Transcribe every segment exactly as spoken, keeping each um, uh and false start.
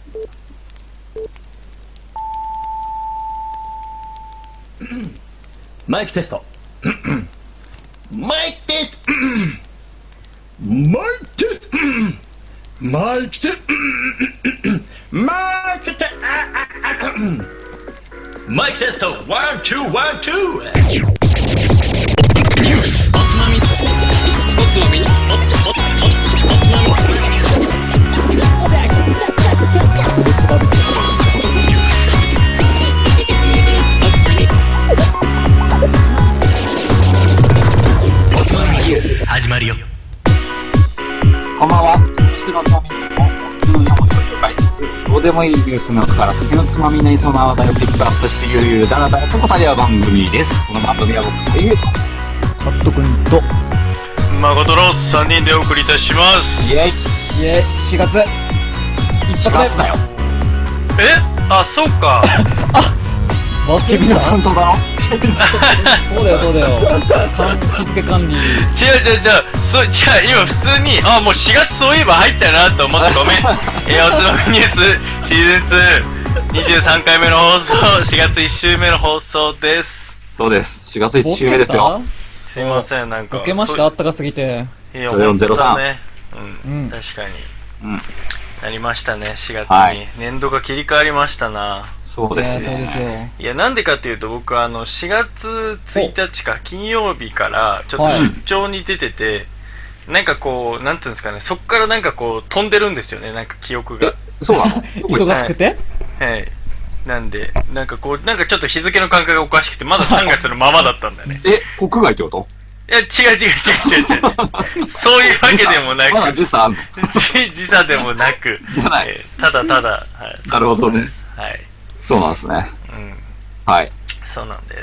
マイクテスト。マイクテスト。マイクテスト。マイクテスト。マイクテスト。マイクテスト。ワン、ツー、ワン、ツー。ニュース。おつまみ。おつまみ。おつまみ。おつまみ。始まるよ。 こんばんは。私のつまみの普通の山本を紹介しつつ、どうでもいいニュースの中から酒のつまみになりそうな話題をピックアップしてゆるゆるだらだらと語り合う番組です。この番組は僕とゆうとカット君と誠のさんにんでお送りいたします。 イエイイエイしがつ一発目だよ。 えあ、そうか。 君の担当だろ。 そうだよそうだよ日付管理違う違う違う、そう、違う、今普通に、あ、もうしがつそういえば入ったなと思ってごめん。えー、おつまみニュースシーズンツーにじゅうさんかいめの放送、しがついっ週目の放送です。 そうです。しがついち週目ですよ。 すいません、なんかボケました。あったかすぎて。 いや、 ゼロよんゼロさんね、うん、 うん、 確かに、 うん、 なりましたね。しがつに、 はい、 年度が切り替わりましたな。 そうですね。 そうですよ。 いや、なんでかっていうと、僕あのしがつついたちか金曜日からちょっと出張に出てて、はい、なんかこう、なんていうんですかね、そっからなんかこう飛んでるんですよね、なんか記憶が。 そうなの？ 忙しくて？ はい、はい、なんでなんかこう、なんかちょっと日付の感覚がおかしくて、まださんがつのままだったんだよね。 え、国外ってこと？ いや、違う違う違う違う違うそういうわけでもなく、 まだ時差あんの？ 時差でもなく、 じゃない、 えー、ただただ、はい、 なるほどね。 はい、 そうなんですね。 うん、 はい。 そうなんです。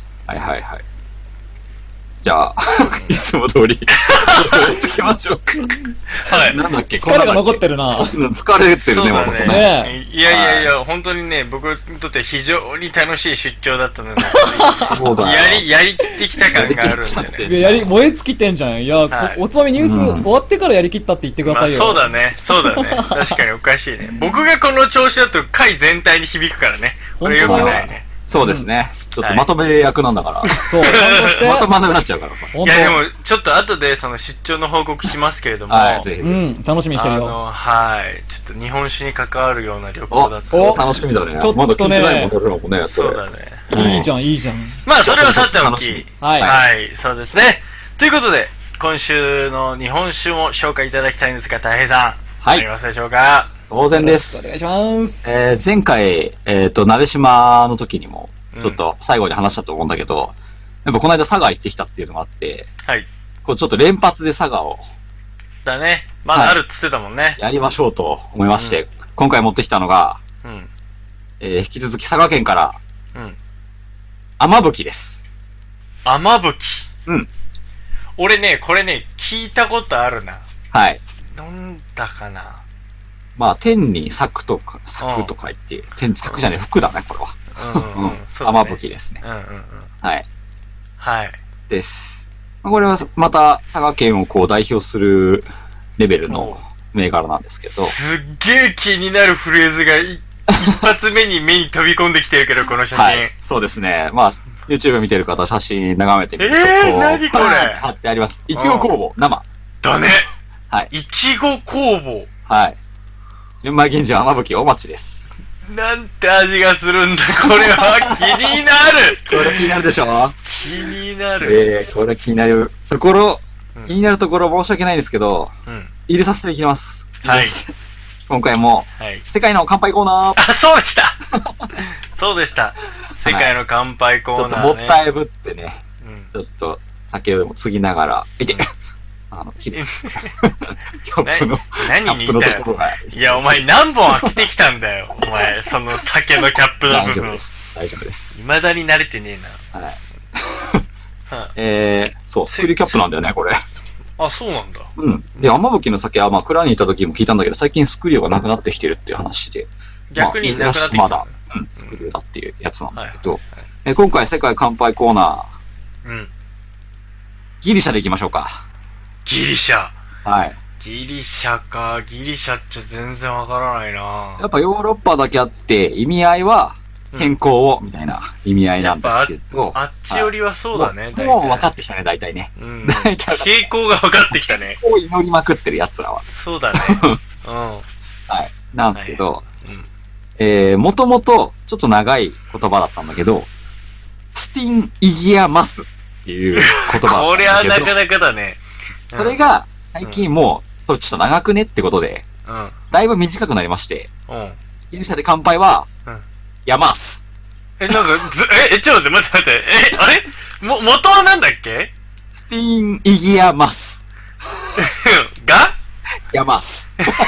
はいはいはい。じゃあ、いつも通り、それやっていきましょうか。はい。なんだっけ、 疲れが残ってるな。 疲れてるね、もとね。 ねいやいやいや、本当にね、僕にとって非常に楽しい出張だったので、 そうだやり、やりきってきた感があるんでね。 いや、やり、燃え尽きてんじゃん。いや、はい、おつまみニュース、うん、終わってからやりきったって言ってくださいよ。 まあ、そうだね、そうだね。確かにおかしいね。僕がこの調子だと回全体に響くからね。これよくないね。 そうですね。ちょっとまとめ役なんだから。 そう。 まとまんなくなっちゃうからさ。 いやでも、ちょっと後でその出張の報告しますけれども。 はい、ぜひ。 うん、楽しみにしてるよ。 あの、はい。ちょっと日本酒に関わるような旅行だった。 お、楽しみだね。 ちょっとね。 まだ聞いてないもん、俺らもね、 そうだね。 いいじゃん、いいじゃん。 まあ、それはさておき。 はい。 はい、そうですね。ということで、今週の日本酒も紹介いただきたいんですが、大平さん。 はい。 ありますでしょうか？ 当然です。 お願いします。 えー、前回、えっと、鍋島の時にも、ちょっと最後に話したと思うんだけど、やっぱこの間佐賀行ってきたっていうのがあって、 はい。 こうちょっと連発で佐賀を。 だね。まだあるっつってたもんね。はい、 やりましょうと思いまして、うん、今回持ってきたのが、うん、えー、引き続き佐賀県から、うん。雨吹きです。 雨吹き。 うん。 俺ね、これね、聞いたことあるな。 はい。 飲んだかな。 まあ、天に咲くとか、咲くとか言って、うん、天に咲くじゃねえ、服だね、これは。うんうん。雨吹きですね。 うんうんうん。 はい。 はい。 です。これはまた佐賀県をこう代表するレベルの銘柄なんですけど。 すっげえ気になるフレーズが一発目に目に飛び込んできてるけど、この写真。はい。 そうですね。まあ、YouTube 見てる方、写真眺めてみると。 えー、何これ貼ってあります。いちご工房、生。 だね。 はい。 いちご工房。 はい。純米吟醸雨吹きお待ちです。 なんて味がするんだ、これは。気になるこれ気になるでしょ？ 気になる。 えー、これ気になるところ、うん、気になるところ申し訳ないんですけど、うん、入れさせていきます。 はい。 今回も、はい、世界の乾杯コーナー。 あ、そうでしたそうでした。世界の乾杯コーナー、ね。 ちょっともったいぶってね、うん、ちょっと酒を継ぎながら、いて、うんあの、切れキャップの、 何に言ったよ。いや、お前何本開けてきたんだよ。お前、その酒のキャップの部分。大丈夫です。 大丈夫です。 未だに慣れてねえな。はい。 えー、そう、スクリューキャップなんだよね、これ。 あ、そうなんだ。 うん。で、雨吹きの酒は、まあ、蔵に行った時も聞いたんだけど、最近スクリューがなくなってきてるっていう話で。 逆になくなってきた。 まだ、うん、スクリューだっていうやつなんだけど、え今回世界乾杯コーナー、うん。ギリシャで行きましょうか。 ギリシャ。 はい。 ギリシャか。ギリシャっちゃ全然わからないな。 やっぱヨーロッパだけあって、意味合いは健康を、みたいな意味合いなんですけど。 あっちよりはそうだね、 はい、もう、もう分かってきたね、大体ね。 うん。大体。傾向が分かってきたね。 を祈りまくってる奴らは。 そうだね。うん。はい。 なんですけど、はい、うん、えー、もともと、ちょっと長い言葉だったんだけど、スティン・イギア・マスっていう言葉だったんだけど。 これはなかなかだね。 うん、それが、最近もう、それちょっと長くねってことで、うん。だいぶ短くなりまして、うん。ギリシャで乾杯は、うん。やます。 え、なんか、ず、え、え、ちょっと待って待って、え、あれも、元はなんだっけスティーン・イギア・マス。 がやます。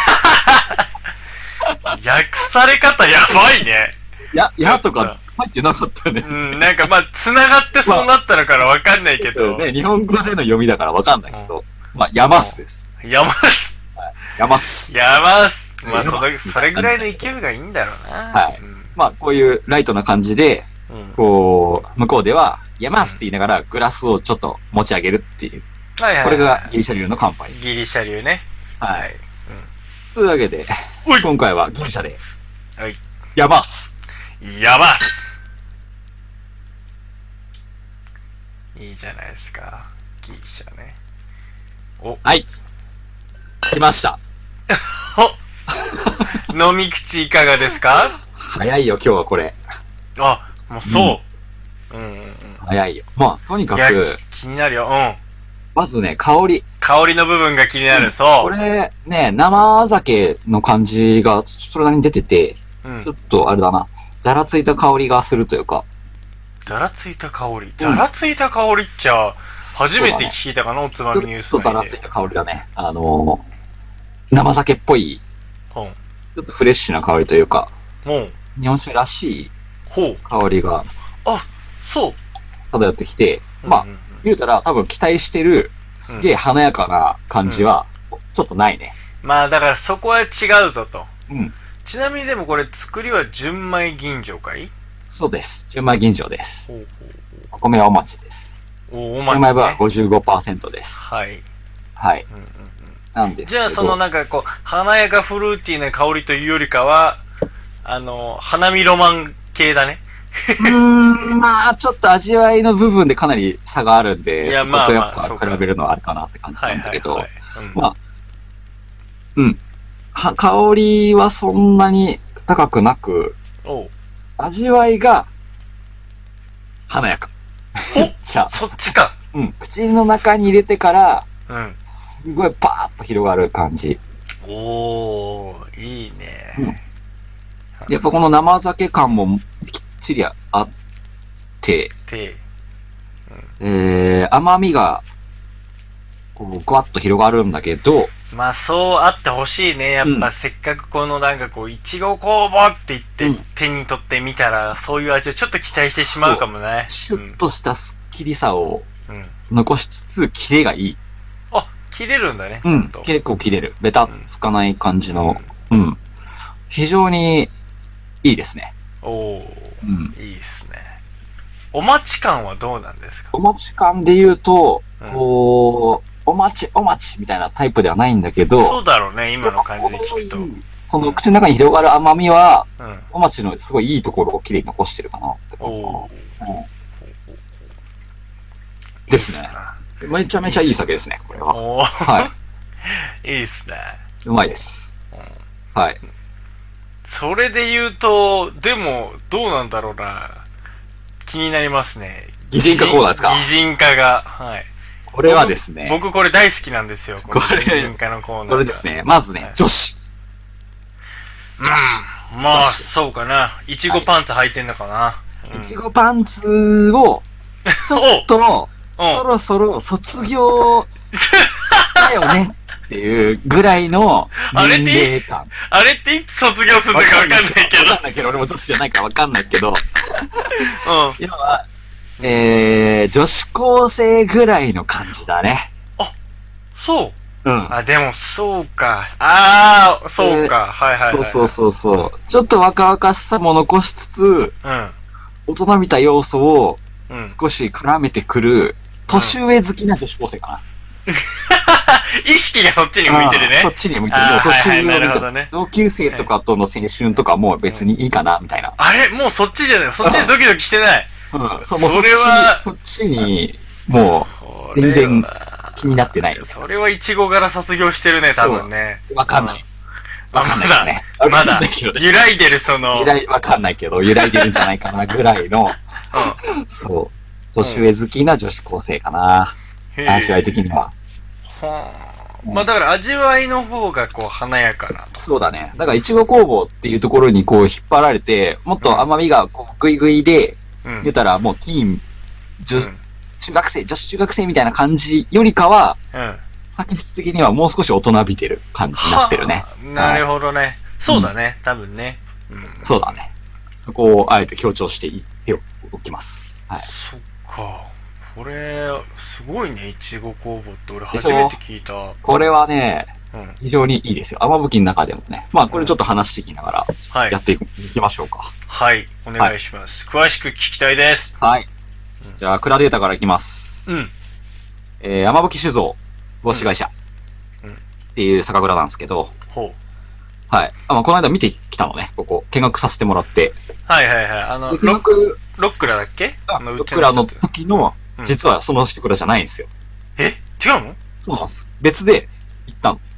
訳され方やばいね。 や、やとか入ってなかったね。 うん、なんかまあ、繋がってそうなったのからわかんないけど。 まあ、ね、日本語での読みだからわかんないけど、うん、まあ、やますです。 やます。 やます。 やます。まあ、それ、それぐらいの勢いがいいんだろうな。 はい。うん、まあ、こういうライトな感じで、うん、こう、向こうでは、やますって言いながら、グラスをちょっと持ち上げるっていう。はいはいはい、これがギリシャ流の乾杯。 ギリシャ流ね。 はい。うん、そういうわけで、今回はギリシャで、はい。やます。 やますいいじゃないですか。ギリシャね。 お。はい。来ました。 お飲み口いかがですか？ 早いよ、今日はこれ。 あ、もうそう。うん、うんうんうん。 早いよ。まあ、とにかく。 気になるよ。うん。 まずね、香り。 香りの部分が気になる、うん、そう。 これ、ね、生酒の感じがそれなりに出てて、うん、ちょっとあれだな、ざらついた香りがするというか。 ざらついた香りざらついた香りっちゃ、初めて聞いたかな、おつまみニュースで。ちょっとざらついた香りだね。あのー、生酒っぽい、うん、ちょっとフレッシュな香りというか、うん、日本酒らしい香りが、 あ、そう。 漂ってきて、まあ、うんうんうん、言うたら多分期待してる、すげえ華やかな感じは、ちょっとないね。 うん、まあ、だからそこは違うぞと。うん。ちなみにでもこれ作りは純米吟醸かい？ そうです。純米吟醸です。ほうほうほう、お米はお町です。お、お町、ね。純米は ごじゅうごパーセント です。 はい。 はい。うんうんうん、なんですけど。 じゃあそのなんかこう、華やかフルーティーな香りというよりかは、あの、花見ロマン系だね。 うーん、まあ、ちょっと味わいの部分でかなり差があるんで、いや、まあ、まあ、そことやっぱ比べるのはあるかなって感じなんだけど、はいはいはい、うん、まあ、うん。は、香りはそんなに高くなく、味わいが華やか。 じゃあ。そっちか。 うん。口の中に入れてから、うん。すごいパーッと広がる感じ。 おー、いいね。 うん。やっぱこの生酒感もきっちりあって、てうん、えー、甘みが、こう、ぐわっと広がるんだけど、 まあそうあってほしいね。やっぱせっかくこのなんかこう、いちご工房って言って手に取ってみたら、そういう味をちょっと期待してしまうかもね。 シュッとしたスッキリさを残しつつ、キレがいい。 あ、切れるんだね。 うん。結構切れる。ベタつかない感じの。うん。うん、非常にいいですね。 おー、うん、いいっすね。お待ち感はどうなんですか？ お待ち感で言うと、うん、こう、お待ち、お待ちみたいなタイプではないんだけど。 そうだろうね、今の感じで聞くと。 その口の中に広がる甘みは、うん、お待ちのすごいいいところをきれいに残してるかなって感じかな。うん、ですね。めちゃめちゃいい酒ですね、これは。はい。 いいっすね。 うまいです。うん、はい。 それで言うと、でも、どうなんだろうな。気になりますね。 擬人化コーナーですか？ 擬人化が。はい。 これはですね。 僕これ大好きなんですよ。これ、擬人化のコーナー。 これですね。まずね、はい、女子。 うん。まあ、そうかな。いちごパンツ履いてんのかな。 いちごパンツを、ちょっと、そろそろ卒業したよねっていうぐらいの年齢感。 あれっていつ卒業するのかわかんないけど。 わかんないけど、俺も女子じゃないからわかんないけど。うん。要は、えー、女子高生ぐらいの感じだね。 あ、そううん。 あ、でも、そうか。ああ、そうか。はいはいはい。 そうそうそうそう。ちょっと若々しさも残しつつ、うん。大人びた要素を少し絡めてくる、年上好きな女子高生か意識がそっちに向いてるね。 そっちに向いてる。 あーもう年はいはいな上のるほどね同級生とかとの青春とかも別にいいかな、みたいな。 あれもうそっちじゃないそっちでドキドキしてない。 うん。そう、もうそそっちれはそっちに、もこう、全然れは気になってない。 それはイチゴ柄卒業してるね、多分ね。 わかんない。 まわかんないよね。わかんまだないけど、ね。 揺らいでるその、 揺らい、わかんないけど、揺らいでるんじゃないかなぐらいの、 うん。 そう、年上好きな女子高生かな。 へー味わい的には。 はあ。まあだから味わいの方がこう華やかなと。 そうだね。だから、いちご工房っていうところにこう引っ張られて、もっと甘みがこうグイグイで、 うん。 言ったらもうティーン、女うん中学生、女子中学生みたいな感じよりかは、 うん。 作質的にはもう少し大人びてる感じになってるね。 はあなるほどね。そうだね、多分ね。うん。 そうだね。そこをあえて強調して言っておきます。はい。 そっか。これ、すごいね、いちご工房って俺でしょ初めて聞いた。 これはね、 うん。 非常にいいですよ。甘吹きの中でもね。まあ、これちょっと話していきながらはいや。っていくいきましょうか。 はい。お願いします。詳しく聞きたいです。 はい。 うんじゃあ、クラデータからいきます。 うん。 えー、甘吹酒造、帽子会社。 うんうんっていう酒蔵なんですけど、 ほう。 はい。あ、まあ、この間見てきたのね、ここ。見学させてもらって。 はいはいはい。あの、 で見ロック、 学、 ロックラだっけあの、うち僕らの人って時の、 うん実はその酒蔵じゃないんですよ。 え違うのそうなんです。別で行ったの。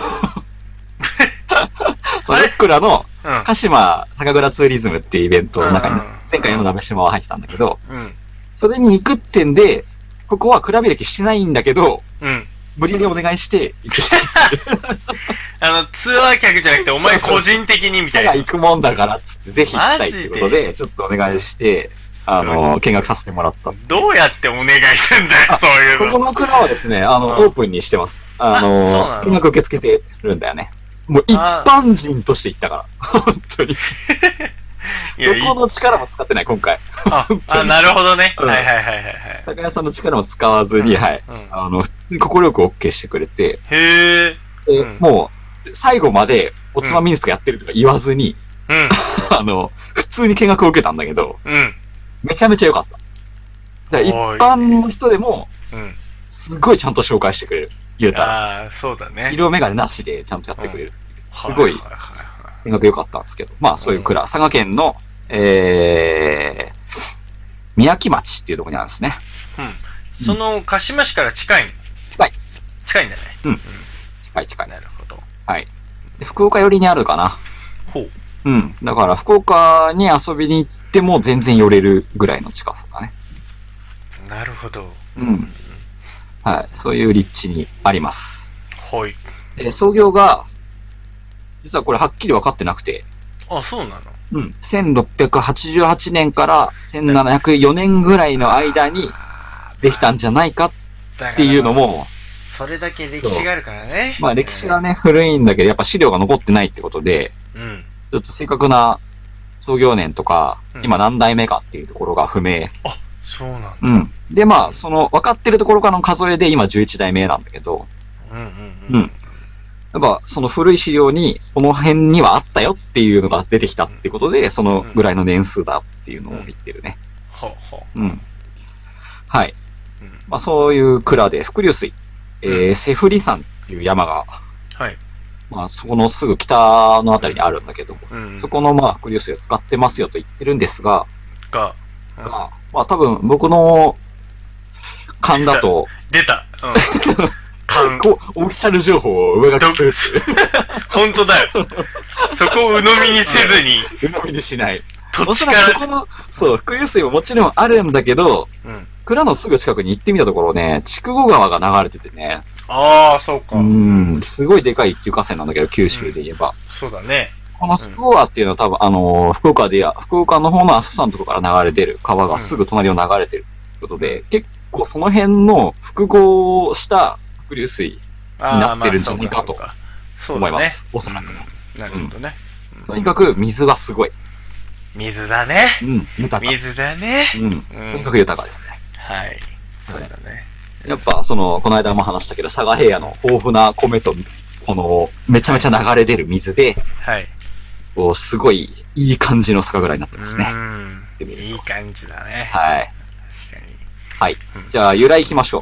そう、 あれロックラのうん。 鹿島酒蔵ツーリズムっていうイベントの中にうんうん、 前回の鍋島は入ってたんだけど、 うん。 それに行くってんで、ここは比べ歴してないんだけど、 うん。 無理にお願いして行ってきた。 あの、ツアー客じゃなくて、お前個人的にみたいな。 社が行くもんだからっつって、ぜひ行きたいっていうことで、ちょっとお願いして、あの、見学させてもらった。 どうやってお願いすんだよ、そういうの。 ここの蔵はですね、あの、 うんオープンにしてます。ああそうなの、 の見学受け付けてるんだよね。もう一般人として行ったから。本当に。 いや、いいどこの力も使ってない、今回。 あ本、当あ、 になるほどね。 うんはいはいはいはいはい。 酒屋さんの力も使わずに、はい。 うん。 あの、普通に快く OK してくれて、 へえ。 でうんもう、最後までおつまみニュースがやってるとか言わずに、 うん。 あの、普通に見学を受けたんだけど、 うん。 めちゃめちゃ良かった。だから一おー般の人でも、 うん。 すごいちゃんと紹介してくれる。言うたら。 ああ、そうだね。 色眼鏡なしでちゃんとやってくれる。すごいはいはいはい見学良かったんですけど、まあそういう蔵、佐賀県の、えー、宮城町っていうところにあるんですね。 うん。その、鹿島市から近いの近い。 近いんだね。 うん近い近い。 なるほど。 はい。で福岡寄りにあるかな。 ほう。 うん。だから福岡に遊びに行っても全然寄れるぐらいの近さだね。 なるほど。 うん。はい。そういう立地にあります。 はい。 で、創業が、実はこれはっきり分かってなくて、 あ、そうなのうん。せんろっぴゃくはちじゅうはちねんからせんななひゃくよねんぐらいの間にできたんじゃないかっていうのも、 それだけ歴史があるからね。 まあ歴史がね、古いんだけど、やっぱ資料が残ってないってことで、 うん。 ちょっと正確な創業年とか、 うん今何代目かっていうところが不明。 あ、そうなんだ。 うん。で、まあ、その分かってるところからの数えで今じゅういち代目なんだけど、 うんうんううんん。 やっぱその古い資料にこの辺にはあったよっていうのが出てきたってことで、そのぐらいの年数だっていうのを言ってるね。 ほうほうん。はい。 う。うん。 まあそういう蔵で、伏流水、えーうんセフリ山っていう山が、 はい。 まあそこのすぐ北のあたりにあるんだけど、 うん。 そこのまあ伏流水を使ってますよと言ってるんですが、 が、うんまあ、まあ多分僕の勘だと、 出た。うん。勘。 こう、オフィシャル情報を上書きするっていう。 本当だよ。そこを鵜呑みにせずに、 うのみにしない。 土地おそらから、 くここの、そう、伏流水ももちろんあるんだけど、 うん。 蔵のすぐ近くに行ってみたところね、筑後川が流れててね、 ああ、そうかう。ん、すごいでかい一級河川なんだけど、九州で言えば。 そうだね。 この筑後川っていうのは多分、あのー福岡でや、福岡の方の阿蘇山のところから流れてる川がすぐ隣を流れてるってことで、結構その辺の複合した伏流水あーになってるんじゃないかとまあそうかそうだね思います。おそらくね。 うんなるほどね。 とにかく水はすごい。 水だね。 うん、豊か。 水だね。 うん、 うんとにかく豊かですね。 はい。そうだね。 やっぱ、その、この間も話したけど、佐賀平野の豊富な米と、この、めちゃめちゃ流れ出る水で、 はい。 こう、すごい、いい感じの酒蔵になってますね。 うんてみるといい感じだね。 はい。 確かに。 はい。 うんじゃあ、由来行きましょ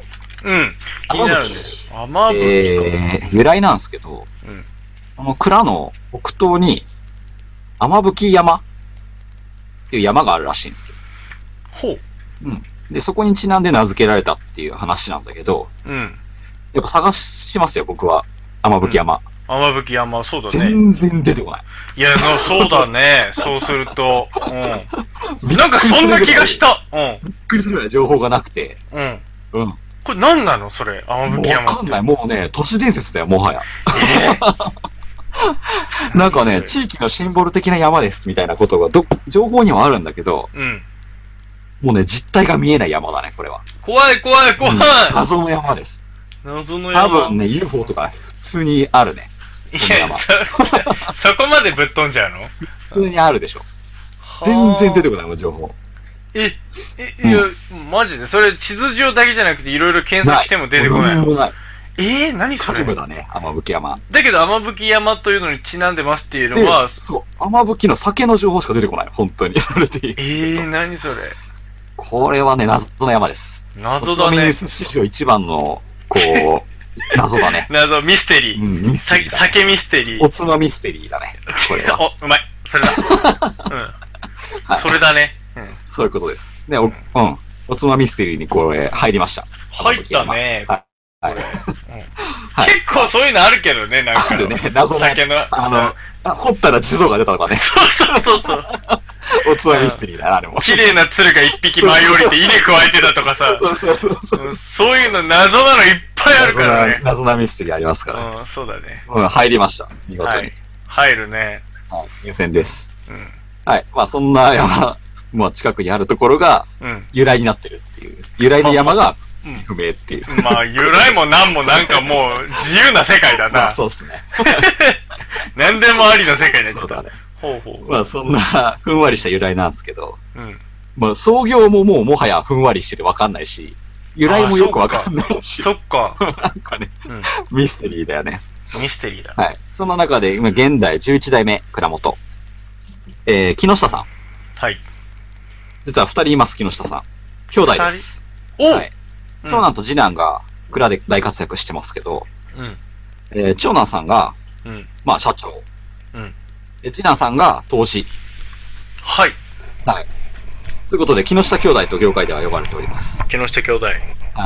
うん。気になるね。雨吹き。 えー、由来なんですけど、うん、この蔵の北東に、雨吹山っていう山があるらしいんですよ。 ほう。 うん。で、そこにちなんで名付けられたっていう話なんだけど、 うん。 やっぱ探しますよ、僕は。雨吹山。 うん、雨吹山、そうだね。 全然出てこない。 いや、のそうだね。そうすると。うん。なんかそんな気がした。うん。 びっくりするぐらい情報がなくて。 うん。 うん。 これ何なのそれ、雨吹山って。 わかんない。もうね、都市伝説だよ、もはや。えーなんかね、地域のシンボル的な山ですみたいなことがど、情報にはあるんだけど、 うん。 もうね、実態が見えない山だね、これは。 怖い怖い怖い、うん、 謎の山です。 謎の山。 多分ね、ユーフォー とか普通にあるね。 いや、そ、そこまでぶっ飛んじゃうの？ 普通にあるでしょ。全然出てこないもん、情報。 え、え、いや、うん、マジでそれ地図上だけじゃなくていろいろ検索しても出てこないの？ない。えー、何それ？ 各部だね、雨吹山。 だけど雨吹山というのにちなんでますっていうのは、 そう、雨吹の酒の情報しか出てこない、本当に。それでいい。 えー、何それ？ これはね、謎の山です。 謎だね。 ちなみにニュース史上一番の、こう、謎だね。 謎、ミステリー。 うん、ミステリー、ね。 酒ミステリー。 おつまミステリーだね。これは。 お、うまい。それだ。うん。はい、それだね。 うん。そういうことです。ね、お、うん。おつまミステリーにこれ入りました。 入ったね。 はい。はい。 結構そういうのあるけどね、なんか。 あるね、謎の。酒の。あの、あ掘ったら地蔵が出たとかね。 そうそうそうそう。 おつまミステリーだな、あれも。 綺麗な鶴が一匹舞い降りて稲加えてたとかさ。 そうそうそうそう。 そういうの謎なのいっぱいあるからね。 謎なミステリーありますからね。 うん、そうだね。 うん、入りました。見事に。 入るね。 はい、入選です。うん。はい。まあそんな山、まあ近くにあるところが、由来になってるっていう。由来の山が、不明っていう。 まあ、由来も何もなんかもう自由な世界だな。 まあ、そうっすね。 何でもありの世界になっちゃった。 ね。 ほうほう。 まあ、そんな、ふんわりした由来なんですけど、うん。まあ、創業ももうもはやふんわりしててわかんないし、由来もよくわかんないし。 そっか。 なんかね、うん、ミステリーだよね。 ミステリーだ。 はい。その中で、今、現代じゅういち代目、蔵元。えー、木下さん。 はい。 実は二人います、木下さん。兄弟です。 おはい。長男と次男が蔵で大活躍してますけど、うんえー、長男さんが、うん、まあ社長、うん、次男さんが投資。 はい。 はい。ということで、木下兄弟と業界では呼ばれております。 木下兄弟。はい。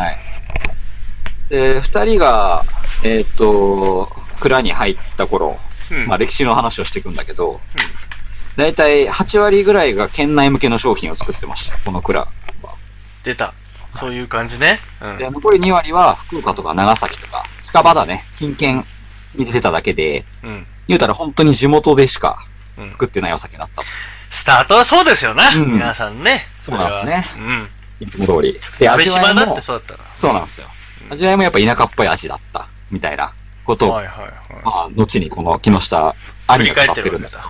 で、二人が、えっと、蔵に入った頃、うん、まあ歴史の話をしていくんだけど、だいたいはち割ぐらいが県内向けの商品を作ってました、この蔵は。 出た。そういう感じね。 うん、で残りに割は福岡とか長崎とか、近場だね、近県に出てただけで、うん、言うたら本当に地元でしか作ってないお酒だったと。 スタートはそうですよな、うん、皆さんね。 そうなんですね。うん。いつも通り。で、 味わいもだってそうだったな。 そうなんですよ。味わいもやっぱ田舎っぽい味だった、みたいなことを、はいはいはい、まあ、後にこの木下兄が語ってるんだと。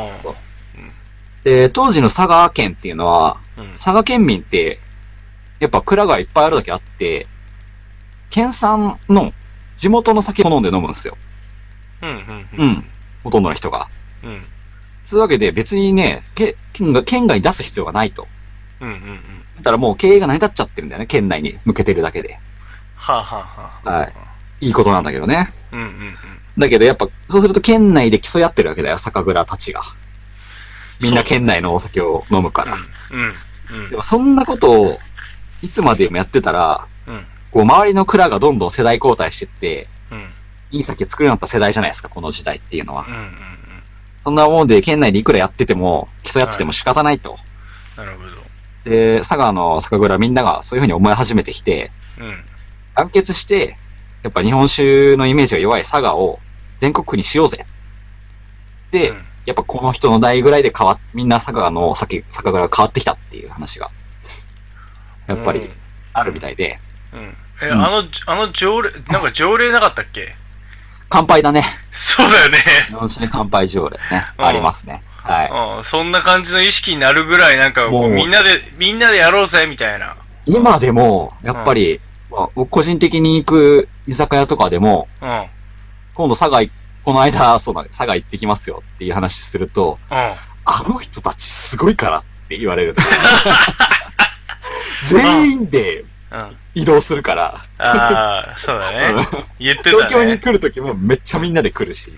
で、当時の佐賀県っていうのは、うん、佐賀県民って、やっぱ蔵がいっぱいあるだけあって、県産の地元の酒を飲んで飲むんですよ。うん、うん、うん。うん。ほとんどの人が。うん。そういうわけで別にね、県が、県外に出す必要がないと。うん、うん、うん。だからもう経営が成り立っちゃってるんだよね、県内に向けてるだけで。 はあ、はあはあ、 はい。いいことなんだけどね。 うん、うん、うん。 だけどやっぱ、そうすると県内で競い合ってるわけだよ、酒蔵たちが。みんな県内のお酒を飲むから。うん、うん。うん、でもそんなことを、いつまでもやってたら、うん、こう周りの蔵がどんどん世代交代してって、うん、いい酒作るようになった世代じゃないですか、この時代っていうのは。うんうんうん、そんなもんで県内でいくらやってても、競い合ってても仕方ないと。はい、 なるほど。 で、佐賀の酒蔵みんながそういうふうに思い始めてきて、うん、団結して、やっぱ日本酒のイメージが弱い佐賀を全国区にしようぜ。で、うん、やっぱこの人の代ぐらいで変わっ、みんな佐賀の酒、酒蔵が変わってきたっていう話が。やっぱり、あるみたいで。 うん。え、うん、あの、あの条例、なんか条例なかったっけ？ 乾杯だね。 そうだよね。 日本酒で乾杯条例ね。ありますね。はい。 うん。そんな感じの意識になるぐらい、なんか、もうみんなで、みんなでやろうぜ、みたいな。 今でも、やっぱり、うんまあ、僕個人的に行く居酒屋とかでも、うん。今度佐賀、この間、そうだね、佐賀行ってきますよっていう話すると、うん。あの人たちすごいからって言われる。全員でうん。 移動するから。 ああ、そうだね。言ってたね。 東京に来るときもめっちゃみんなで来るし。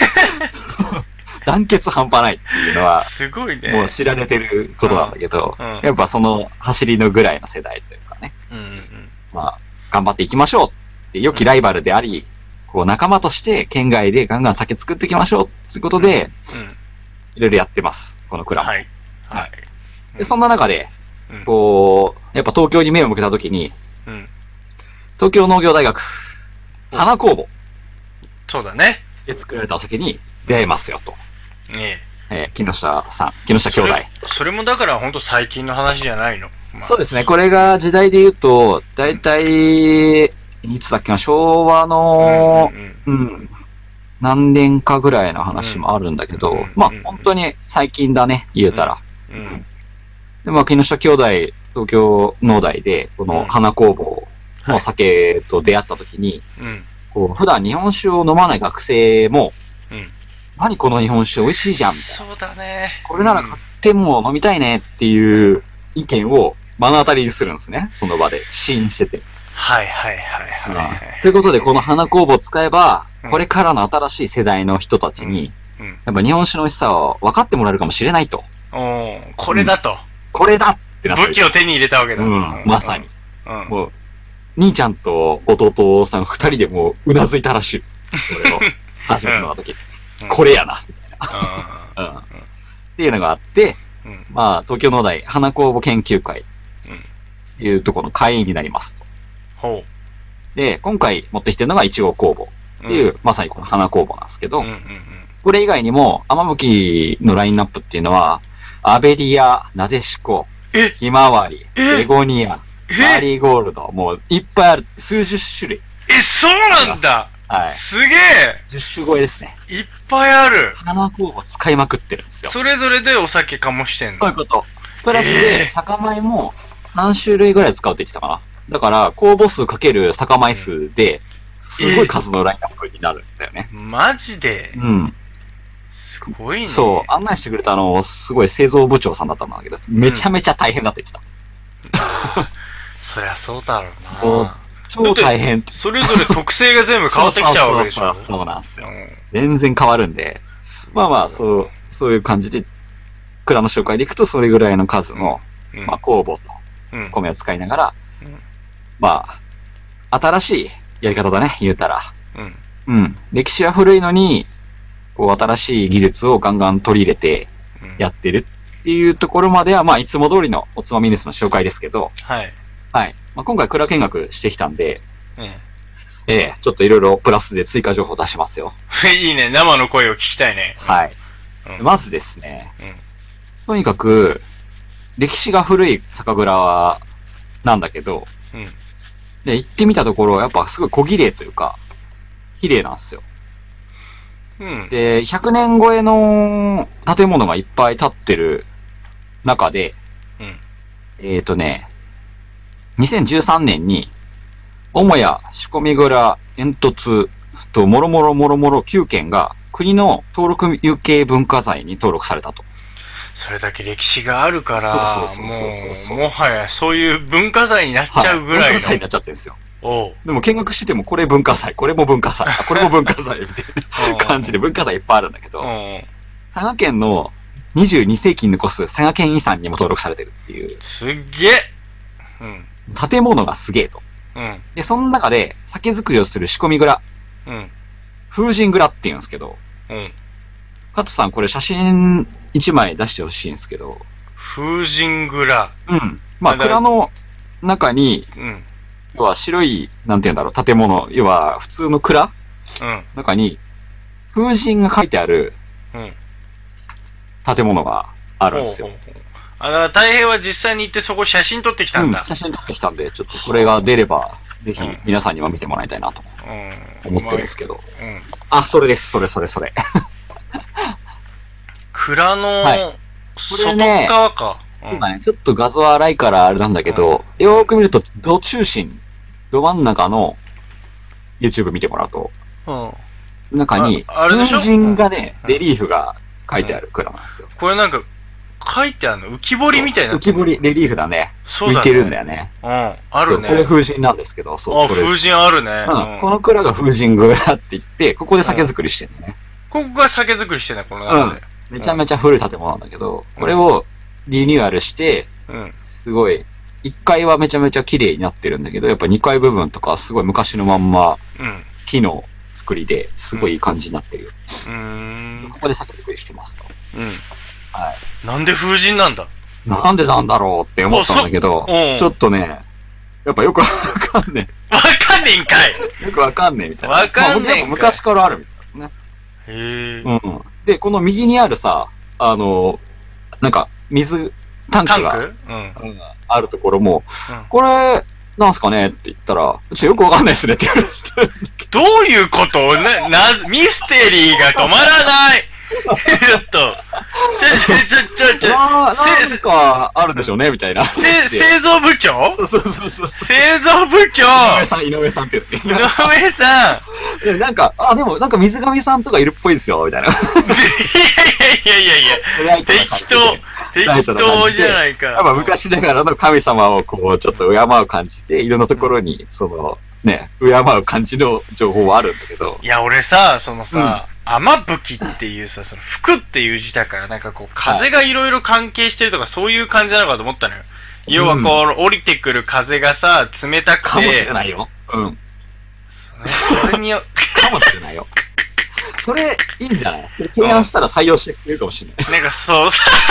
団結半端ないっていうのは、 すごいね。 もう知られてることなんだけど、 うんうん、 やっぱその走りのぐらいの世代というかね。 うんうん、 まあ、頑張っていきましょうって良きライバルであり、こう仲間として県外でガンガン酒作っていきましょうっていうことで、いろいろやってます。このクラブ。はい。はい。で、そんな中で、こう、やっぱ東京に目を向けたときに、うん、東京農業大学、花工房。 そうだね。 で作られたお酒に出会えますよと。 ねえ。えー、木下さん、木下兄弟。 それ、それもだから本当最近の話じゃないの。 まあ、そうですね。これが時代で言うと、だいたい、いつだっけな、昭和の、うん、うんうん、何年かぐらいの話もあるんだけど、うん、まあ、本当に最近だね、言うたら。うんうん、で、まあ、木下兄弟、東京農大で、この花工房の酒と出会った時に、うんはい、こう普段日本酒を飲まない学生も、うん、何この日本酒美味しいじゃんみたいな。 そうだね。 これなら買っても飲みたいねっていう意見を目の当たりにするんですね。その場で。試飲してて。 はいはいはいはい、はい。 ということで、この花工房を使えば、これからの新しい世代の人たちに、うんうん、やっぱ日本酒の美味しさを分かってもらえるかもしれないと。 おこれだと、うん。これだってなって。 武器を手に入れたわけだ。 うん、まさに。うん、もう兄ちゃんと弟さん二人でもううなずいたらしい。これを初めての時、うん、これやな、みたいな、うんうん。っていうのがあって、うん、まあ、東京農大花工房研究会、というところの会員になりますと。ほう。で、今回持ってきてるのがいち号工房っていう、うん、まさにこの花工房なんですけど、うんうんうん、これ以外にも、甘吹のラインナップっていうのは、アベリア、ナデシコ、ひまわり、ベゴニア、マリーゴールド、もういっぱいある、数十種類。 え、そうなんだ。はい。すげえ。 じゅっ種超えですね。 いっぱいある。 花工房使いまくってるんですよ。 それぞれでお酒醸してんの。 そういうこと。プラスで、酒米もさん種類ぐらい使うって言ってたかな。だから、酵母数かける酒米数で、すごい数のラインナップになるんだよね。 マジで？ うん。 すごいね。 そう、案内してくれたあの、すごい製造部長さんだったんだけど、めちゃめちゃ大変だって言ってた。うんそりゃそうだろうな。 超大変。 それぞれ特性が全部変わってきちゃうわけでしょ。 そうそうそうそうなんですよ、うん。全然変わるんで。まあまあ、そう、そういう感じで、蔵の紹介でいくとそれぐらいの数の、うん、まあ、酵母と米を使いながら、うん、まあ、新しいやり方だね、言うたら。うん。うん。歴史は古いのに、こう、新しい技術をガンガン取り入れてやってるっていうところまでは、まあ、いつも通りのおつまみニュースの紹介ですけど、 はい。 はい。まあ、今回蔵見学してきたんで、うん、ええ、ちょっといろいろプラスで追加情報出しますよ。 いいね。生の声を聞きたいね。 はい。うん、まずですね、うん、とにかく、歴史が古い酒蔵は、なんだけど、うん、で、行ってみたところ、やっぱすごい小綺麗というか、綺麗なんですよ。うん、で、ひゃくねん超えの建物がいっぱい建ってる中で、うん、えっとね、にせんじゅうさんねんに、母屋、仕込み蔵、煙突と、もろもろもろもろきゅうけんが国の登録有形文化財に登録されたと。 それだけ歴史があるから、もう、もはやそういう文化財になっちゃうぐらいの。はい、 文化財になっちゃってるんですよ。おでも見学してても、これ文化財、これも文化財、これも文化財みたいな感じで文化財いっぱいあるんだけど、佐賀県のにじゅうに世紀に残す佐賀県遺産にも登録されてるっていう。 すっげえ、 うん、建物がすげえと。うん、で、その中で酒造りをする仕込み蔵。うん、風神蔵って言うんですけど、うん、加藤さんこれ写真いちまい出してほしいんですけど。 風神蔵。 うん。まあ、蔵の中に、うん、要は白い、なんて言うんだろう、建物、要は普通の蔵、うん、中に、風神が書いてある、うん、建物があるんですよ。ほうほうほうあ、だから大平は実際に行ってそこ写真撮ってきたんだ。 うん、写真撮ってきたんで、ちょっとこれが出れば、ぜひ皆さんには見てもらいたいなと思ってるんですけど。うんうん、あ、それです。それそれそれ。 蔵の外側か。 そうだね。ちょっと画像荒いからあれなんだけど、うん、よーく見ると、ど中心、ど真ん中の YouTube 見てもらうと、うん、中に、風神がね、レリーフが書いてある蔵なんですよ。 これなんか、 書いてあるの浮き彫りみたいな。 浮き彫り、レリーフだね。 そうだね。 浮いてるんだよね。 うん。あるね。 これ風神なんですけど、そう。 あ、風神あるね。 うん。この蔵が風神蔵って言って、ここで酒造りしてるね。 ここが酒造りしてんだ、この中で。 めちゃめちゃ古い建物なんだけど、これをリニューアルして、すごい、いっかいはめちゃめちゃ綺麗になってるんだけど、やっぱにかい部分とかすごい昔のまんま、木の作りですごいいい感じになってるよ。うん。ここで酒造りしてますと。うん。はい。なんで風神なんだ？なんでなんだろうって思ったんだけど、ちょっとね、やっぱよくわかんねえ。わかんねえんかいよくわかんねえみたいな。わかんねえんかい。まあ、昔からあるみたいなね。へえ。うん。で、この右にあるさ、あの、なんか、水、タンクが、うん、あるところも、うん、これ、なんすかねって言ったら、ちょっとよくわかんないっすねって言われて。どういうことな、な、ミステリーが止まらないちょっと、ちょ、ちょ、ちょ、ちょ、ちょ、な、なんか、あるでしょうねみたいな。せ、製造部長そうそうそうそう。製造部長井上さん、井上さんって言って。井上さんなんか、あ、でも、なんか水上さんとかいるっぽいですよ、みたいな。いやいやいやいや、適当、適当じゃないか。やっぱ昔ながらの神様をこう、ちょっと敬う感じで、いろんなところに、その、ね、敬う感じの情報はあるんだけど。いや、俺さ、そのさ、雨吹きっていうさ、その吹くっていう字だから、なんかこう、風がいろいろ関係してるとか、そういう感じなのかと思ったのよ。要はこう、降りてくる風がさ、冷たくて。かもしれないよ。うん。それによ、かもしれないよ。それ、いいんじゃない？提案したら採用してくれるかもしれない。なんかそう、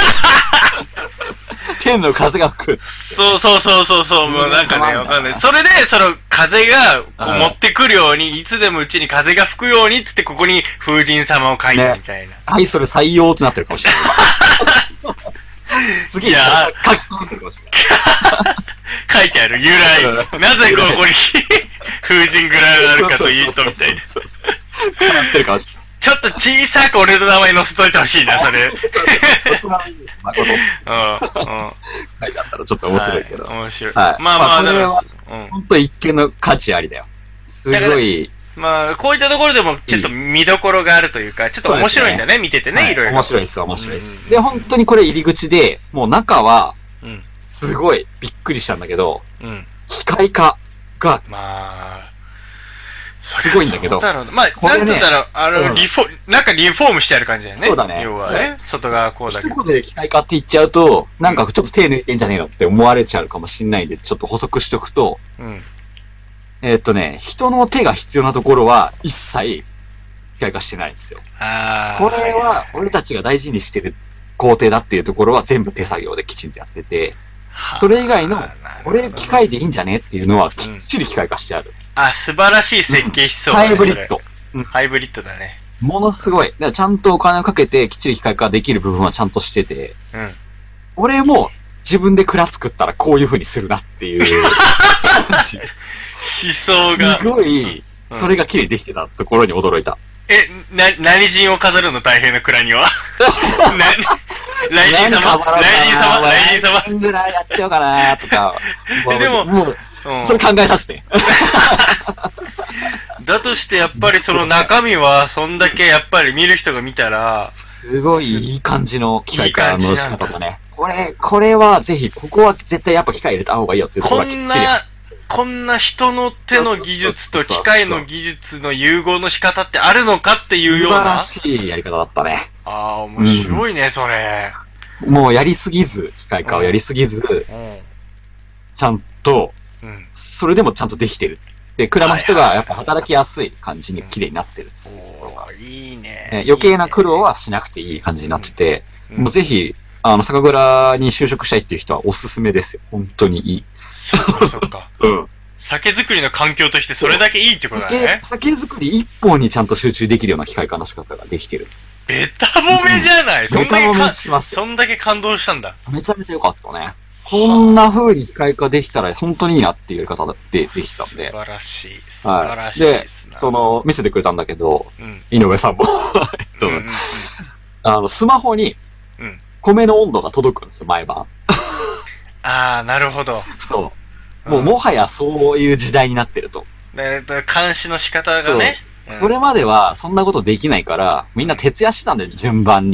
天の風が吹く。そうそうそうそうそう、もうなんかね、わかんない。それで、その風がこう持ってくるように、いつでもうちに風が吹くようにっつってここに風神様を書いたみたいな。はい、それ採用ってなってるかもしれない。次、いや書き込んでるかもしれない。書いてある、由来。なぜここに風神蔵があるかというと、みたいな。なってるかもしれない。ちょっと小さく俺の名前載せといてほしいな、それ。おつまみ、誠。うん、うん。書いてあったらちょっと面白いけど。面白い。はい。まあまあ、それは、ほんと一見の価値ありだよ。すごい。まあ、こういったところでもちょっと見どころがあるというか、ちょっと面白いんだね、見ててね、いろいろ。面白いです、面白いです。で、本当にこれ入り口で、もう中は、すごいびっくりしたんだけど、機械化が、まあ、すごいんだけど。まあ、なんて言ったら、あの、リフォ、なんかリフォームしてある感じだよね。そうだね。要はね、外側こうだけど。一言で機械化って言っちゃうと、なんかちょっと手抜いてんじゃねえのって思われちゃうかもしんないんで、ちょっと補足しとくと、うん、えっとね、人の手が必要なところは一切機械化してないんですよ。あこれは、俺たちが大事にしてる工程だっていうところは全部手作業できちんとやってて、それ以外の、これ機械でいいんじゃねっていうのはきっちり機械化してある。うん、あ、素晴らしい設計しそうだね。ハイブリッド。うん、ハイブリッドだね。ものすごい。だからちゃんとお金をかけてきっちり機械化できる部分はちゃんとしてて、うん、俺も自分で蔵作ったらこういう風にするなっていう感じ。思想が。すごい、それが綺麗にできてたところに驚いた。え、な、何人を飾るの大変な蔵にはな、来人様来人様来人様来人ぐらいやっちゃおうかなとか。でも、もう、うん、それ考えさせて。だとしてやっぱりその中身は、そんだけやっぱり見る人が見たら、すごいいい感じの機械化の仕方だね。これ、これはぜひ、ここは絶対やっぱ機械入れた方がいいよっていうところはきっちり。こんな人の手の技術と機械の技術の融合の仕方ってあるのかっていうような。素晴らしいやり方だったね。ああ、面白いね、うん、それ。もうやりすぎず、機械化をやりすぎず、うん、ちゃんと、うん、それでもちゃんとできてる。で、蔵の人がやっぱ働きやすい感じに綺麗になってるっていうところが。いいね。ね余計な苦労はしなくていい感じになってて、うんうん、もうぜひ、あの、酒蔵に就職したいっていう人はおすすめですよ。本当にいい。そっかそっか。うん。酒造りの環境としてそれだけいいってことだね。酒、酒造り一本にちゃんと集中できるような機械化の仕方ができてる。ベタ褒めじゃない、うん、そんだけベタ褒めします。そんだけ感動したんだ。めちゃめちゃ良かったね。こんな風に機械化できたら本当にいいなっていうやり方でできたんで。素晴らしい。素晴らしいですね。で、その、見せてくれたんだけど、うん、井上さんも、えっと、うんうんうん、あの、スマホに、米の温度が届くんですよ、毎晩。ああ、なるほど。そう。もう、もはやそういう時代になってると。で、監視の仕方がね。それまでは、そんなことできないから、みんな徹夜してたんだよ、順番に。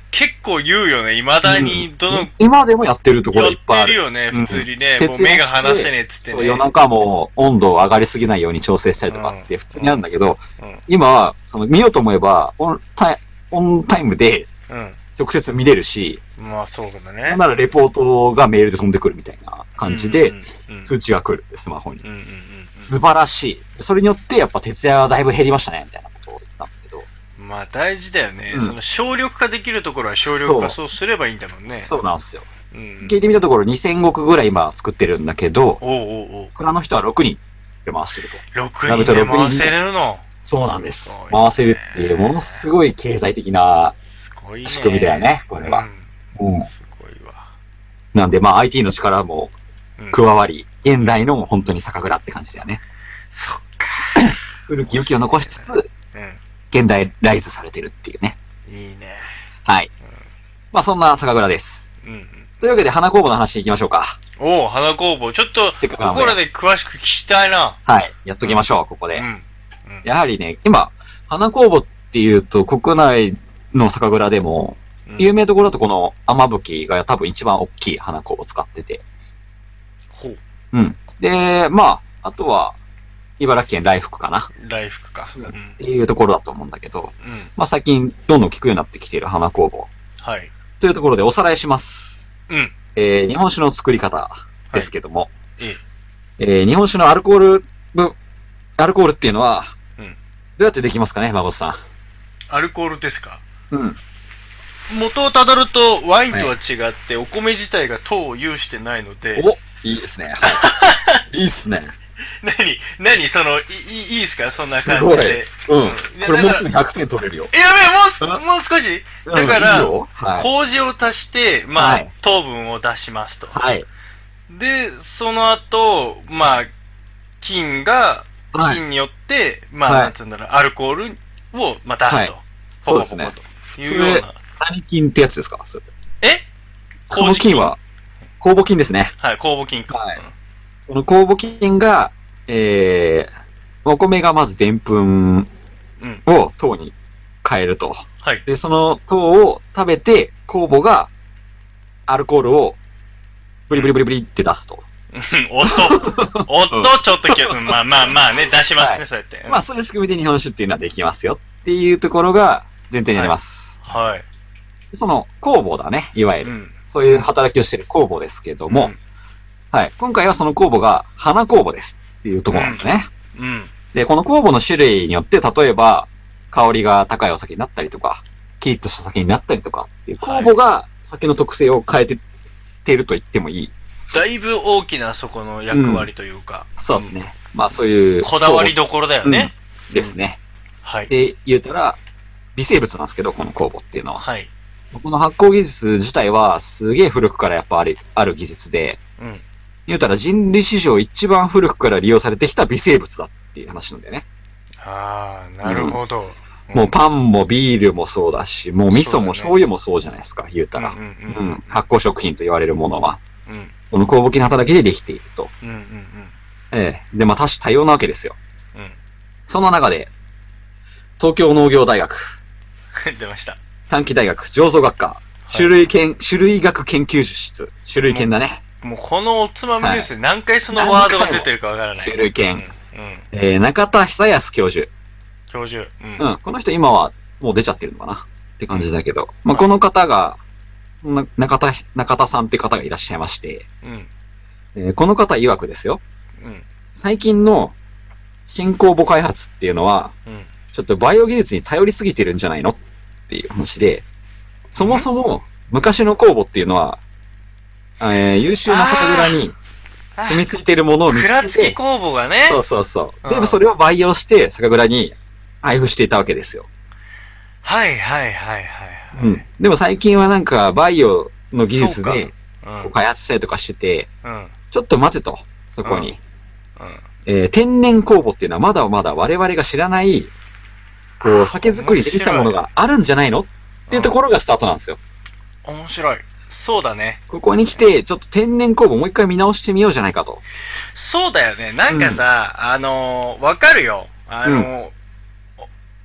結構言うよね、未だに、どの、うん、 今でもやってるところいっぱいある。 やってるよね、普通にね。うん、もう目が離せねえっつってね。そう、 夜中も温度を上がりすぎないように調整したりとかって普通にあるんだけど、うんうん、今は、その見ようと思えば、オンタイ、オンタイムで、直接見れるし、 うん、まあそうだね。 なんならレポートがメールで飛んでくるみたいな感じで、通知が来る、スマホに。素晴らしい。それによってやっぱ徹夜はだいぶ減りましたね、みたいなことを言ってたんだけど。 まあ大事だよね。うん、その省力化できるところは省力化そうすればいいんだもんね。 そうなんですよ。うん、聞いてみたところにせんごくぐらい今作ってるんだけど、 おうおうおう、 蔵の人はろくにんで回してると。 ろくにんで回せれるの？ そうなんです。回せるっていうものすごい経済的な仕組みだよね、これは。うん。うん、すごいわ。なんでまあ アイティー の力も加わり、うん、現代の本当に酒蔵って感じだよね。 そっか。 古き良きを残しつつ、うん、現代ライズされてるっていうね。 いいね。 はい。うん、まあそんな酒蔵です。うんうん、というわけで花工房の話いきましょうか。 おお、花工房。ちょっと、ここらで詳しく聞きたいな。 はい。やっときましょう、ここで。うんうん、やはりね、今、花工房っていうと国内の酒蔵でも、うん、有名どころだとこの雨吹が多分一番大きい花工房を使ってて。 ほう。 うん。で、まあ、あとは、茨城県来福かな。 来福か、 うん。っていうところだと思うんだけど、うん、まあ最近どんどん聞くようになってきている花工房。 はい。 というところでおさらいします。 うん。 えー、日本酒の作り方ですけども、 はい、 えー、日本酒のアルコール、アルコールっていうのは、うん、どうやってできますかね、孫さん。 アルコールですか？ うん。 元をたどるとワインとは違って、はい、お米自体が糖を有してないので。 お、いいですね。はい。いいっすね。 何何その、いい、いいっすかそんな感じで。 うん。これもうすぐひゃくてん取れるよ。 やべえ、もうす、もう少しだから、うんいいはい、麹を足して、まあ、はい、糖分を出しますと。 はい。 で、その後、まあ、菌が、 はい、 菌によって、まあ、はい、なんつうんだろう、アルコールを、まあ、出すと。はい、 そうですね。 というような。 何菌ってやつですかそれえその菌は、酵母菌ですね。 はい、酵母菌か。 はい。この酵母菌が、えー、お米がまずでんぷんを糖に変えると。 はい。 で、その糖を食べて、酵母がアルコールをブリブリブリブリって出すと。 おっと、おっと、ちょっときゅ、まあまあまあね、出しますね、はい、そうやって。 まあそういう仕組みで日本酒っていうのはできますよっていうところが前提になります。 はい。はい、 その酵母だね、いわゆる。うん、そういう働きをしている酵母ですけども、うんはい。今回はその酵母が花酵母ですっていうところなんだね。 うん。うん、 で、この酵母の種類によって、例えば、香りが高いお酒になったりとか、キリッとした酒になったりとかっていう酵母が酒の特性を変えてっていると言ってもいい。 だいぶ大きなそこの役割というか。 うん、そうですね。まあそういう。 こだわりどころだよね。 うん、ですね。 はい。 で、言うたら、微生物なんですけど、この酵母っていうのは。 はい。 この発酵技術自体はすげえ古くからやっぱある、ある技術で、 うん。 言うたら人類史上一番古くから利用されてきた微生物だっていう話なんだよね。 ああ、なるほど、 うん。もうパンもビールもそうだし、もう味噌も醤油もそうじゃないですか、言うたら。うん、うんうん、発酵食品と言われるものは。うん、この酵母菌の働きでできていると。 うんうんうんええ、で、まあ多種多様なわけですよ。 うん、 そんな中で、東京農業大学。 出ました。 短期大学醸造学科。はい、種類研、種類学研究室。種類研だね。 もうこのおつまみニュースで何回そのワードが出てるかわからない。 種類研。うんうんえー、中田久康教授。 教授、 うん。うん。この人今はもう出ちゃってるのかなって感じだけど。うん、まあ、この方が、中田、中田さんって方がいらっしゃいまして、 うんえー、この方曰くですよ。 うん、 最近の新酵母開発っていうのは、 うん、 ちょっとバイオ技術に頼りすぎてるんじゃないのっていう話で、そもそも昔の酵母っていうのは、えー、優秀な酒蔵に住み着いているものを見つけて、 蔵付き酵母がね。 そうそうそう。で、それを培養して酒蔵に配布していたわけですよ。 はいはいはいはい、はい。 うん。でも最近はなんかバイオの技術で開発したりとかしてて、 うん、 ちょっと待てと、そこに。 うんうんえー、天然酵母っていうのはまだまだ我々が知らない、こう、酒造りできたものがあるんじゃないのっていうところがスタートなんですよ。 面白い。そうだね。 ここに来て、ちょっと天然酵母もう一回見直してみようじゃないかと。 そうだよね。なんかさ、うん、あのー、わかるよ。あのー、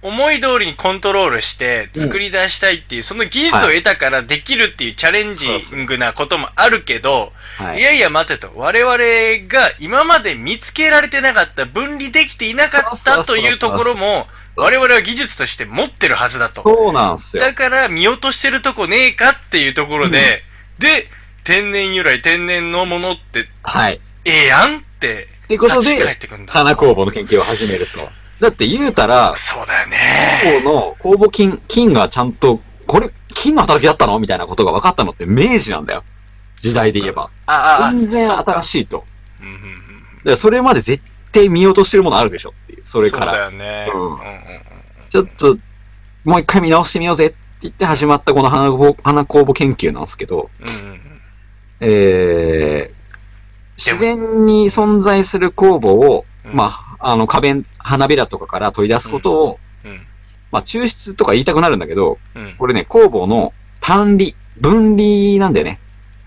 思い通りにコントロールして作り出したいっていう、うん、その技術を得たからできるっていうチャレンジングなこともあるけど、はい、いやいや待てと、我々が今まで見つけられてなかった、分離できていなかったというところも我々は技術として持ってるはずだと。 そうなんすよ。 だから見落としてるとこねえかっていうところで、うん、で天然由来天然のものってはいええやんってってことで花工房の研究を始めると。だって言うたら、 そうだよね。 の酵母菌、菌がちゃんと、これ、菌の働きだったのみたいなことが分かったのって明治なんだよ。時代で言えば。ああ、全然新しいと。うんうんうん。だからそれまで絶対見落としてるものあるでしょっていう。それから。そうだよね。うん。うんうんうん、ちょっと、もう一回見直してみようぜって言って始まったこの花酵母、花酵母研究なんですけど、うんうんうん、えー、自然に存在する酵母を、うん、まあ、あの、花弁、花びらとかから取り出すことを、うんうん、まあ、抽出とか言いたくなるんだけど、うん、これね、酵母の単離、分離なんだよね。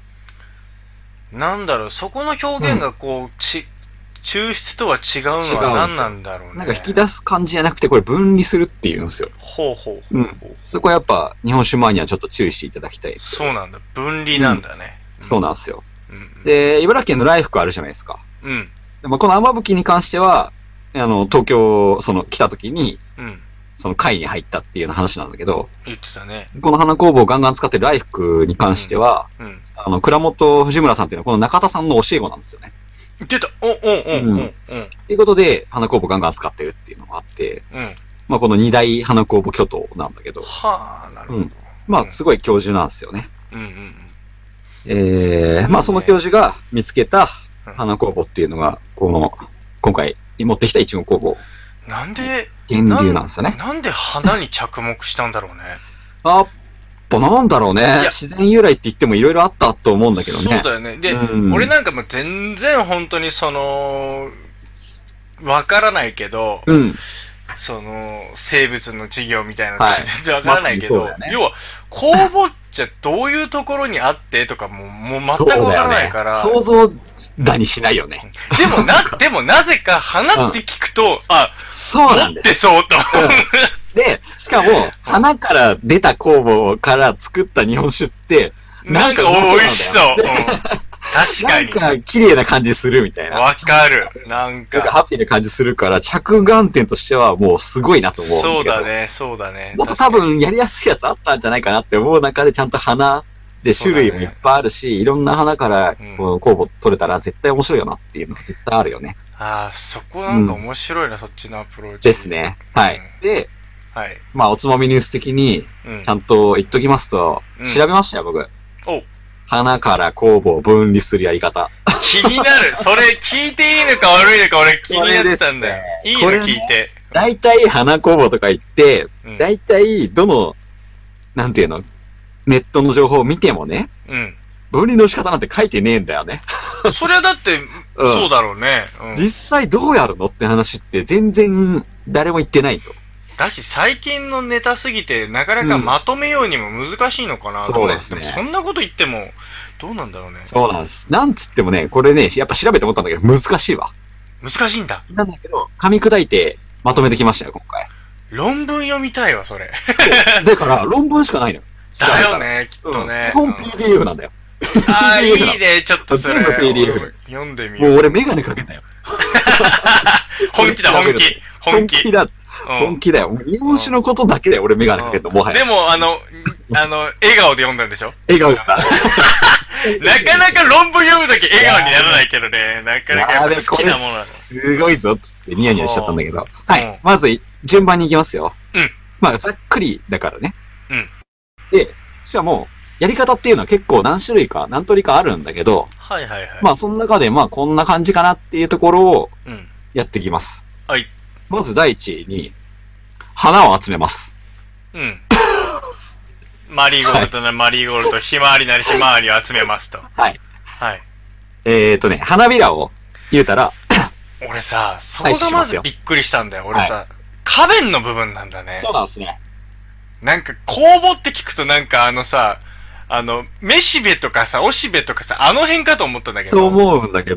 なんだろう、そこの表現がこう、うん、ち、抽出とは違うのは何なんだろうね。 なんか引き出す感じじゃなくて、これ分離するっていうんですよ。 ほうほうほうほう。うん。 そこはやっぱ、日本酒前にはちょっと注意していただきたいです。 そうなんだ。分離なんだね。 うん、そうなんですよ。うん、で、茨城県の来福あるじゃないですか。うん。でもこの雨吹に関しては、あの、東京、その、来た時に、うん、その会に入ったっていうような話なんだけど、 言ってたね。 この花工房をガンガン使ってる来福に関しては、うんうん、あの、倉本藤村さんっていうのはこの中田さんの教え子なんですよね。 出たお、お、お、お、うん。 っていうことで、花工房ガンガン使ってるっていうのがあって、うん、まあこの二大花工房巨頭なんだけど、 はあ、なるほど。うん、 まあすごい教授なんですよね。うんうんうん、えー、まあその教授が見つけた花工房っていうのが、この、今回持ってきたイチゴ工房。 なんで、 源流なんですよね。 な。なんで花に着目したんだろうね。 やっぱなんだろうね。自然由来って言ってもいろいろあったと思うんだけどね。 そうだよね。で、うん、俺なんかも全然本当にその、わからないけど、うん、その、生物の授業みたいなのって全然わからないけど、はいまね、要は、酵母じゃどういうところにあってとかもう、もう全くわからないから。 想像だにしないよね。 でもな、でもなぜか花って聞くと、うん、あ、 そうなんです。 持ってそうと。うんで、しかも、花から出た酵母から作った日本酒って、 なんか美味しそう。うん、確かに。 なんか綺麗な感じするみたいな。 わかる。なんか。 なんかハッピーな感じするから、着眼点としてはもうすごいなと思う。 そうだね、そうだね。 もっと多分やりやすいやつあったんじゃないかなって思う中で、ちゃんと花で種類もいっぱいあるし、ね、いろんな花からこう酵母取れたら絶対面白いよなっていうのは絶対あるよね。 ああ、そこなんか面白いな、うん、そっちのアプローチ。 ですね。はい。うん、で、はい。まあ、おつまみニュース的に、ちゃんと言っときますと、うん、調べましたよ、僕。お花から酵母を分離するやり方。 気になる。それ聞いていいのか悪いのか俺気になってたんだよ。いいの聞いて。 大体花酵母とか言って、大体どの、なんていうの、ネットの情報を見てもね、うん、分離の仕方なんて書いてねえんだよね。 それはだって、うん、そうだろうね、 うん。実際どうやるのって話って全然誰も言ってないと。 だし、最近のネタすぎて、なかなかまとめようにも難しいのかな、うん、 そうですね。 そんなこと言っても、どうなんだろうね。 そうなんです。なんつってもね、これね、やっぱ調べて思ったんだけど、難しいわ。 難しいんだ。 なんだけど、噛み砕いてまとめてきましたよ、今回。 論文読みたいわ、それ。 だから、論文しかないのよ。 だよね、きっとね。 基本 ピーディーエフ なんだよ。 ああ、いいね、ちょっとそれ。 全部 ピーディーエフ。 読んでみよう。 もう俺メガネかけたよ。 本気だ、本気。 本気だ。本気だよ。日本酒のことだけだよ、俺メガネかけるの、もはや。 でも、あの、あの、笑顔で読んだんでしょ笑顔だ。なかなか論文読むとき笑顔にならないけどね。なかなかやっぱ好きなものだ。 すごいぞ、つってニヤニヤしちゃったんだけど。はい。まず、順番に行きますよ。うん。まあ、ざっくりだからね。うん。で、しかも、やり方っていうのは結構何種類か、何通りかあるんだけど、 はいはいはい。 まあ、その中で、まあ、こんな感じかなっていうところを、やっていきます。 うん、はい。 まず第一に、花を集めます。 うん。マリーゴールドなマリーゴールド、ひまわりなりひまわりを集めますと。 はい。 はい。 えーとね、花びらを言うたら、 俺さ、そこがまずびっくりしたんだよ。俺さ、はい、花弁の部分なんだね。 そうなんですね。 なんか、酵母って聞くとなんかあのさ、あの、めしべとかさ、おしべとかさ、あの辺かと思ったんだけど。 と思うんだけど、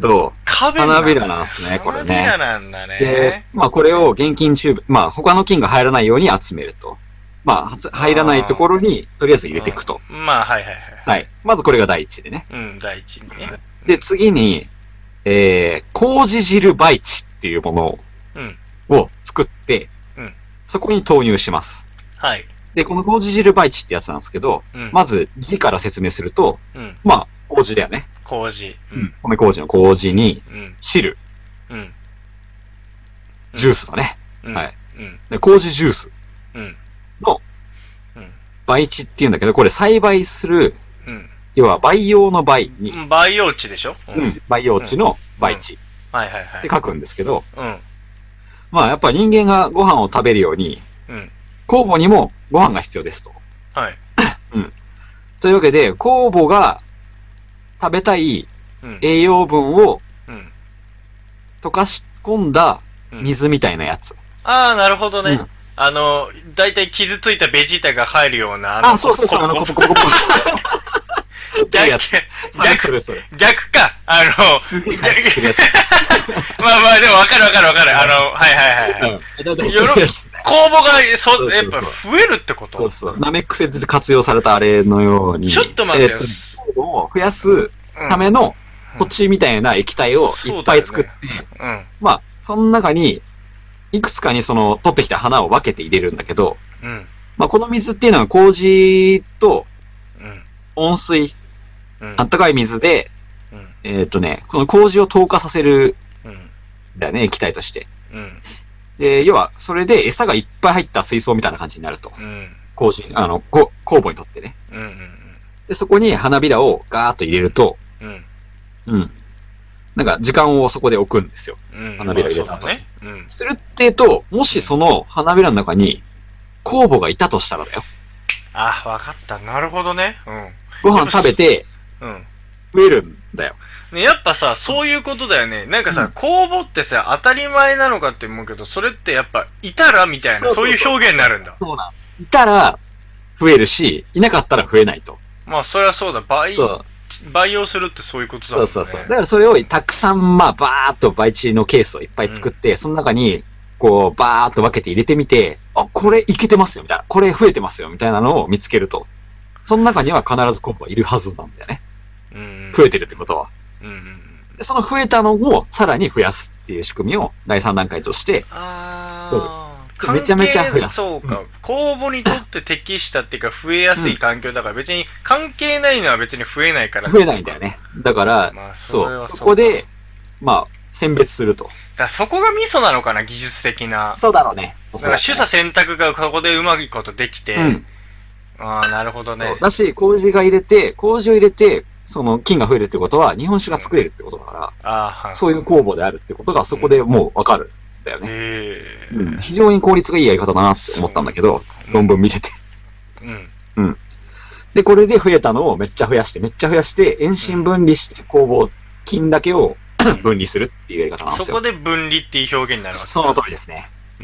花花びらなんですね、これね。 花びらなんだね。 で、まあこれを現金チューブ、まあ他の金が入らないように集めると。まあ、入らないところにとりあえず入れていくと。 うん、まあ、はいはいはい。 はい。まずこれが第一でね。 うん、第一にね。 で、次に、えー、麹汁培地っていうものを作って、うん、そこに投入します。 はい。 で、この麹汁培地ってやつなんですけど、うん、まず字から説明すると、うん、まあ、麹だよね。 麹。 うん。米麹の麹に、うん、汁。うん。ジュースだね。うん、はい。うん。で、麹ジュース。うん。の、うん。培地っていうんだけど、これ栽培する、うん。要は培養の培に。 培養地でしょ？ うん。培養地の培地。 はいはいはい。 って書くんですけど、うん。まあ、やっぱ人間がご飯を食べるように、うん。酵母にもご飯が必要ですと。 はい。 うん。というわけで、酵母が食べたい栄養分を、うん。溶かし込んだ水みたいなやつ。うん、 ああ、なるほどね。うん、あの、だいたい傷ついたベジータが入るような、 あの、あ、そうそうそう、あの、コポコポコポ。 逆、逆、逆か。あの、 すげえ逆するやつ。 まあまあ、でも分かる分かる分かる。あの、はいはいはい。うん。酵母が、そう、やっぱ増えるってこと？ そうそう。ナメック星で活用されたあれのように。 ちょっと待ってよ。 酵母を増やすための土地みたいな液体をいっぱい作って、うん。まあ、その中に、いくつかにその、取ってきた花を分けて入れるんだけど、うん。まあ、この水っていうのは麹と、温水、うん、あったかい水で、うん、えっとね、この麹を透過させる、うん、だよね、液体として。うん、で、要は、それで餌がいっぱい入った水槽みたいな感じになると。うん、麹、あの、酵母にとってね。うんうんうん、で、そこに花びらをガーッと入れると、うん。うん。なんか、時間をそこで置くんですよ。うん、花びら入れた後に。まあそうだね。うん。するっていうと、もしその花びらの中に酵母がいたとしたらだよ。 あ、わかった。なるほどね。うん。 ご飯食べて、うん。増えるんだよ。 ね、やっぱさ、そういうことだよね。なんかさ、うん、酵母ってさ、当たり前なのかって思うけど、それってやっぱ、いたらみたいな、そうそうそう、そういう表現になるんだ。 そうなん。いたら、増えるし、いなかったら増えないと。 まあ、そりゃそうだ。培、培養するってそういうことだもんね。 そうそうそう。だからそれをたくさん、まあ、バーっと培地のケースをいっぱい作って、うん、その中に、こう、バーっと分けて入れてみて、あ、これいけてますよ、みたいな。これ増えてますよ、みたいなのを見つけると。その中には必ず酵母がいるはずなんだよね。うん、増えてるってことは。うんうん、でその増えたのをさらに増やすっていう仕組みをだいさん段階として、 あめちゃめちゃ増やす。 そうか、うん。酵母にとって適したっていうか増えやすい環境だから別に関係ないのは別に増えないから。 増えないんだよね。だから、まあ、そ, そう、そこで、まあ、選別すると。 だそこがミソなのかな、技術的な。 そうだろうね。 だから取捨選択がここでうまいことできて、うん、ああ、なるほどね。 だし、麹が入れて、麹を入れて、その菌が増えるってことは、日本酒が作れるってことだから、うんあはい、そういう酵母であるってことがそこでもうわかるんだよね、うんうん。非常に効率がいいやり方だなって思ったんだけど、論文見てて。うん。うん。で、これで増えたのをめっちゃ増やして、めっちゃ増やして、遠心分離して酵母菌だけを分離するっていうやり方なんですよ。 そこで分離っていう表現になるわけその通りですね。うん。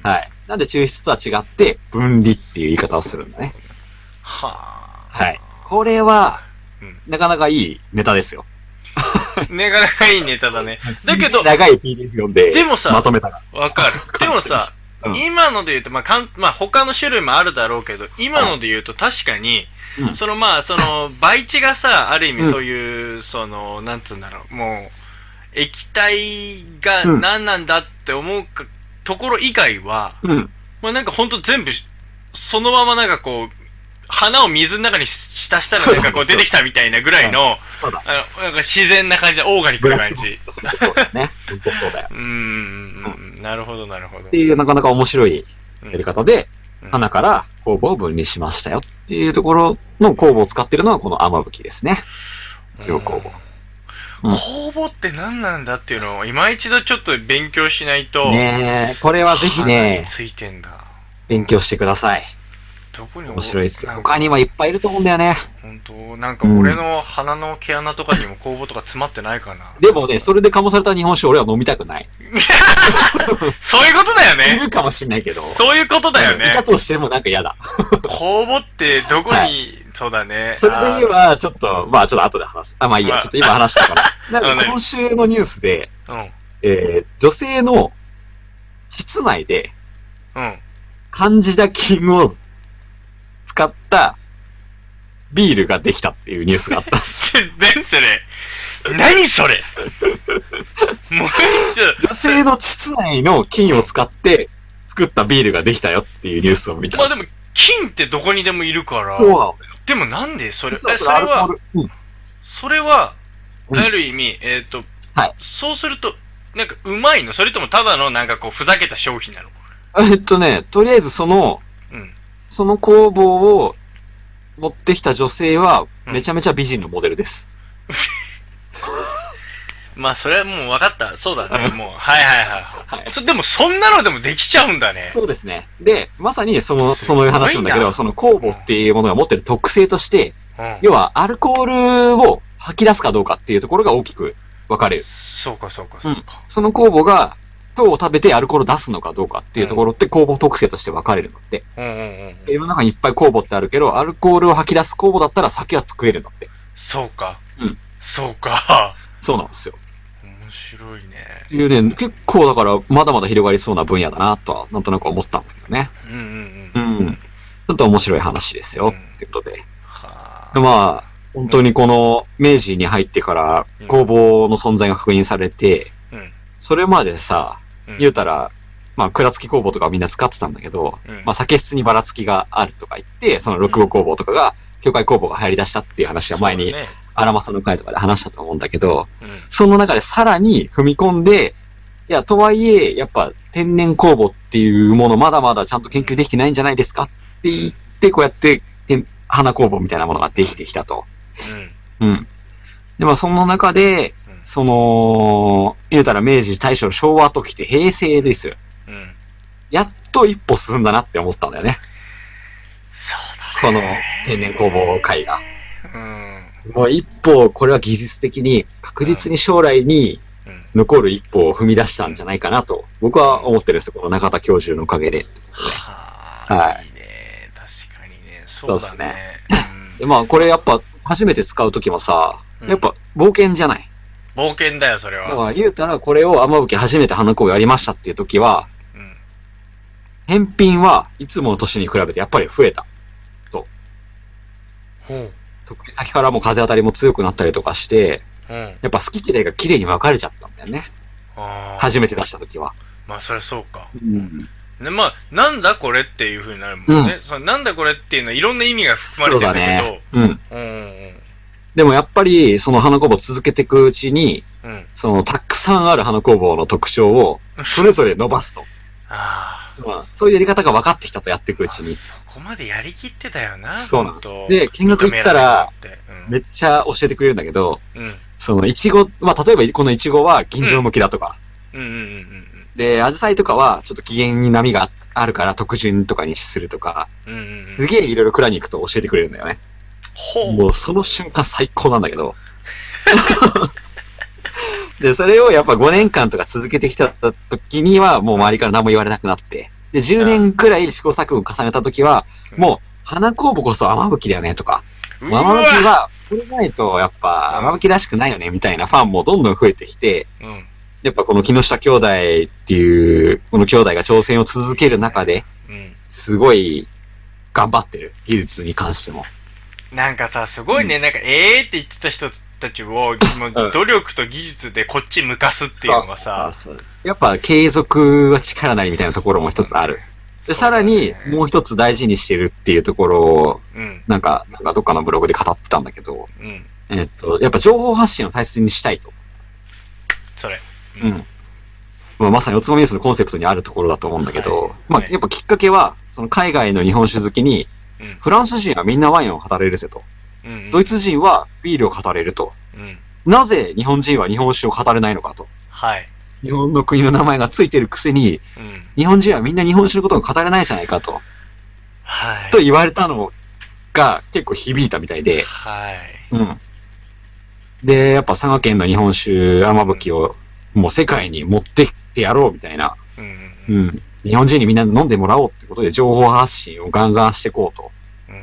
はい。なんで抽出とは違って、分離っていう言い方をするんだね。 はぁ。はい。これは、うん、なかなかいいネタですよ。 なかなかいいネタだね。だけど、 長い ピーディーエフ 読んで、 でもさ、 まとめたら。 わかる。でもさ、うん、今ので言うと、まあ、かん、まあ、他の種類もあるだろうけど、今ので言うと確かに、うん、そのまあ、その、培地がさ、ある意味そういう、うん、その、なんつうんだろう、もう、液体が何なんだって思うか、ところ以外は、うん、まあなんかほんと全部、そのままなんかこう、花を水の中に浸したらなんかこう出てきたみたいなぐらいの、あのなんか自然な感じ、オーガニックな感じ。 そうだね。ほんとそうだよ。 うーん、なるほどなるほど。 っていうなかなか面白いやり方で、うん、花から酵母を分離しましたよっていうところの酵母を使ってるのはこの甘吹ですね。塩酵母。 うん、酵母って何なんだっていうのを今一度ちょっと勉強しないと。 ねえ、これはぜひね、 ついてんだ。 勉強してください。どこに面白いですよ。他にもいっぱいいると思うんだよね。 本当なんか俺の鼻の毛穴とかにも酵母とか詰まってないかな。 でもね、それで醸された日本酒俺は飲みたくない。 そういうことだよね。 いるかもしれないけど。 そういうことだよね。 いたとしてもなんか嫌だ。 酵母ってどこに、はい、 そうだね。 それで言えば、ちょっと、まあちょっと後で話す。あ、まあいいや、ちょっと今話したから。なんか今週のニュースで、 うん。 えー、女性の膣内で、 うん。 カンジダ菌を使ったビールができたっていうニュースがあったんです。 何それ何それもう一度。女性の膣内の菌を使って作ったビールができたよっていうニュースを見たんです。 まあでも、菌ってどこにでもいるから。 そうなのよ。 でもなんでそれ、 それそれは、 うん、それは、ある意味、えっ、ー、と、 はい。 そうすると、なんかうまいの？それともただのなんかこうふざけた商品なの？ えっとね、とりあえずその、うん、その工房を持ってきた女性は、めちゃめちゃ美人のモデルです。 うん、まあ、それはもう分かった。そうだね。もう、はいはいはい。はい、そでも、そんなのでもできちゃうんだね。 そうですね。で、まさにその、その話なんだけど、その工房っていうものが持ってる特性として、うん、要は、アルコールを吐き出すかどうかっていうところが大きく分かれる。 そうかそうかそうか。うん、 その工房が、糖を食べてアルコールを出すのかどうかっていうところって酵母特性として分かれるのって。うんうんうん。世の中にいっぱい酵母ってあるけど、アルコールを吐き出す酵母だったら酒は作れるのって。 そうか。 うん。 そうか。 そうなんですよ。 面白いね。 っていうね、結構だからまだまだ広がりそうな分野だなとは、なんとなく思ったんだけどね。 うんうんうん。 うん。ちょっと面白い話ですよ。うん、ってことで。はあ。まあ、本当にこの明治に入ってから工房の存在が確認されて、うん、それまでさ、言うたら、まあ、蔵付き工房とかみんな使ってたんだけど、うん、まあ、酒質にばらつきがあるとか言って、その六号工房とかが、境界工房が入り出したっていう話は前に、荒政の会とかで話したと思うんだけど、うん、その中でさらに踏み込んで、いや、とはいえ、やっぱ天然工房っていうものまだまだちゃんと研究できてないんじゃないですかって言って、こうやって、花工房みたいなものができてきたと。うん。うん。で、まあ、その中で、その、言うたら明治、大正、昭和ときて平成ですよ。うん。やっと一歩進んだなって思ったんだよね。 そうだね。 この天然工房会が。うん。もう一歩、これは技術的に確実に将来に残る一歩を踏み出したんじゃないかなと、僕は思ってるんですよ。この中田教授のおかげで。 はあ、はい。いいね。確かにね。そうだね。そうですね。 うん、で、まあ、これやっぱ初めて使うときもさ、やっぱ冒険じゃない。 冒険だよ、それは。 だから言うたら、これを雨吹初めて花工房やりましたっていう時は、うん、返品はいつもの年に比べてやっぱり増えた。と。 ほう。 特に先からも風当たりも強くなったりとかして、うん、やっぱ好き嫌いが綺麗に分かれちゃったんだよね。あ初めて出した時は。 まあ、それそうか。 うん。 で、まあ、なんだこれっていう風になるもんね。うん、そのなんだこれっていうのはいろんな意味が含まれてるんだけど。そうだね。うん。うんうんでもやっぱり、その花工房を続けていくうちに、うん、そのたくさんある花工房の特徴をそれぞれ伸ばすと。あまあ、そういうやり方が分かってきたとやっていくうちに。 そこまでやりきってたよな。 そうなんです。で、見学行ったら、めっちゃ教えてくれるんだけど、うん、そのいちご、まあ例えばこのいちごは銀条向きだとか。うんうんうんうん、で、アジサイとかはちょっと機嫌に波があるから特順とかにするとか、うんうんうん、すげえいろいろ蔵に行くと教えてくれるんだよね。もうその瞬間最高なんだけど。で、それをやっぱごねんかんとか続けてきた時にはもう周りから何も言われなくなって。で、じゅうねんくらい試行錯誤を重ねた時は、もう花工房こそ雨吹だよねとか、雨吹はこれないとやっぱ雨吹らしくないよねみたいなファンもどんどん増えてきて、やっぱこの木下兄弟っていう、この兄弟が挑戦を続ける中で、すごい頑張ってる、技術に関しても。 なんかさ、すごいね、うん、なんか、ええーって言ってた人たちを、もう努力と技術でこっち向かすっていうのがさ、 そうそうそうやっぱ継続は力なりみたいなところも一つある。で、さらに、もう一つ大事にしてるっていうところを、うん、なんか、なんかどっかのブログで語ってたんだけど、うん、えっと、やっぱ情報発信を大切にしたいと。 それ。 うん。うんまあ、まさにおつまみニュースのコンセプトにあるところだと思うんだけど、はい、まあ、やっぱきっかけは、その海外の日本酒好きに、うん、フランス人はみんなワインを語れるぜと、うんうん。ドイツ人はビールを語れると、うん。なぜ日本人は日本酒を語れないのかと。 はい。 日本の国の名前がついてるくせに、うん、日本人はみんな日本酒のことを語れないじゃないかと。 はい。 と言われたのが結構響いたみたいで。 はい。 うん。で、やっぱ佐賀県の日本酒、雨吹をもう世界に持ってってやろうみたいな。うん、うん。日本人にみんな飲んでもらおうってことで情報発信をガンガンしていこうと。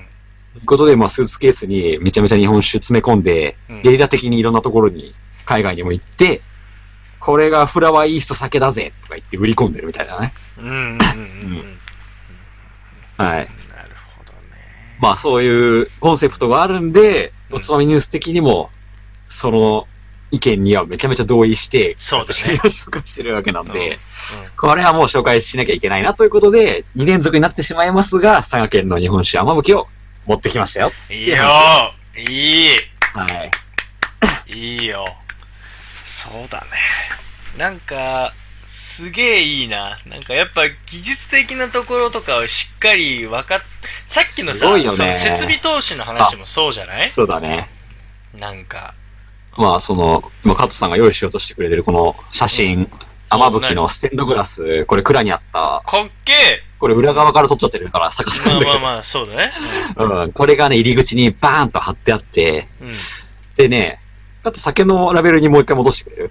ということで、まあ、スーツケースにめちゃめちゃ日本酒詰め込んで、 うんゲリラ的にいろんなところに、海外にも行って、これがフラワーイースト酒だぜとか言って売り込んでるみたいなね。 うんうんうんうんうん。 はい。 なるほどね。 まあ、そういうコンセプトがあるんで、おつまみニュース的にも、その意見にはめちゃめちゃ同意して、 そうだね私が紹介してるわけなんで、 うんこれはもう紹介しなきゃいけないなということで、に連続になってしまいますが、佐賀県の日本酒甘吹を持ってきましたよ。 いいよいいはい。 いいよ。そうだね。なんか、すげえいいな。なんかやっぱ技術的なところとかをしっかり分かっ、さっきのさ、 すごいよねその設備投資の話もそうじゃない？ そうだね。 なんか。 まあ、その、今、加藤さんが用意しようとしてくれてるこの写真、甘吹のステンドグラス、これ蔵にあった、 かっけえ。 これ裏側から撮っちゃってるから逆さなんだけど、 まあまあまあ、そうだね。 うん、これがね、入り口にバーンと貼ってあって、 うん。 でね、あと酒のラベルにもう一回戻してくれる？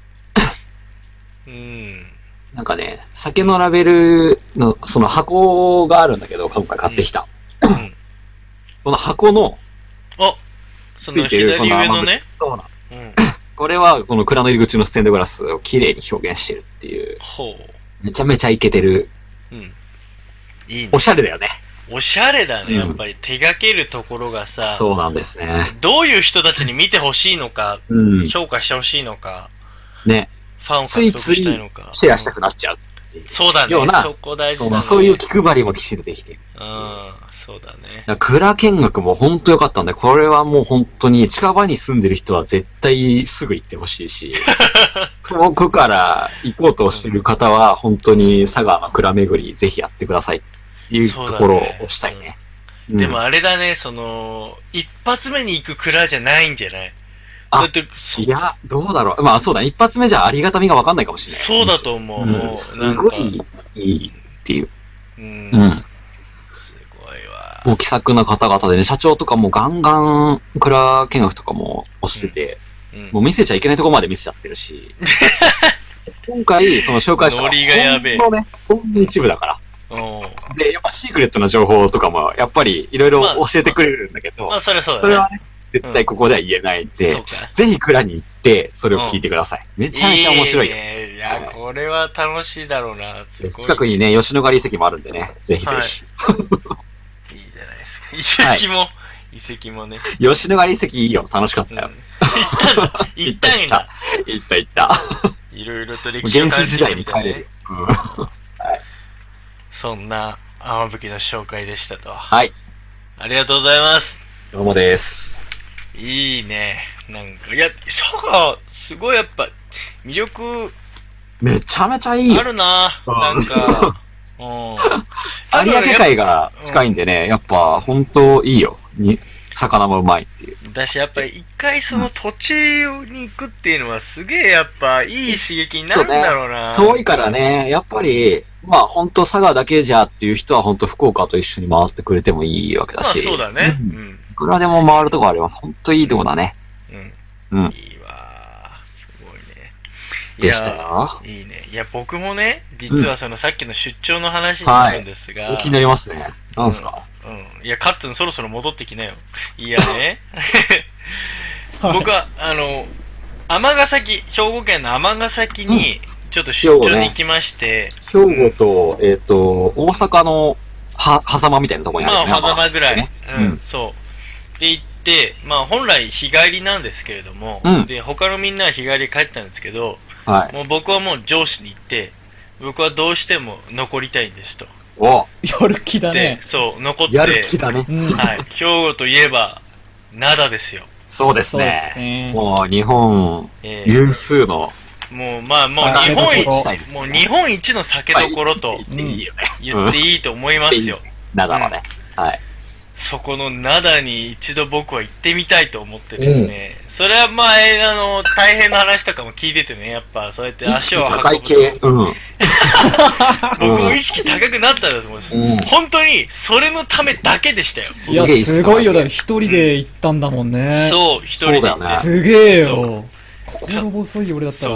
うん。 なんかね、酒のラベルの、その箱があるんだけど、今回買ってきた。 うん。 この箱の、 あ、そのついてる左上のね。 そうな。 うん。 これは、この蔵の入り口のステンドグラスを綺麗に表現してるっていう、 ほう。 めちゃめちゃイケてる、 うん。いいねお。しゃれだよね。 おしゃれだね、 うんやっぱり手掛けるところがさ、 そうなんですね。 どういう人たちに見てほしいのか、 うん。 評価してほしいのか、 ね。 ファンをついつい獲得したいのか。 シェアしたくなっちゃうっていう。 そうだね、 ようなそこ大事だね。 そうそういう気配りもきちんとできてる。 うん、そうだね。 蔵見学も本当良かったんで、これはもう本当に近場に住んでる人は絶対すぐ行ってほしいし、遠くから行こうとしてる方は本当に佐賀の蔵巡りぜひやってくださいっていうところをしたいね。うんでもあれだね、その、一発目に行く蔵じゃないんじゃないあだって、そいや、どうだろう。まあそうだ、一発目じゃありがたみがわかんないかもしれない。 そうだと思う。もうん、 うすなんかごいいいっていう。 うん。 うん。 すごいわ。 もう気さくな方々でね、社長とかもガンガン蔵見学とかも押してて、 うんもう見せちゃいけないところまで見せちゃってるし、今回、その紹介したノリがやべえほんのね、ほんの一部だから。 うん。 で、やっぱシークレットな情報とかも、やっぱりいろいろ教えてくれるんだけど、 まあ、それはそうだね。 それはね、絶対ここでは言えないんで、 そうか。 ぜひ蔵に行って、それを聞いてください。めちゃめちゃ面白いよ。 いね。いや、これは楽しいだろうな。すごい。 近くにね、吉野ヶ里遺跡もあるんでね、ぜひぜひ。 いいじゃないですか。遺跡も、遺跡もね。 吉野ヶ里遺跡いいよ、楽しかったよ。 行ったんだ。行ったんだ。 行った行った。 いろいろと歴史を原感じて始時代にみたね帰れる。うんそんな、雨吹の紹介でしたと。 はい。 ありがとうございます。 どうもです。 いいね。なんか、いや、佐賀、すごいやっぱ、魅力めちゃめちゃいいよ。 あるな。 うんなんか、うん。 有明海が近いんでね、やっぱ本当いいよ。に魚もうまいっていう。 だし、やっぱり一回その土地に行くっていうのはすげえやっぱいい刺激になるんだろうな。 遠いからね、やっぱり、まあ本当佐賀だけじゃっていう人は本当福岡と一緒に回ってくれてもいいわけだまあし。 そうだね。 ううんん。 いくらでも回るとこあります。本当いいとこだね。 うん。 うん。 いいわ。すごいね。 でしたよ。 いいね。いや、僕もね、実はそのさっきの出張の話になるんですが。 そう気になりますね。なんすか、 うん。いや、カッツンそろそろ戻ってきなよ。いやね。僕は、あの、尼崎、兵庫県の尼崎に、ちょっと出張に行きまして。 兵庫と、えっ、と、大阪の、は、狭間みたいなところにあるまあ、 よね。 狭間ぐらい。 ねううんん。 そう。で行って、まあ、本来日帰りなんですけれども、 うんで、他のみんなは日帰り帰ったんですけど、 はい。 もう僕はもう上司に行って、僕はどうしても残りたいんですと。 おやる気だでね、。 そう、残って、 やる気だね。 うん。 はい、兵庫といえば、灘ですよ。 そうですそうですね。 ね。 もう日本えー有数のもう、まあ、もう酒どころ日本一、 したいですねもう日本一の酒どころと言っていいよね。 言っていいと思いますよ。 長野ね。はい。 そこの灘に一度僕は行ってみたいと思ってですね、それはまあ、えーあの、大変な話とかも聞いててね、やっぱそうやって意識足を運ぶと。 高い系。うん。 僕も意識高くなったんだと思うんです、 うん本当に、それのためだけでしたよ。 いや、 すげえすごいよ。だから一人で行ったんだもんね。 そう、一人で行って。 そうだよねすげえよ。心細いよ、俺だったら。 そう。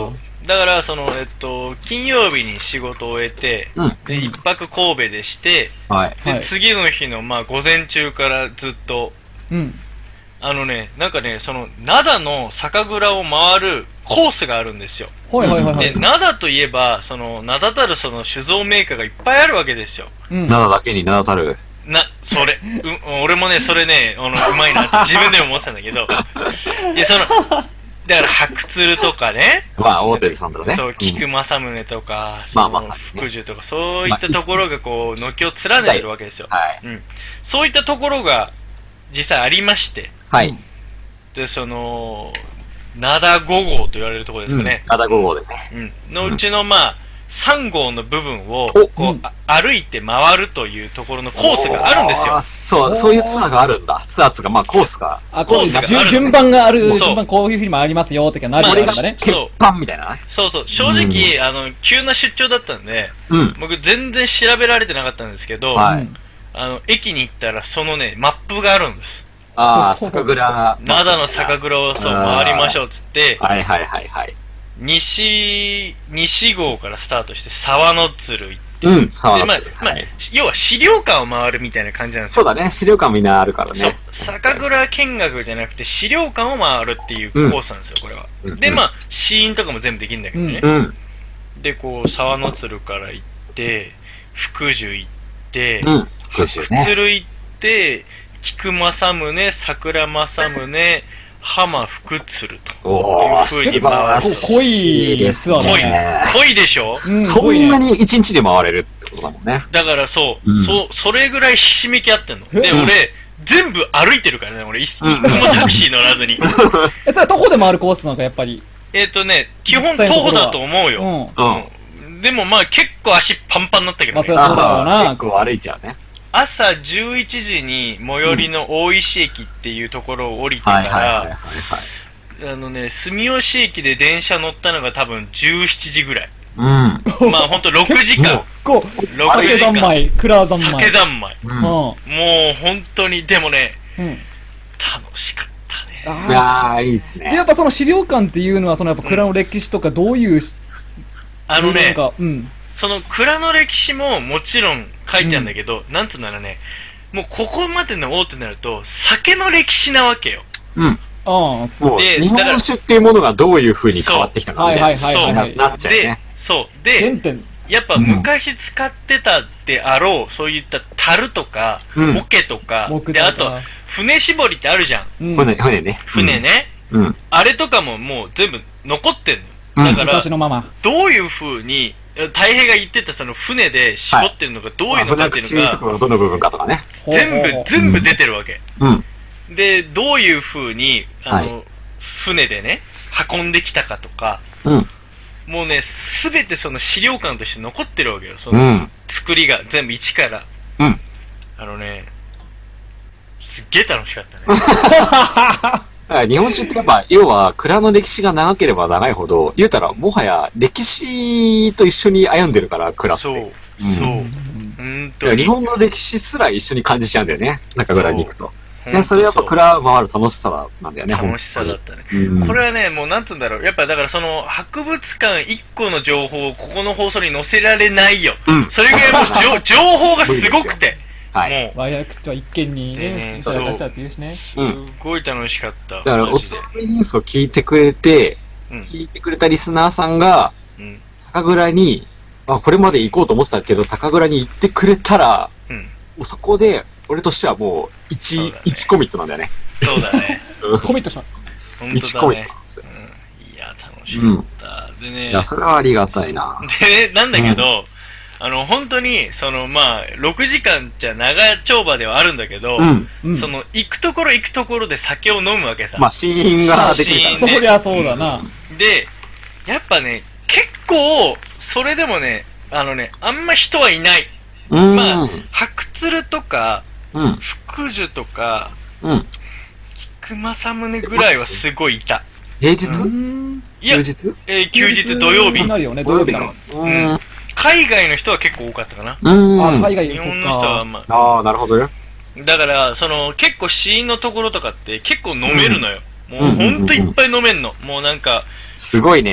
だから、その、えっと、金曜日に仕事を終えて、 うん。 で、一泊神戸でして、 はい。 で、 はい次の日の、まあ、午前中からずっと、 うん。 あのね、なんかね、その、灘の酒蔵を回るコースがあるんですよ。 はいはいはいはで、 い。 灘といえば、その、名だたるその酒造メーカーがいっぱいあるわけですよ。 うん。 ななだけに名だたる。 な、それ、う、俺もね、それね、あの、うまいなって自分でも思ってたんだけど、いや、その、だから、白鶴とかね、 まあ、大手さんだろうね。 そう、 ん菊正宗とか、 まあそのまさにね福寿とか、そういったところがこう、軒を連ねてるわけですよ。 はい。 うん。そういったところが、実際ありまして、 はい。 で、その、灘ご号と言われるところですかね。 ななご号でね。 うん。のうちの、まあ、さん号の部分を、 おこう、あ歩いて回るというところのコースがあるんですよあー。そう、そういうツアーがあるんだ。ツアーつうか、まあ、コースが。 あ、こうコースがある順順番がある、 そう順番こういうふうにもありますよ、ってかなるまあんだね。 鉄そう板みたいなね。 そうそう。正直、あの、急な出張だったんで、 うん。 僕全然調べられてなかったんですけど、 はいうんあの、駅に行ったら、そのね、マップがあるんです。 ああ、酒蔵。 灘の酒蔵をそうあー回りましょうっつって、 はいはいはいはい。 西、西号からスタートして沢の鶴行って、 うん、沢で、まあの鶴、 まあはい。、 要は資料館を回るみたいな感じなんですよ。 そうだね、資料館みんなあるからそうね。、 酒蔵見学じゃなくて資料館を回るっていうコースなんですよ、これは。 うんで、まあ、試飲とかも全部できるんだけどね。 うん。 で、こう、沢の鶴から行って、福寿行って、 うん。九州白ね。 鶴行って、菊正宗、桜正宗、浜福鶴と。 おー、 いう風に素晴らしい濃いツアーだ濃いね。、 濃いでしょうん、 そ濃いねんなに一日で回れるってことだもんね。 だからそう、 うんそう、それぐらいひしめき合ってんの。で、 うん俺、全部歩いてるからね、俺、一一個うんもタクシー乗らずに。 え、それは徒歩で回るコースなんか、やっぱり。 えっとね、基本徒歩だと思ううよ。 ん。 うん。 でもまあ結構足パンパンになったけどね。 まあそりゃそうだろうなあー結構歩いちゃうね。 朝じゅういちじに最寄りの大石駅っていうところを降りてかはいはいはいはいら、 はい。 あのね、住吉駅で電車乗ったのが多分じゅうしちじぐらい。 うん。 まあほんとろくじかん。 こう、 ろく酒じかん。 三昧、クラ三昧。 酒三昧。 うん。 うん。 もう本当に、でもね、 うん。 楽しかったね。 いあやー、いいっすあ。で、やねっ。ぱその資料館っていうのは、そのやっぱ蔵の歴史とかどういうし、 あのね、 なんか、うん。 その蔵の歴史ももちろん書いてあるんだけど、なんつうんだろうね、もうここまでの大手になると、酒の歴史なわけよ。 うん。 ああ、そう。 もう、 で日本酒っていうものがどういう風に変わってきたかみたいな。 はいはいはいはいななっちゃうでね。、 そう。で、 原点。 やっぱ昔使ってたであろう、そういった樽とか、 うん桶とか、 木で、あと材とか、 船絞りってあるじゃん。 うん。 船、船ね。 船ね。 うん。 あれとかももう全部残ってんの。 うんだから、 昔のまま。 どういう風に、太平が言ってたその船で絞ってるのがどういうのかっていうのが、 船口とかがどの部分かとかね。 全部ほうほうほう、 全部出てるわけ。 うん。 で、どういう風に、あの、 は船でね、運んできたかとか、 うん。 もうね、すべてその資料館として残ってるわけよ。その、 うん。 作りが全部一から。 うん。 あのね、すっげえ楽しかったね。 だから日本酒ってやっぱ、要は、蔵の歴史が長ければ長いほど、言うたら、もはや歴史と一緒に歩んでるから、蔵って。 そう、 うんそう。 うんうんとに。 だから日本の歴史すら一緒に感じちゃうんだよね、酒蔵に行くと。 そうね、それやっぱ蔵回る楽しさなんだよね、 楽しさだったね。 うんこれはね、もうなんつうんだろう。やっぱだからその博物館一個の情報をここの放送に載せられないよ。 うん。 それぐらいもう情情報がすごくて。 はい。 も和訳と一見にでねね、いただかっちゃうっていうしね。 う、すごい楽しかった。 だから、おつマジでまみニュースを聞いてくれて、 うん聞いてくれたリスナーさんが、 うん。 酒蔵に、あ、これまで行こうと思ってたけど、酒蔵に行ってくれたら、 うん。 もうそこで、俺としてはもう、一、 そうだね一コミットなんだよね。 そうだね。 コミットしたんです。 本一当だねコミット。なんですよ。 うん。いや、楽しかった。でねいや、、それはありがたいな。 でね、なんだけど、あの、本当に、その、まあ、ろくじかんじゃ長丁場ではあるんだけど、 うん。 うん。 その、行くところ行くところで酒を飲むわけさ。 まあ、シーンができるからね。 そりゃそうだな。 で、やっぱね、結構、それでもね、あのね、あんま人はいない。 うん。 まあ白鶴とか、 うん。 福寿とか、 うん。 菊正宗ぐらいはすごいいた。 平日うん。 いや休、日えー休日土曜日に。なるよね、土曜日なの。 うん。うん。 海外の人は結構多かったかな。 うん。 あ、海外そっ日本の人はあか。 んま。 ああ、なるほどよ。 だから、その、結構死因のところとかって結構飲めるのよ。もううんほんといっぱい飲めんの。もうなんか、 すごいね。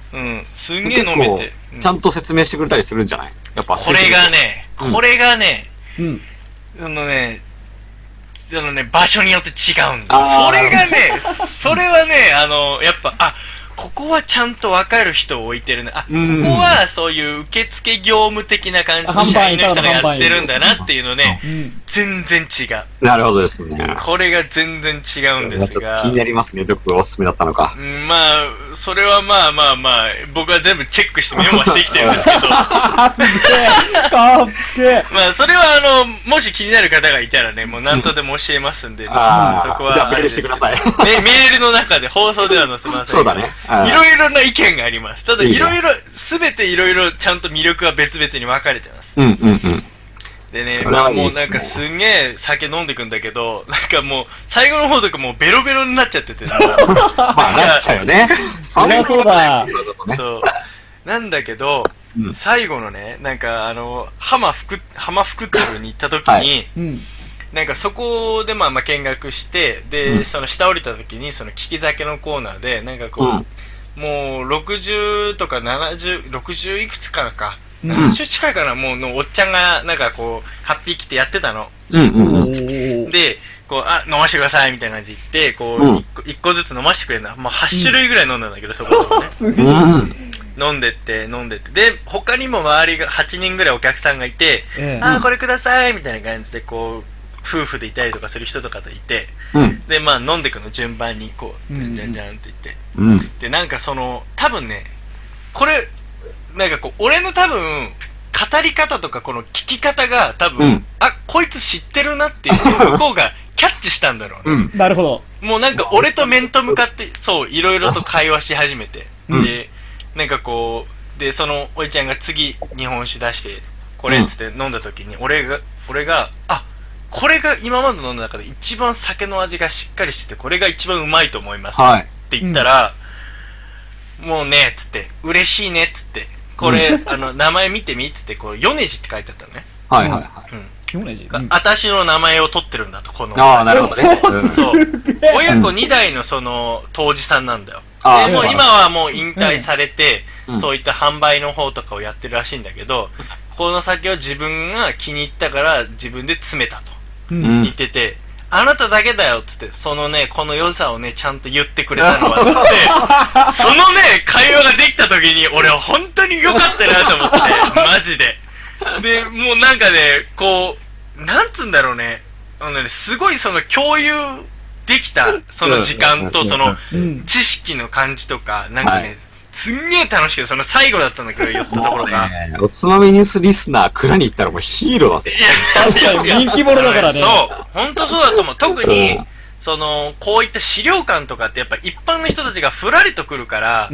うん、すんげえ飲めて。 ちゃんと説明してくれたりするんじゃない？やっぱ。 これがね、これがね、 うん。 あのね、あのね、場所によって違うんだよ。それがね、それはね、あの、やっぱ、あ、ここはちゃんと分かる人を置いてるね。あ、ここはそういう受付業務的な感じの社員の人がやってるんだなっていうのね、全然違う。 なるほどですね。 これが全然違うんですが。 ちょっと気になりますね、どこがおすすめだったのか。 うん、まあ、それはまあまあまあ、僕は全部チェックしてメモはしてきてるんですけど。 すげえかっけえ。 まあ、それはあの、もし気になる方がいたらね、もう何とでも教えますんで、うん、 あそこは。 じゃあメールしてください。 メメールの中で放送では載せません。 そうだね。 いろいろな意見があります。ただ、いろいろ、すべていろいろちゃんと魅力は別々に分かれてます。 うんうんうん。 でね、まあもうなんかすんげえ酒飲んでくんだけど、なんかもう最後の方とかもうベロベロになっちゃってて。 まあなっちゃうよね。 そりゃそうだ。 そう。なんだけど、うん、最後のね、なんかあの、浜福、浜福徳に行った時に、はいうん、なんかそこでまあまあ見学して、で、うん、その下降りた時にその利き酒のコーナーで、なんかこう、うんもうろくじゅうとかななじゅう、ろくじゅういくつかか、ななじゅう近いかな、もうのおっちゃんがなんかこう、ハッピー来てやってたの。 うんうんうん、 で、こう、あ、飲ましてくださいみたいな感じで言って、こう、うん、いっこ、いっこずつ飲ましてくれるんだ。もうはち種類ぐらい飲んだんだけど、うん、そこでね。 すげえ。 飲んでって、飲んでって。で、他にも周りがはちにんぐらいお客さんがいて、ええ、あ、これくださいみたいな感じで、こう、夫婦でいたりとかする人とかといて、うん、で、まあ飲んでくの順番にこう、じゃんじゃんって言って、うん、で、なんかその、多分ね、これ、なんかこう、俺の多分、語り方とかこの聞き方が多分、うん、あ、こいつ知ってるなっていうのを向こうがキャッチしたんだろうね。 うん、なるほど。 もうなんか俺と面と向かって、そう、いろいろと会話し始めて、うん、で、なんかこう、で、そのおいちゃんが次日本酒出して、これっつって飲んだ時に、俺が、俺が、あ、これが今まで飲んだ中で一番酒の味がしっかりしてて、これが一番うまいと思います、はい、って言ったら、うん、もうね、つって、嬉しいね、つって、これ、うん、あの、名前見てみ、つって、こう、米次って書いてあったのね。 はいはいはい。 うん。米次、うん、私の名前を取ってるんだと、この。 ああ、なるほどね。 そう。親子に代のその、杜氏さんなんだよ。でもう今はもう引退されて、うん、そういった販売の方とかをやってるらしいんだけど、この酒は自分が気に入ったから自分で詰めたと。言ってて、うん、あなただけだよっつって、そのね、この良さをね、ちゃんと言ってくれたのはつって、そのね、会話ができた時に、俺は本当に良かったなと思って、マジで。で、もうなんかね、こう、なんつうんだろうね、あのね、すごいその共有できた、その時間と、その、知識の感じとか、なんかね、はいすんげえ楽しくて、その最後だったんだけど、言ったところが。 おつまみニュースリスナー、蔵に行ったらもうヒーローだぜ。 いや、確かに人気者だからね。 そう。ほんとそうだと思う。特に、その、こういった資料館とかってやっぱ一般の人たちがふらりと来るから、うん、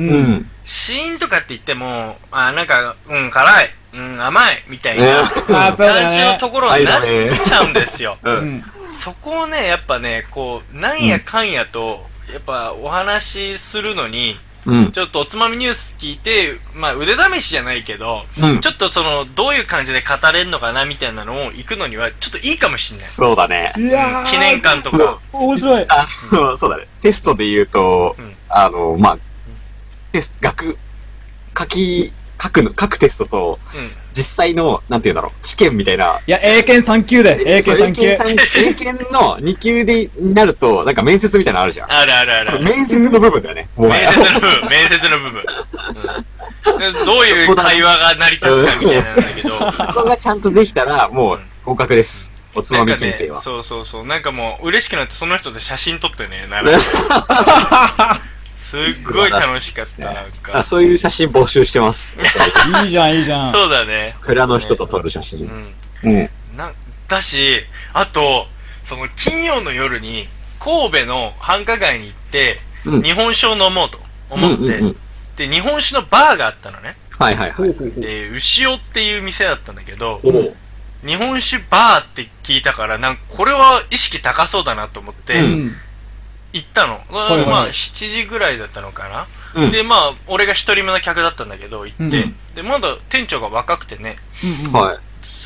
シーンとかって言っても、あ、なんか、うん、辛い、うん、甘い、みたいな感じのところになっちゃうんですよ。そこをね、やっぱね、こう、なんやかんやと、やっぱお話しするのに、うん、ちょっとおつまみニュース聞いて、まあ腕試しじゃないけど、うん、ちょっとその、どういう感じで語れるのかなみたいなのを行くのには、ちょっといいかもしれない。 そうだね。 いや記念館とか。 面白い。 あの、そうだね。テストで言うと、うん、あの、まあ、テスト、学、書き、書くの、書くテストと、うん実際の、なんていうんだろう、試験みたいな。 いや、英検さん級で、英検さん級。 英検のに級で、になると、なんか面接みたいなのあるじゃん。 あるあるある。 面接の部分だよね。 面接の部分、面接の部分。うん、どういう会話が成り立つかみたいなんだけど。 そこがちゃんとできたら、もう、合格です。おつまみ検定は、 ね。そうそうそう。なんかもう、嬉しくなってその人と写真撮ってね、なるすっごい楽しかった、なんか。 あ、そういう写真募集してます。 いいじゃん、いいじゃん。 そうだね。 蔵の人と撮る写真。うん。うん。 な、だし、あと、その金曜の夜に、神戸の繁華街に行って、うん、日本酒を飲もうと思って、うんうんうん、で、日本酒のバーがあったのね。 はいはいはい。 で、牛尾っていう店だったんだけど、日本酒バーって聞いたから、なんかこれは意識高そうだなと思って、うん行ったの。はいはい、まあ、しちじぐらいだったのかな。うん、で、まあ、俺が一人目の客だったんだけど、行って、うんうん、で、まだ店長が若くてね、 うんうん、はい。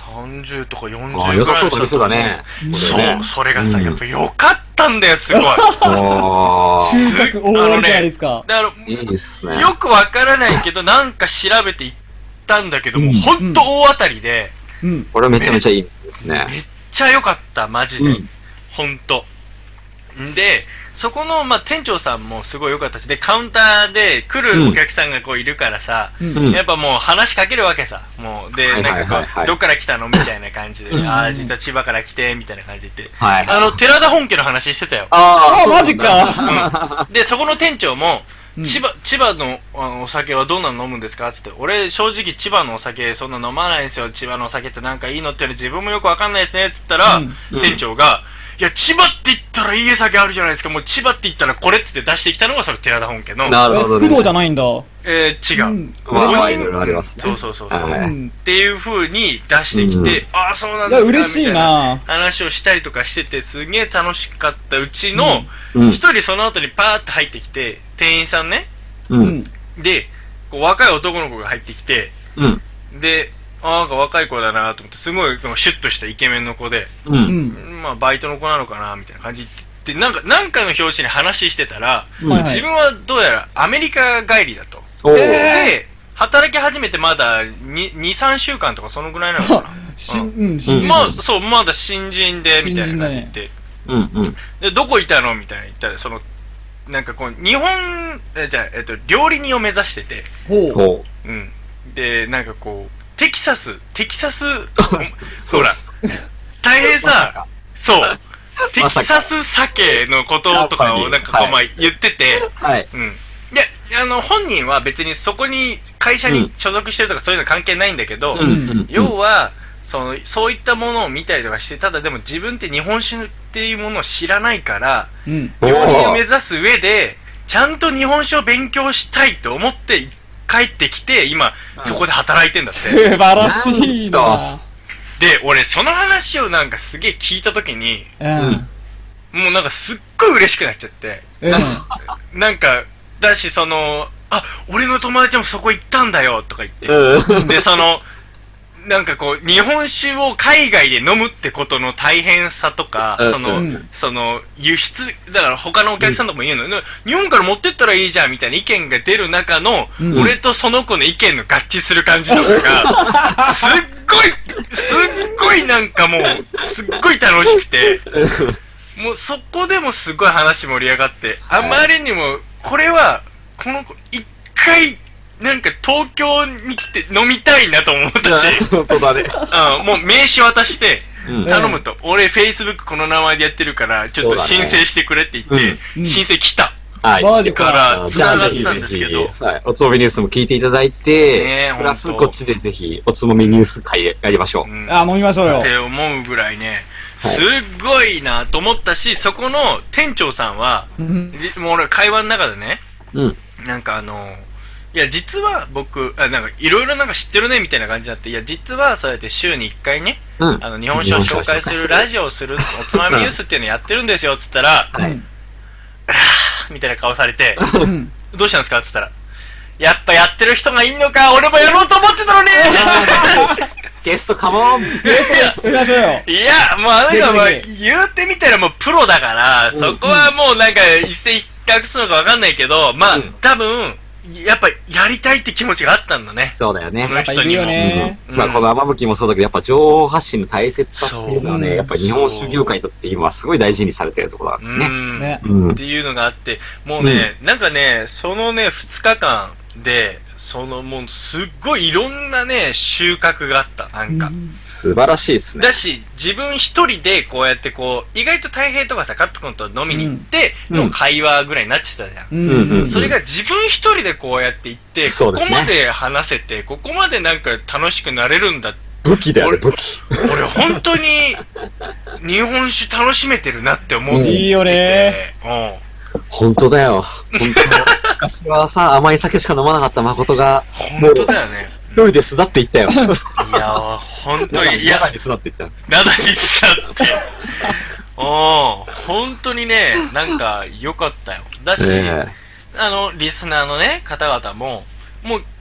さんじゅうとかよんじゅうぐああ、 らい良さそうだ、良そうだね。 そう、 ねそれがさ、 うんやっぱ良かったんだよ、すごい。 あ収穫大ありじゃないですか。 だから、 あ、いいっすね。 よくわからないけど、なんか調べていったんだけども、 うんほんと大当たりで、 うん。 これめちゃめちゃいいですね。 めっちゃ良かった、マジで。 うんほんと。んで、そこの、まあ、店長さんもすごい良かったし、で、カウンターで来るお客さんがこういるからさ、 うん。 うんやっぱもう話しかけるわけさ。もう、で、 はいなんかこう、 はいはいはいどっから来たのみたいな感じで、 うんああ、実は千葉から来て、みたいな感じで言って。 はい。 あの、寺田本家の話してたよ。 ああ、マジか。 で、そこの店長も、 うん千葉、千葉のあのお酒はどんなの飲むんですかつって、俺正直千葉のお酒そんな飲まないんですよ。千葉のお酒ってなんかいいのって自分もよくわかんないですね。つったら、 うん店長が、いや、千葉って言ったらいい酒あるじゃないですか。もう千葉って言ったらこれっつって出してきたのがそれ寺田本家の、 え、 なるほどね。 不動じゃないんだ。 えー、違う。 うんまあ、いろいろありますね。 そうそうそうそう。 はいうん。 っていう風に出してきて、 うんああ、そうなんいや、 ですか嬉しいみたな。 話をしたりとかしてて、すげえ楽しかったうちの、 うん。 一人その後にパーって入ってきて、店員さんね、 う。 うんん。 で、こう若い男の子が入ってきて、 うん。 で、あーなんか若い子だなと思って、すごいこのシュッとしたイケメンの子で、 う。 うんん。 まあバイトの子なのかなみたいな感じで、なんか、なんかの表紙に話してたら、 うんはいはい自分はどうやらアメリカ帰りだと。 おー。 で、働き始めてまだに、さんしゅうかんとかそのぐらいなのかし、 うんうん、新人。 な。まあ、そう、まだ新人で、みたいな感じで言って、 うんうん。 で、どこいたのみたいな言ったら、その、なんかこう、日本、えじゃあ、えっと、料理人を目指してて、 ほう。 ほうん。で、なんかこう、テキサス、テキサス、 う。 ほら、大変さ、そう、テまさかキサス酒のこととかをなんかこう、 はいまあ言ってて、 はい。 うん。で、あの、本人は別にそこに会社に所属してるとかそういうの関係ないんだけど、 うんうん。 要は、その、そういったものを見たりとかして、ただでも自分って日本酒っていうものを知らないから、 うん。 おー料理人を目指す上で、ちゃんと日本酒を勉強したいと思って帰ってきて、今、そこで働いてんだって。 素晴らしいな。 で、俺、その話をなんかすげえ聞いたときに、 うん。 もうなんかすっごい嬉しくなっちゃって。 うん。 なんか、だし、その、あ、俺の友達もそこ行ったんだよ、とか言って。 うん。 で、その、なんかこう、日本酒を海外で飲むってことの大変さとか、 うんその、 うんその、輸出、だから他のお客さんとかも言うの、ね日本から持ってったらいいじゃんみたいな意見が出る中の、 うん俺とその子の意見の合致する感じとかが、すっごい、すっごいなんかもう、すっごい楽しくて、もうそこでもすごい話盛り上がって、あまりにも、これは、この子、一回、なんか東京に来て飲みたいなと思ったし、 本当だね。 うん、もう名刺渡して、 うん。 頼むと、俺 Facebook この名前でやってるから、ちょっと申請してくれって言って、 うん申請来た。 はい。 マジか。 から、 じゃあぜひ繋がったんぜひ、 ですけど、 はい。おつまみニュースも聞いていただいて、 ねえプラスほんとこっちでぜひ、おつまみニュース会やりましょう。 うんあ、飲みましょうよっ。て思うぐらいね、 はいすっごいなと思ったし、そこの店長さんは、 うん。 じもう俺会話の中でね、 うん。 なんかあの、いや、実は僕、あなんか、いろいろなんか知ってるねみたいな感じになって、いや、実はそうやって週にいっかいね、 うん。 あの、日本酒を紹介するラジオをする、おつまみニュースっていうのやってるんですよ、つったら、 はい。 みたいな顔されて、 うん。 どうしたんですかつったら、やっぱやってる人がいんのか、俺もやろうと思ってたのにゲストカモン飲みましょうよ。 いや、もうあなたはぜひぜ言うてみたらもうプロだから、 うんそこはもうなんか一斉比較するのかわかんないけど、まあ、 うん多分、やっぱやりたいって気持ちがあったんだね。 そうだよね。 このやっぱいるよ人にも。 ね。 うんまあ、この雨吹きもそうだけど、やっぱ情報発信の大切さっていうのはそうね、やっぱり日本酒業界にとって今すごい大事にされてるところだうね。 ん。 ね。 うんっ。ていうのがあって、もうね、なんかね、そのね、ふつかかんで、そのもうすっごいいろんなね、収穫があった、なんか。 素晴らしいですね。 だし、自分一人でこうやってこう、意外と太平とかさ、カット君と飲みに行ってうんの会話ぐらいになってたじゃん。 うん。 うんうんそれが自分一人でこうやって行って、 そうですねここまで話せて、ここまでなんか楽しくなれるんだ。 武器だよね、 俺武器。 俺本当に日本酒楽しめてるなって思ってうんて。 いいよね。 うん。 本当だよ。本当昔はさ、甘い酒しか飲まなかった誠が、 本当だよね。 一人で巣立っていったよ。 いやー、本当に、いや、 中に巣立っていったよ。 ナダリスだって。うん、本当にね、なんか良かったよ。だし、 えあの、リスナーのね、方々も、もう、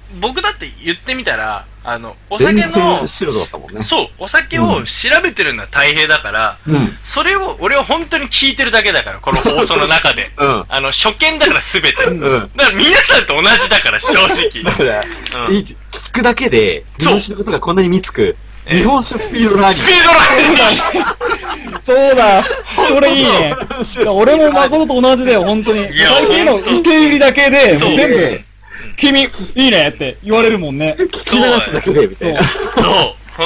僕だって言ってみたら、あの、お酒の、 全然素人だったもんね。 そう、お酒を調べてるのは大平だから、 うん。 それを、俺は本当に聞いてるだけだから、この放送の中で。 うん。 あの、初見だから全て。 うん。 だから皆さんと同じだから、正直。 だから、 うん、 いい聞くだけで、日本酒のことがこんなに見つく、日本酒スピードラーニング。 スピードラーニングそうだそれいいね。俺も誠と同じだよ、本当に。最近の受け入りだけで、全部、君、いいねって言われるもんね。 聞き流すだけで、みたいな。 そう。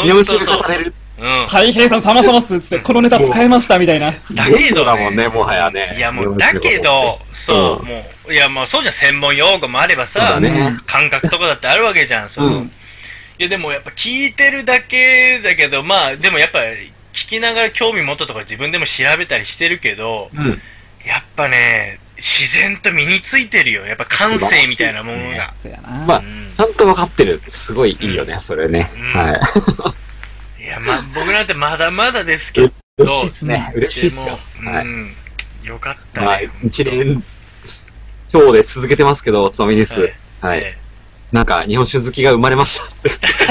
日本酒が語れる。 うん。 大平さん様々っすっつって、このネタ使いましたみたいな。 だけどだもんね、もはやね。 いやもう、だけど、そう、もう、いやもうそうじゃん、専門用語もあればさ、感覚とかだってあるわけじゃん、そう。いやでもやっぱ聞いてるだけだけど、まあ、でもやっぱ聞きながら興味持ったとか自分でも調べたりしてるけど、やっぱね、自然と身についてるよ。やっぱ感性みたいなものが。 まあ、ちゃんと分かってる。すごいいいよね、それね。はい。 いや、まあ、僕なんてまだまだですけど。 嬉しいっすね。嬉しいっすよ。 はい。よかったね。 まあ、一年、今日で続けてますけど、つまみです。はい。なんか、日本酒好きが生まれました。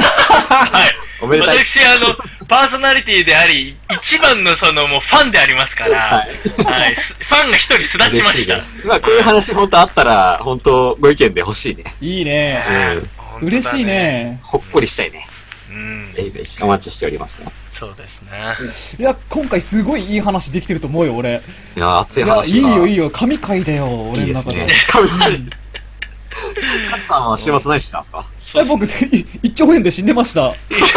はい。おめでたい。私、あの、パーソナリティであり、一番のその、もうファンでありますから、はい。はい。ファンが一人巣立ちました。 まあ、こういう話本当あったら、本当ご意見で欲しいね。 いいね。うん。嬉しいね。 ほっこりしたいね。 うん。 ぜひぜひお待ちしておりますよ。 そうですね。 いや、今回すごいいい話できてると思うよ、俺。 いや、熱い話。 いや、いいよ、いいよ。神回だよ、俺の中で。 神回。カツさんは週末何してたんですか？ え、僕、一兆円で死んでました。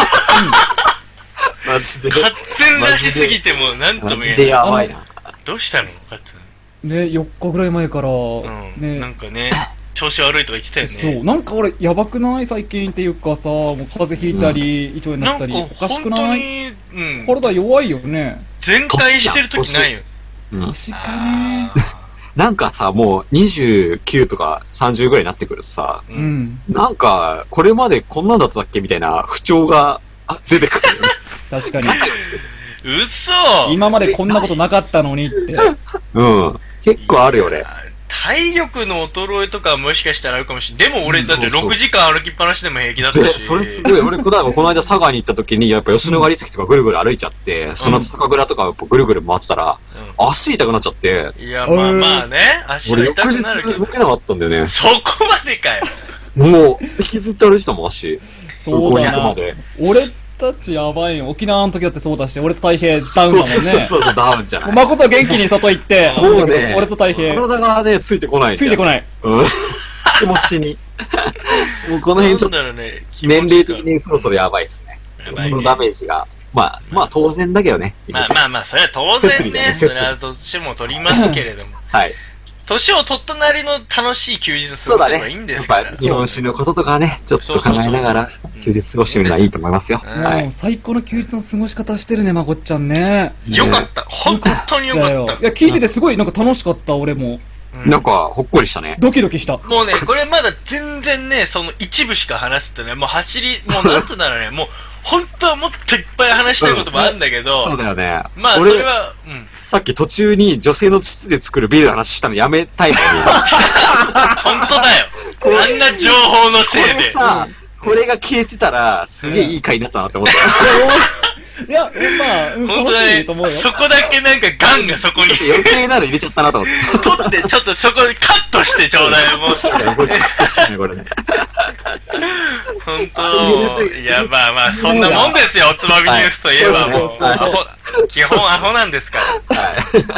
マジで。 カッツンらしすぎても、なんとも言えない。 マジでやばいな。 どうしたのカッツン。ね、よっかぐらい前から、 ね。なんかね、調子悪いとか言ってたよね。 そう、なんか俺、やばくない最近っていうかさ、もう風邪ひいたり、胃腸炎になったり、おかしくない？体弱いよね。 全開してる時ないよ。 年かね。 なんかさ、もうにじゅうきゅうとかさんじゅうぐらいになってくるとさ、うん、なんか、これまでこんなんだったっけみたいな不調が出てくるよね。 確かに。 嘘今までこんなことなかったのにって。 うん。結構あるよね。 体力の衰えとかはもしかしたらあるかもしれない。でも俺だってろくじかん歩きっぱなしでも平気だったし。 それすごい。俺、この間佐賀に行った時に、やっぱ吉野ヶ里遺跡とかぐるぐる歩いちゃって、うん、その酒蔵とかぐるぐる回ってたら、うん、足痛くなっちゃって。 いや、まあまあね。足痛くなるけど。 俺翌日動けなかったんだよね。 そこまでかよ。 もう、引きずって歩いてたもん、足。 そうだな。俺たちやばいよ。沖縄の時だってそうだし、俺と太平ダウンだもんね。 そうそうそう、ダウンじゃない。 誠は元気に外行って、俺と太平。 体がね、ついてこない。 ついてこない。 うん。気持ちに。もうこの辺ちょっと、年齢的にそろそろやばいっすね。そのダメージが。まあ、まあ当然だけどね。 まあまあまあ、それは当然ね。それはどっちも取りますけれども。 はい。 年を取ったなりの楽しい休日過ごせばいいんですから。 やっぱ日本酒のこととかね、ちょっと考えながら休日過ごしてみるのはいいと思いますよ。 もう最高の休日の過ごし方してるね、まこっちゃんね。 よかった。本当によかった。いや、聞いててすごいなんか楽しかった、俺も。 なんか、ほっこりしたね。 ドキドキした。 もうね、これまだ全然ね、その一部しか話してね、もう走り、もうなんつうんだろうね、もう、本当はもっといっぱい話したいこともあるんだけど。 そうだよね。 まあ、それは、うん。 さっき途中に女性の膣で作るビールの話したのやめたいもんね。 本当だよ。あんな情報のせいで。 これさ、これが消えてたら、すげえいい回になったなって思った。 いや、まあ、 本当だね。そこだけなんかガンがそこに。 ちょっと余計なの入れちゃったなと思って。 取って、ちょっとそこでカットしてちょうだい、もう。 これカットしてね、これね。 本当。いや、まあまあ、そんなもんですよ、おつまみニュースといえば。もう、基本アホなんですから。はい。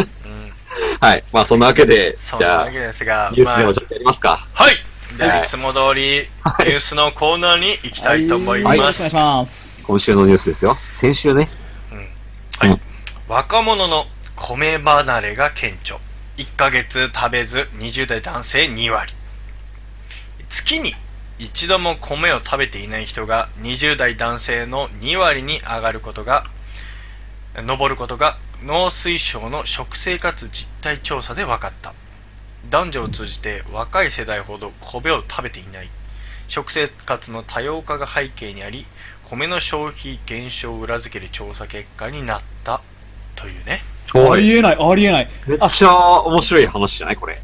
はい。まあ、そんなわけで、じゃあ、 ニュースでもちょっとやりますか。 はい。では、いつも通り、ニュースのコーナーに行きたいと思います。 よろしくお願いします。 今週のニュースですよ。先週ね。 はい。若者の米離れが顕著。いっかげつ食べずにじゅう代男性にわり。月に一度も米を食べていない人がにじゅう代男性のにわりに上がることが、上ることが農水省の食生活実態調査で分かった。男女を通じて若い世代ほど米を食べていない。食生活の多様化が背景にあり、米の消費減少を裏付ける調査結果になったというね。 ありえない、ありえない。 めっちゃ面白い話じゃないこれ。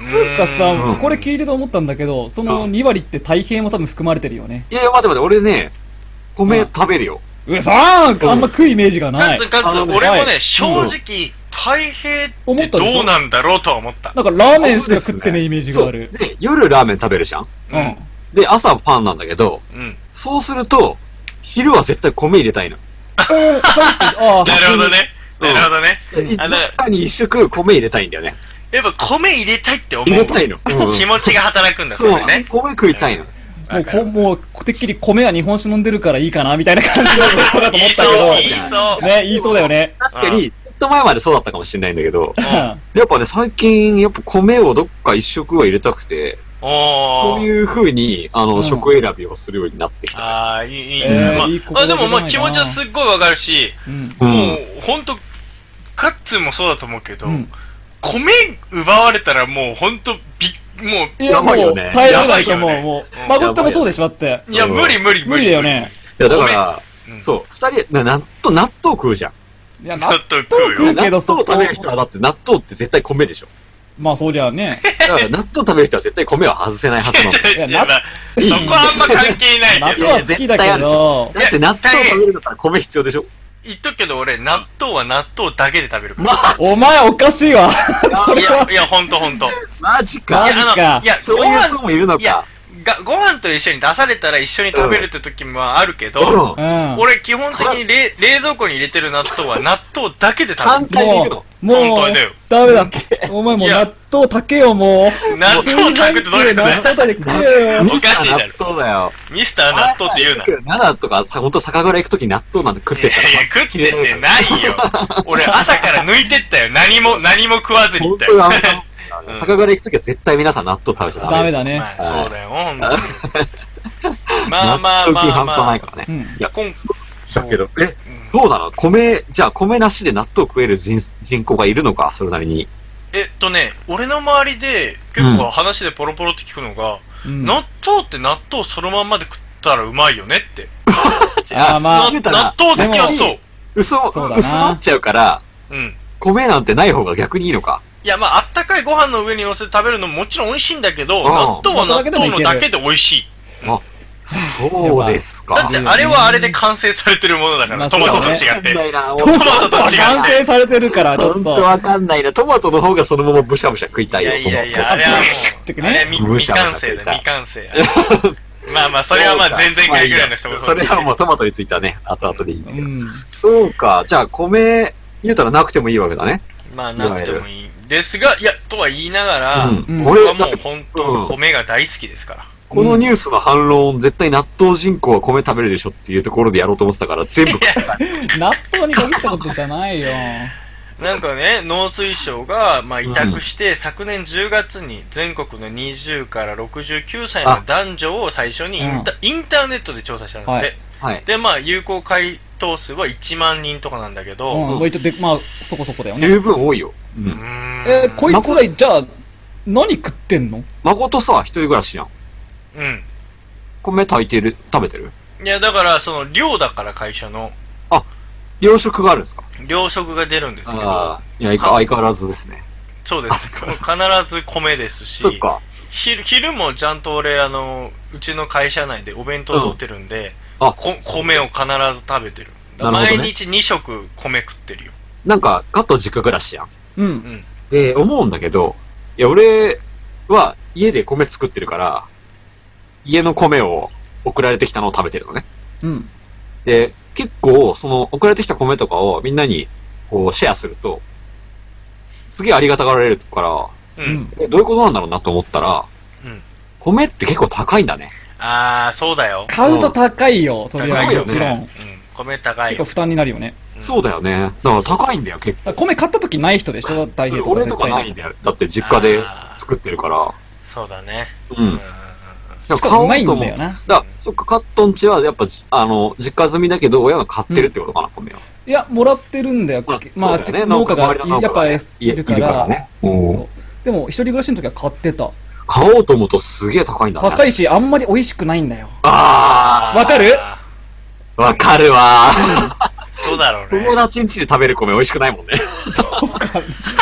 つうかさ、 うんこれ聞いてて思ったんだけど、そのに割って太平も多分含まれてるよね。 いやいや、待って待って、俺ね、米食べるよ。 うそーんあんま食うイメージがない。 かつ、かつ、 あのね俺もね、 はい正直、太平ってどうなんだろうとは思った。 なんかラーメンしか食ってねえイメージがある。 で、夜ラーメン食べるじゃん。 うん。 で、朝はパンなんだけど、 うん。 そうすると、昼は絶対米入れたいの。 えー、ちゃんと、あなるほどね。なるほどね。あどっかに一食米入れたいんだよね。 やっぱ米入れたいって思う。 入れたいの。うん気持ちが働くんだ、そそうれね。 米食いたいの。 あ、もうこ、もう、てっきり米は日本酒飲んでるからいいかな、みたいな感じだと思った言いけそう、 ど。 言いそう。 ね、言いそうだよね。 確かに、ちょっと前までそうだったかもしれないんだけど、 うん。 やっぱね、最近、やっぱ米をどっか一食は入れたくて、 おー。 そういう風に、あの、 うん食選びをするようになってきた。 ああ、いい、いいえね。まあーいい心あ、でもまあ気がけじゃないかな持ちはすっごいわかるし、 うん。 うんもう、ほんと、カッツンもそうだと思うけど、 うん米奪われたらもうほんと、びっ、もう、 いや、もう、 やばいよね耐えられないと思う、 やばいよねもう。 うんまごっちゃんもそうでしょ、だって。 いや、無理無理無理だよ。ね。 いや、だから、 うんそう、二人、な納豆、納豆食うじゃん。 いや、 ち納ょっと食うよ。 食うけど納豆そこ食べる人はだって納豆って絶対米でしょ。 まあ、そりゃね。 だから納豆食べる人は絶対米は外せないはずなんだよ。 いやいや、まあ、 いいそこはあんま関係ない納けど、 豆は好きだけど、 だって納豆食べるんだったら米必要でしょ。 言っとくけど俺、納豆は納豆だけで食べるかまあ、 お前おかしいわ。そら。いれはや、いや、ほんとほんと。 マジか。 マジかいや、あのいや、 そういう人もいるのいやか。 がご飯と一緒に出されたら一緒に食べるって時もあるけど、 うん。 うん。 俺基本的に冷冷蔵庫に入れてる納豆は納豆だけで食単体でいくの。 もう、 本当だよダメだ。お前もういや納豆炊けよ、もう。 べる。納豆炊くってどういうことだよ。 納豆炊いて食えよ。 おかしいだろ納豆だよ。 ミスター納豆って言うな。い奈良とかさ、ほんと酒蔵行くとき納豆なんて食ってったら。 やいや、食ってってないよ。俺朝から抜いてったよ。何も、何も食わずに行ったよ。 本当にあの、酒蔵行くときは絶対皆さん納豆食べちゃダメです。 ダメだね。 まあ、そうだよ、ほんとに。まあまあ納豆菌半まあまあ。 端ないからね。 うん。 いや、 今だけど、え、 うんそうなの米、じゃあ米なしで納豆食える人人口がいるのか、それなりに。 えっとね、俺の周りで結構話でポロポロって聞くのが、 うん納豆って納豆そのまんまで食ったらうまいよねって。 あーまあな言うたら納豆だけはそう。 嘘、 そうだな嘘なっちゃうから、 うん。 米なんてない方が逆にいいのか。 いや、まあ、あったかいご飯の上に乗せて食べるのももちろん美味しいんだけど、 ん納豆は納豆のだけで美味しい。 そうですか。 だってあれはあれで完成されてるものだから、 まあトマトとそう違って。 わかんないなトマトトマトと違っては完成されてるから、ちょっと。 ほんとわかんないな。トマトの方がそのままブシャブシャ食いたいよ。 いやいやいそうや、あれはもう、 ってねあれは未未むしゃむしゃ完成だ、 食いたい未完成。まあまあ、それはまあ、前々回ぐらいの人もそれはもうトマトについてはね、後々でいいんだけど。 うん。 そうか。じゃあ米、言うたらなくてもいいわけだね。 まあ、なくてもいい。ですが、いや、とは言いながら、 うんうん僕はもう俺だって本当、米が大好きですから。 このニュースの反論、絶対納豆人口は米食べるでしょっていうところでやろうと思ってたから、全部納豆に限ったことじゃないよ。 なんかね、農水省が、まあ、委託して、昨年じゅうがつに全国のにじゅうからろくじゅうきゅうさいの男女を対象にインタ,、インターネットで調査したんだって。 はいはい。 で、まあ、有効回答数はいちまんにんとかなんだけど、 うん、もう一応で、まあ、そこそこだよね。 十分多いよ。う。 うんーんえー、こいつら、じゃあ、何食ってんの誠さ、一人暮らしじゃん。 うん。 米炊いてる、食べてるいや、だから、その、寮だから会社の、 洋食があるんですか？ 寮食が出るんですけど、 ああ、いや、相変わらずですね。 そうです。もう必ず米ですし、 そっか。 昼昼もちゃんと俺、あの、うちの会社内でお弁当取ってるんで、 うんあこ米を必ず食べてる。 なるほどね毎日に食米食ってるよ。 なんか、ガット実家暮らしやん。 う。 うんん。 で、思うんだけど、いや、俺は家で米作ってるから、家の米を送られてきたのを食べてるのね。 うん。 で、結構、その、送られてきた米とかをみんなに、こう、シェアすると、すげえありがたがられるから、 う。 うんん。 え、どういうことなんだろうなと思ったら、 うん。 米って結構高いんだね。 あー、そうだよ。 買うと高いよ、それは高いよもちろん。 うん。米高いよ。 結構負担になるよね。 うんそうだよね。だから高いんだよ、結構。 米買った時ない人でしょ大平とか俺とかないんだよ。だって実家で作ってるから。 そうだね。 うん。 うん。 しかもうまいんだよな。 だから、そっか、カットンチは、やっぱ、あの、実家済みだけど、親が買ってるってことかな、米は。 いや、もらってるんだよ。 まあまあ、 そうだよね農家が農家周りの農やっぱ家がねいるから。 ね。 そうんう。でも、一人暮らしの時は買ってた。 買おうと思うとすげえ高いんだね。 高いし、あんまり美味しくないんだよ。 あわかるー、わかるわー。 そうだろうね。 友達ん家で食べる米美味しくないもんね。 そうか。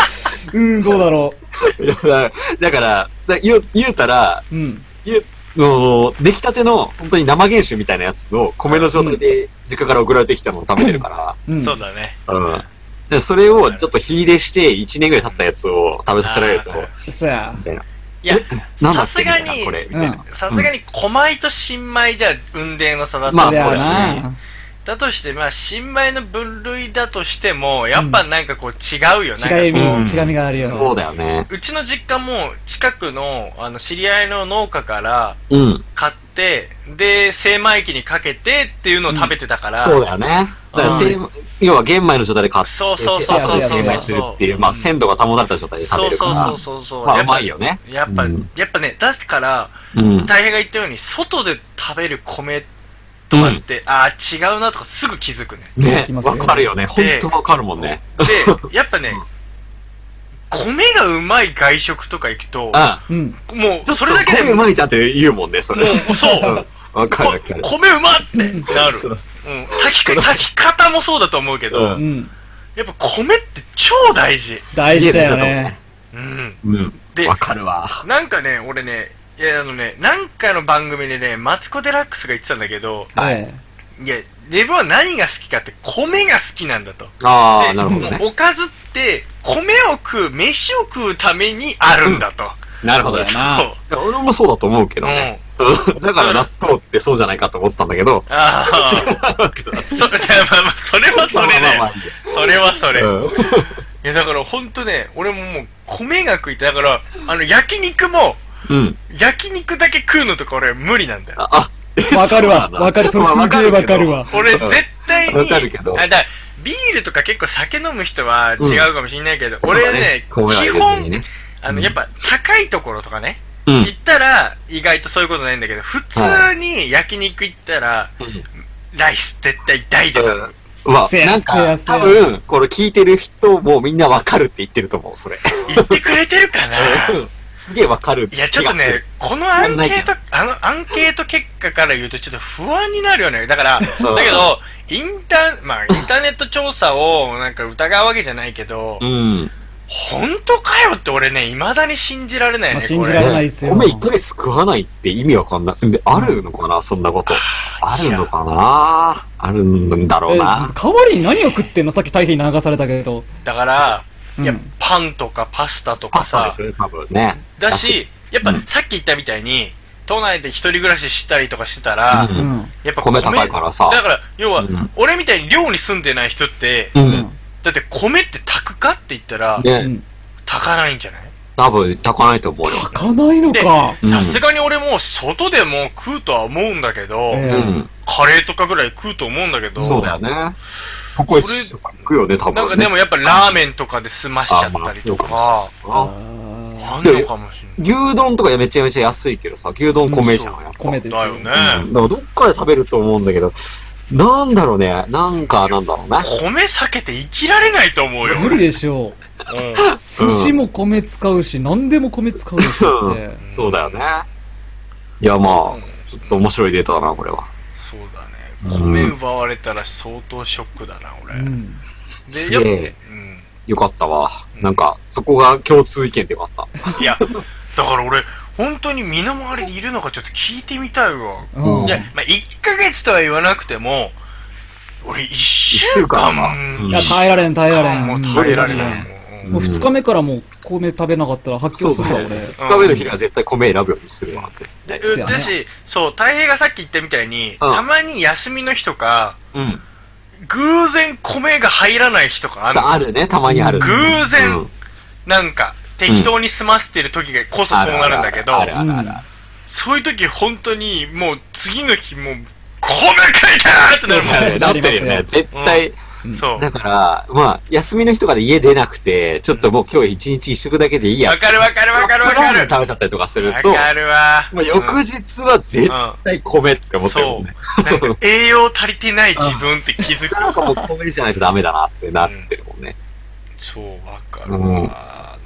うん、どうだろいやだだから、だ言う言うたら、 う。うん。 言うの出来たての本当に生原酒みたいなやつを米の状態で実家から送られてきたのを食べてるから、 うん。 そうだね。 うん。でそれをちょっと火入れしていちねんぐらい経ったやつを食べさせられると、 そや。 みたいな。 いや、 なんださすがにこ、れ、みたいな。 さすがに、古米と新米じゃ、運転の差だまあそりゃそうだしな。 だとして、まあ、新米の分類だとしても、やっぱなんかこう違うよね。 違いみ、 うん違みがあるよ。 そうだよね。 うちの実家も近くの、あの、知り合いの農家からうん。 買って、で、精米機にかけてっていうのを食べてたから、 そうだよね。だから、 うん精要は玄米の状態で買って、 そうそうそうそうそう精米するっていう、まあ、鮮度が保たれた状態で食べるから、 そうそうそうそう。 まあ、うやっぱまいよね。 やっぱ、 うんやっぱね、だから、 うん。 大平が言ったように、外で食べる米とかって、ああ、違うなとかすぐ気づくね。 ねき、ますよわかるよね。ほんとわかるもんね。 で、やっぱね、米がうまい外食とか行くと、 うん。 うん。 もう、 ちょっとそれだけで、 米うまいじゃんって言うもんね、それ。 もう、そう。 うんわかるわかる。 こ米うまってなる。 そううん。炊きか、炊き方もそうだと思うけど、 ううん。 やっぱ米って超大事。 大事だよね。 うん。 うん。 でわかるわ。 なんかね、俺ね、いや、あのね、なんかの番組でね、マツコ・デラックスが言ってたんだけど、 はいえいや、自分は何が好きかって米が好きなんだと。 ああ、 でなるほどね。 おかずって、米を食う、飯を食うためにあるんだと。 なるほどね。 そうだな。 いや俺もそうだと思うけどね。うんだから納豆ってそうじゃないかと思ってたんだけど。 ああ。 違うわけだ。 そ、まあまあ、それはそれまあまあまあで。それはそれ。いうんや、だからほんとね、俺ももう米が食いたい。だから、あの、焼肉も、 うん。 焼肉だけ食うのとか俺無理なんだよ。 あ、 わかるわ。 そうなんだわかる。それすげえわかるわ。 俺絶対に、 わかるけどあ、だビールとか結構酒飲む人は違うかもしんないけど、 うん俺ね、 そうだね米は入れず基本にね、 あの、 うんやっぱ高いところとかね、 うん行ったら意外とそういうことないんだけど、普通に焼肉行ったら、ライス絶対大で頼む。 うわ、 せやなんかせや、せや多分、これ聞いてる人もみんなわかるって言ってると思う、それ。 言ってくれてるかなうんすげえわかるいや、ちょっとね、このアンケート、あの、アンケート結果から言うとちょっと不安になるよね。だから、だけど、インター、まあ、インターネット調査をなんか疑うわけじゃないけど、 うん。 本当かよって俺ね、未だに信じられないね、 まあ信じられないねっすよ米いっかげつ食わないって意味わかんない。で、あるのかな、そんなこと。あるのかなあるんだろうえ、 な。 代わりに何を食ってんの？さっき大変流されたけど。 だから、 うんいや、パンとかパスタとかさパスタで、すね、多分ね。 だし、やっぱうんさっき言ったみたいに、都内で一人暮らししたりとかしてたら、 うんうん。 やっぱ米高いからさだから、要は、 うん俺みたいに寮に住んでない人って、 う。 うんん。 だって米って炊くかって言ったら、 うね、 ん。 炊かないんじゃない多分炊かないと思うよ。 炊かないのか。 うんさすがに俺も外でも食うとは思うんだけど、 えうん。 カレーとかぐらい食うと思うんだけど、 そうだよね。ここへとか行くよね、多分ね。 なんかでもやっぱラーメンとかで済ましちゃったりとか、 あああんのかもしれない。 牛丼とかめちゃめちゃ安いけどさ、牛丼米じゃん、やっぱ。 ー米ですよ。 だよね。 うんだからどっかで食べると思うんだけど、なんだろうね、なんかなんだろうね。 米避けて生きられないと思うよ。 無理でしょう。 うん寿司も米使うし、何でも米使うでしょって。 そうだよね。いや、まあ、ちょっと面白いデータだな、これは。 そうだね。 うん米奪われたら相当ショックだな、俺。 うん。 すで、やっぱ、 げえうん。 よかったわ。なんか、そこが共通意見でよかった。 いや、だから俺、本当に身の回りにいるのかちょっと聞いてみたいわ。 うんいや、まあ、いっかげつとは言わなくても、俺いっしゅうかん一週間はうんいや、耐えられん、耐えられん。 もううん耐えられない。 うんもうもう二日目からもう米食べなかったら発狂するわ、 そう俺。 二日目の日には絶対米選ぶようにするわって。 でですよねだし、そう、太平がさっき言ったみたいに、たまに休みの日とか、 うん。 偶然米が入らない日とかあるの。 あるね、たまにある。 偶然うんなんか、適当に済ませてる時がこそそうなるんだけど、 あるあるあるある。 そういう時本当にもう次の日もう、米食いたーってなるもんね。 なってるよね。絶対。 そう。 だから、まあ、休みの日とかで家出なくて、ちょっともう今日一日一食だけでいいや。 わかるわかるわかるわかカップラーメンる。 食べちゃったりとかすると、 わかるわ。 まあ、翌日は絶対米って思ってるもんね。 そう。なんか栄養足りてない自分って気づく。 なんかもう米じゃないとダメだなってなってるもんね。 そう、わかるわ。 うんなんか、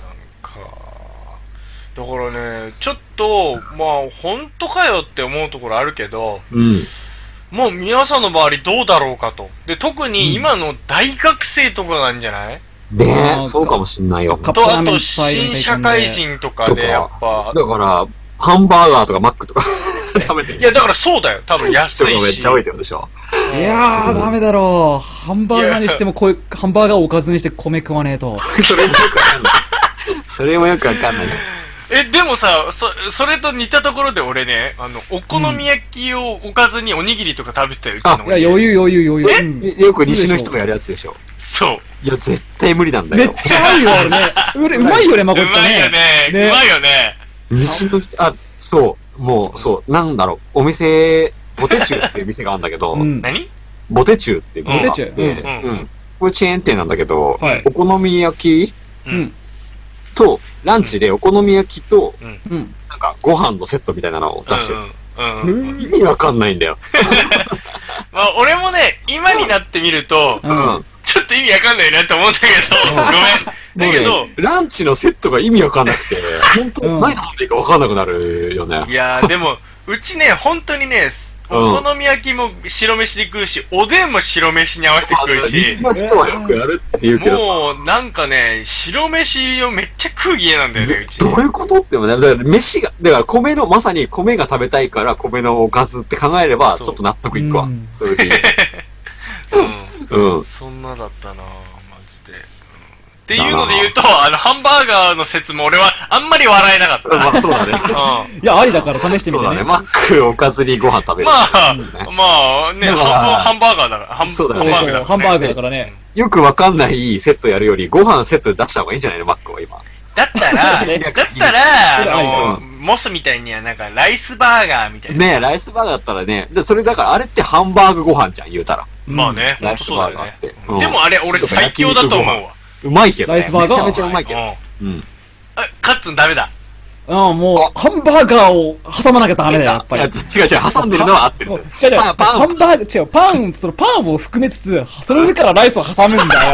だからね、ちょっと、まあ、本当かよって思うところあるけど、 うん。 もう皆さんの周りどうだろうかと。で、特に今の大学生とかなんじゃない？ ねえ、そうかもしんないよ。 と、 カップラーあと、 メンサイド新社会人とかで、やっぱ、 だから、ハンバーガーとかマックとか食べてる。 いや、だからそうだよ。多分安いし。 人がめっちゃ多いってことでしょ。 いやー、ダメだろう。ハンバーガーにしてもこういう、ハンバーガーをおかずにして米食わねえと。 それもよくわかんない。それもよくわかんない。 え、でもさ、そ、それと似たところで俺ね、あの、お好み焼きをおかずにおにぎりとか食べてたよ、うちのいや、余裕余裕余裕。うんよく西の人がやるやつでしょ。 そう。 いや、絶対無理なんだめっよ。 ちゃうまいよ、あれね。うれうまいよね、まこっちゃうまいよね。 ね。うまいよね。 西の人、あ、そう、もう、そう、なんだろう、お店、ボテチューっていう店があるんだけど、 うん。 何ボテチューっていう店があって、 ボテチューうん。これチェーン店なんだけど、 はいお好み焼きうん。 と、ランチでお好み焼きと、 うん。 なんかご飯のセットみたいなのを出してる。 うん。うん。うん。 意味わかんないんだよ。 まあ、俺もね、今になってみると、 うん。 ちょっと意味わかんないなって思うんだけど、ごめん。だけどもうね、ランチのセットが意味わかんなくて、本当、 うん何頼んでいいかわかんなくなるよね。 いやー、でも、うちね、本当にね、お好み焼きも白飯で食うし、おでんも白飯に合わせて食うし、 まあ、人はよくやるって言うけどさ。 もう、なんかね、白飯をめっちゃ食う家なんだよね、うち。 どういうことってもね、だから飯が、だから米の、まさに米が食べたいから米のおかずって考えれば、 そうちょっと納得いくわうん。 そういう理由。 うん。 うん。 そんなだったなぁ、マジで。うんっていうので言うと、あの、ハンバーガーの説も俺はあんまり笑えなかった。 まあそうだね。 うん。 いや、ありだから試してみてね。 そうだね。マックおかずにご飯食べる。 まあ、 ねまあね、 だからハンバハンバーガーだから、ハンそうだねそうそう、ハンバーグだからね。 よくわかんないセットやるより、ご飯セットで出した方がいいんじゃないのマックは今。 だったら、 そうねだったそれありら、あだの、モスみたいにはなんかライスバーガーみたいな。 ねえ、ライスバーガーだったらね、でそれだからあれってハンバーグご飯じゃん、言うたら。 まあね、ほんとライスそうだよねバーガーって。うんでもあれ、俺最強だと思うわ。 うまいけどね。 ライスバーガーめちゃめちゃうまいけど。 うん。 うん。 あ、カッツンダメだ。 うん、もう、ハンバーガーを挟まなきゃダメだよ、やっぱり。 いや、違う違う、挟んでるのは合ってるもう。違う違う、 パンパンハンバーグ、違う、パン、そのパンを含めつつ、その上からライスを挟むんだよ。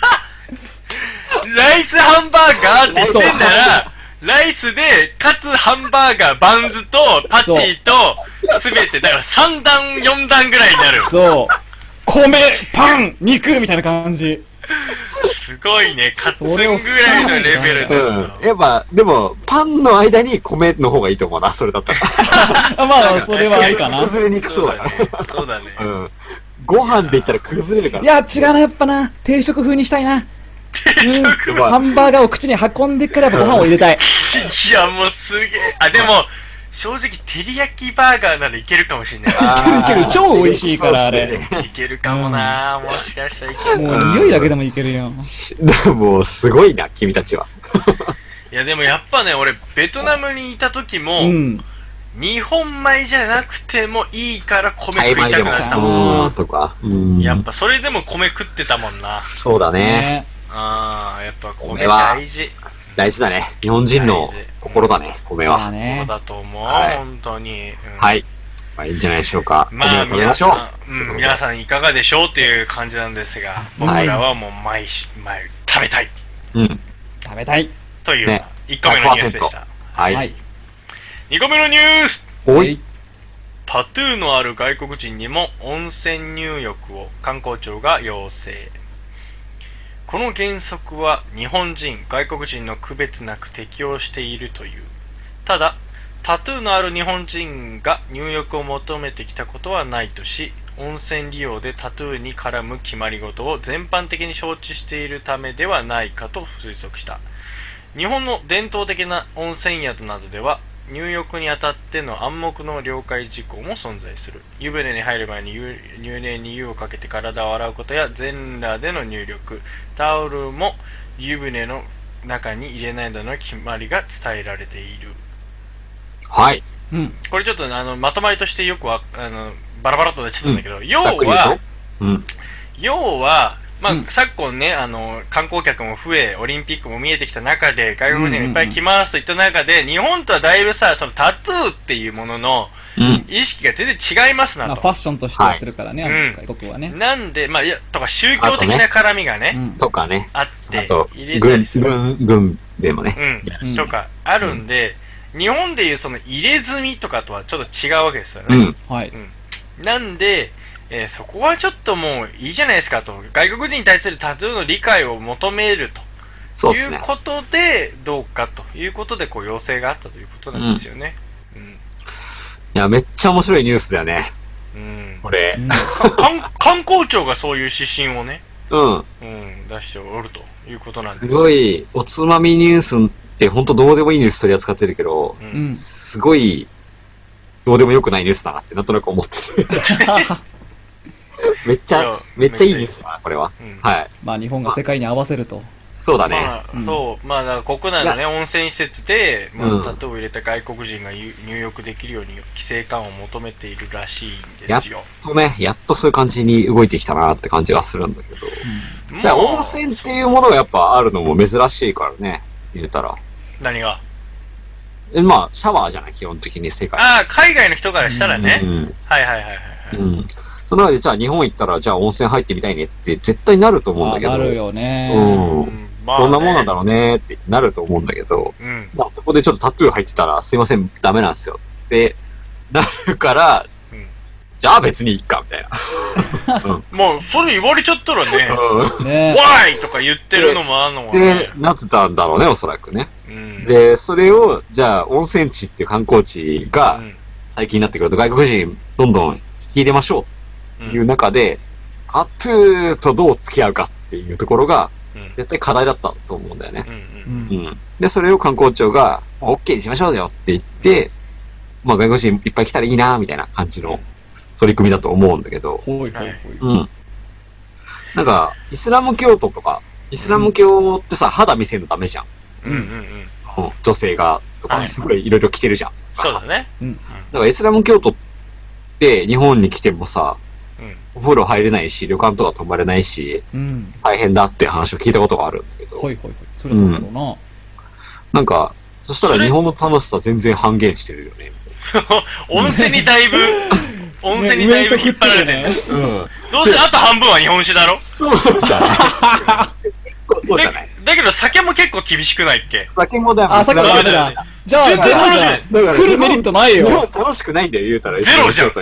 ライスハンバーガーって言ってんなら、ライスで、かつハンバーガー、バンズと、パティと、すべて、だからさん段、よん段ぐらいになる。 そう。米、パン、肉みたいな感じ。 すごいね、カツンぐそれをらいのレベルで。 うん。やっぱ、でも、パンの間に米の方がいいと思うな、それだったら。 あまあ、それはあるかな。 崩れにくそうだから。 ね。そうだね。 うん。ご飯で言ったら崩れるから。 いや、違うな、やっぱな。定食風にしたいな。 食うんハンバーガーを口に運んでからやっぱご飯を入れたい。 いや、もうすげえ。あ、でも、正直、照り焼きバーガーならいけるかもしれない。 あーいけるいける超美味しいからあれそういけるかもな、もしかしたらいけるもうな。 匂いだけでもいけるよ。 でも、すごいな、君たちは。 いや、でもやっぱね、俺、ベトナムにいた時も、 うん。 日本米じゃなくてもいいから米タイ食いた米でもくなってたもん。 うん、とか。うん。 やっぱそれでも米食ってたもんな。 そうだね。 ね。 あー、やっぱ米米は大事。 大事だね。日本人の心だね、米そうだは。 そうね。 だと思う、 はい本当に。うんはい。まあ、いいんじゃないでしょうか。 まあ、 米を食べま皆しょう。 さん、うん、皆さんいかがでしょうっていう感じなんですが、僕らはもう毎週、毎食べたいうん。 食べたい。 という、 ねいっこめのニュースでした。 はい。 はい。 にこめのニュースおい。 タトゥーのある外国人にも温泉入浴を観光庁が要請。この原則は日本人、外国人の区別なく適用しているという。ただ、タトゥーのある日本人が入浴を求めてきたことはないとし、温泉利用でタトゥーに絡む決まり事を全般的に承知しているためではないかと推測した。日本の伝統的な温泉宿などでは、入浴にあたっての暗黙の了解事項も存在する。湯船に入る前に湯入念に湯をかけて体を洗うことや全裸での入浴、タオルも湯船の中に入れないなどの決まりが伝えられている。 はい。 うん。 これちょっとあのまとまりとしてよくわあのバラバラっと出ちゃったんだけど、要ざっくり言うとはうん。 要はまあ、 うん昨今ね、あの、観光客も増え、オリンピックも見えてきた中で、外国人がいっぱい来ますといった中で、日本とはだいぶさ、そのタトゥーっていうもののうん。 意識が全然違いますなまあ、 と。 ファッションとしてやってるからね、 はいあの外国はね。 なんで、まあ、いや、とか宗教的な絡みがね、 うん。 とかね。 あってあと、 入れた軍りす、る。 軍、軍でもね。 うん。とか、あるんで、日本でいうその入れ墨とかとはちょっと違うわけですよね。 うん。 はい。 なんで、 えー、そこはちょっともういいじゃないですかと。外国人に対するタトゥーの理解を求めると。 そうですね。 いうことで、どうかということで、こう、要請があったということなんですよね。うん。うん、 いや、めっちゃ面白いニュースだよね。うん。これ。 観光庁がそういう指針をね、 うん。うん、 出しておるということなんです。 すごい、おつまみニュースって本当どうでもいいニュース取り扱ってるけど、うん、すごい、どうでもよくないニュースだなってなんとなく思ってて。めっちゃ、めっちゃいいニュースだな、これは。うん、はい。 まあ日本が世界に合わせると。 そうだね。 まあ、そう。まあ、だから国内のね、温泉施設で、まあ、タトゥーを入れた外国人が入浴できるように規制緩を求めているらしいんですよ。 やっとね、やっとそういう感じに動いてきたなって感じがするんだけど。うん、だ温泉っていうものがやっぱあるのも珍しいからね、入れたら。 何がえ、まあ、シャワーじゃない、基本的に世界。 ああ、海外の人からしたらね。うん、はいはいはいはい。 うん。その中で、じゃあ日本行ったら、じゃあ温泉入ってみたいねって絶対なると思うんだけど。 なるよね。 うん。まあね、どんなもんなんだろうねってなると思うんだけど、うん、まあそこでちょっとタトゥー入ってたら、すいません、ダメなんですよってなるから、うん、じゃあ別にいいか、みたいな。 うん、もう、それ言われちゃったらね、うん、ねわーいとか言ってるのもあるのはね。 で、なってたんだろうね、おそらくね。うん、で、それを、じゃあ温泉地っていう観光地が、最近になってくると外国人どんどん引き入れましょうっていう中で、タトゥーとどう付き合うかっていうところが、絶対課題だったと思うんだよね。うんうんうん、で、それを観光庁が、OK にしましょうよって言って、まあ外国人いっぱい来たらいいなみたいな感じの取り組みだと思うんだけど、 ほいほいほい。 うん。なんか、イスラム教徒とか、イスラム教ってさ、肌見せるのダメじゃん。うんうんうん。女性が、とか、すごいいろいろ着てるじゃん。 そうだね。 うん。だからイスラム教徒って日本に来てもさ、お風呂入れないし、旅館とか泊まれないし、うん、大変だって話を聞いたことがあるんだけど。 はいはいはい。それそうだろうな。うん、 なんか、そしたら日本の楽しさ全然半減してるよね。 温泉にだいぶ、温泉にだいぶ引っ張られてる。ね、うん。どうせあと半分は日本酒だろそうじゃないそうじゃない。 だけど酒も結構厳しくないっけ酒もだめ。あ、酒もダメだ。じゃあ、全然楽しく、来るメリットないよ。 日本楽しくないんだよ、言うたら。 ゼロじゃん。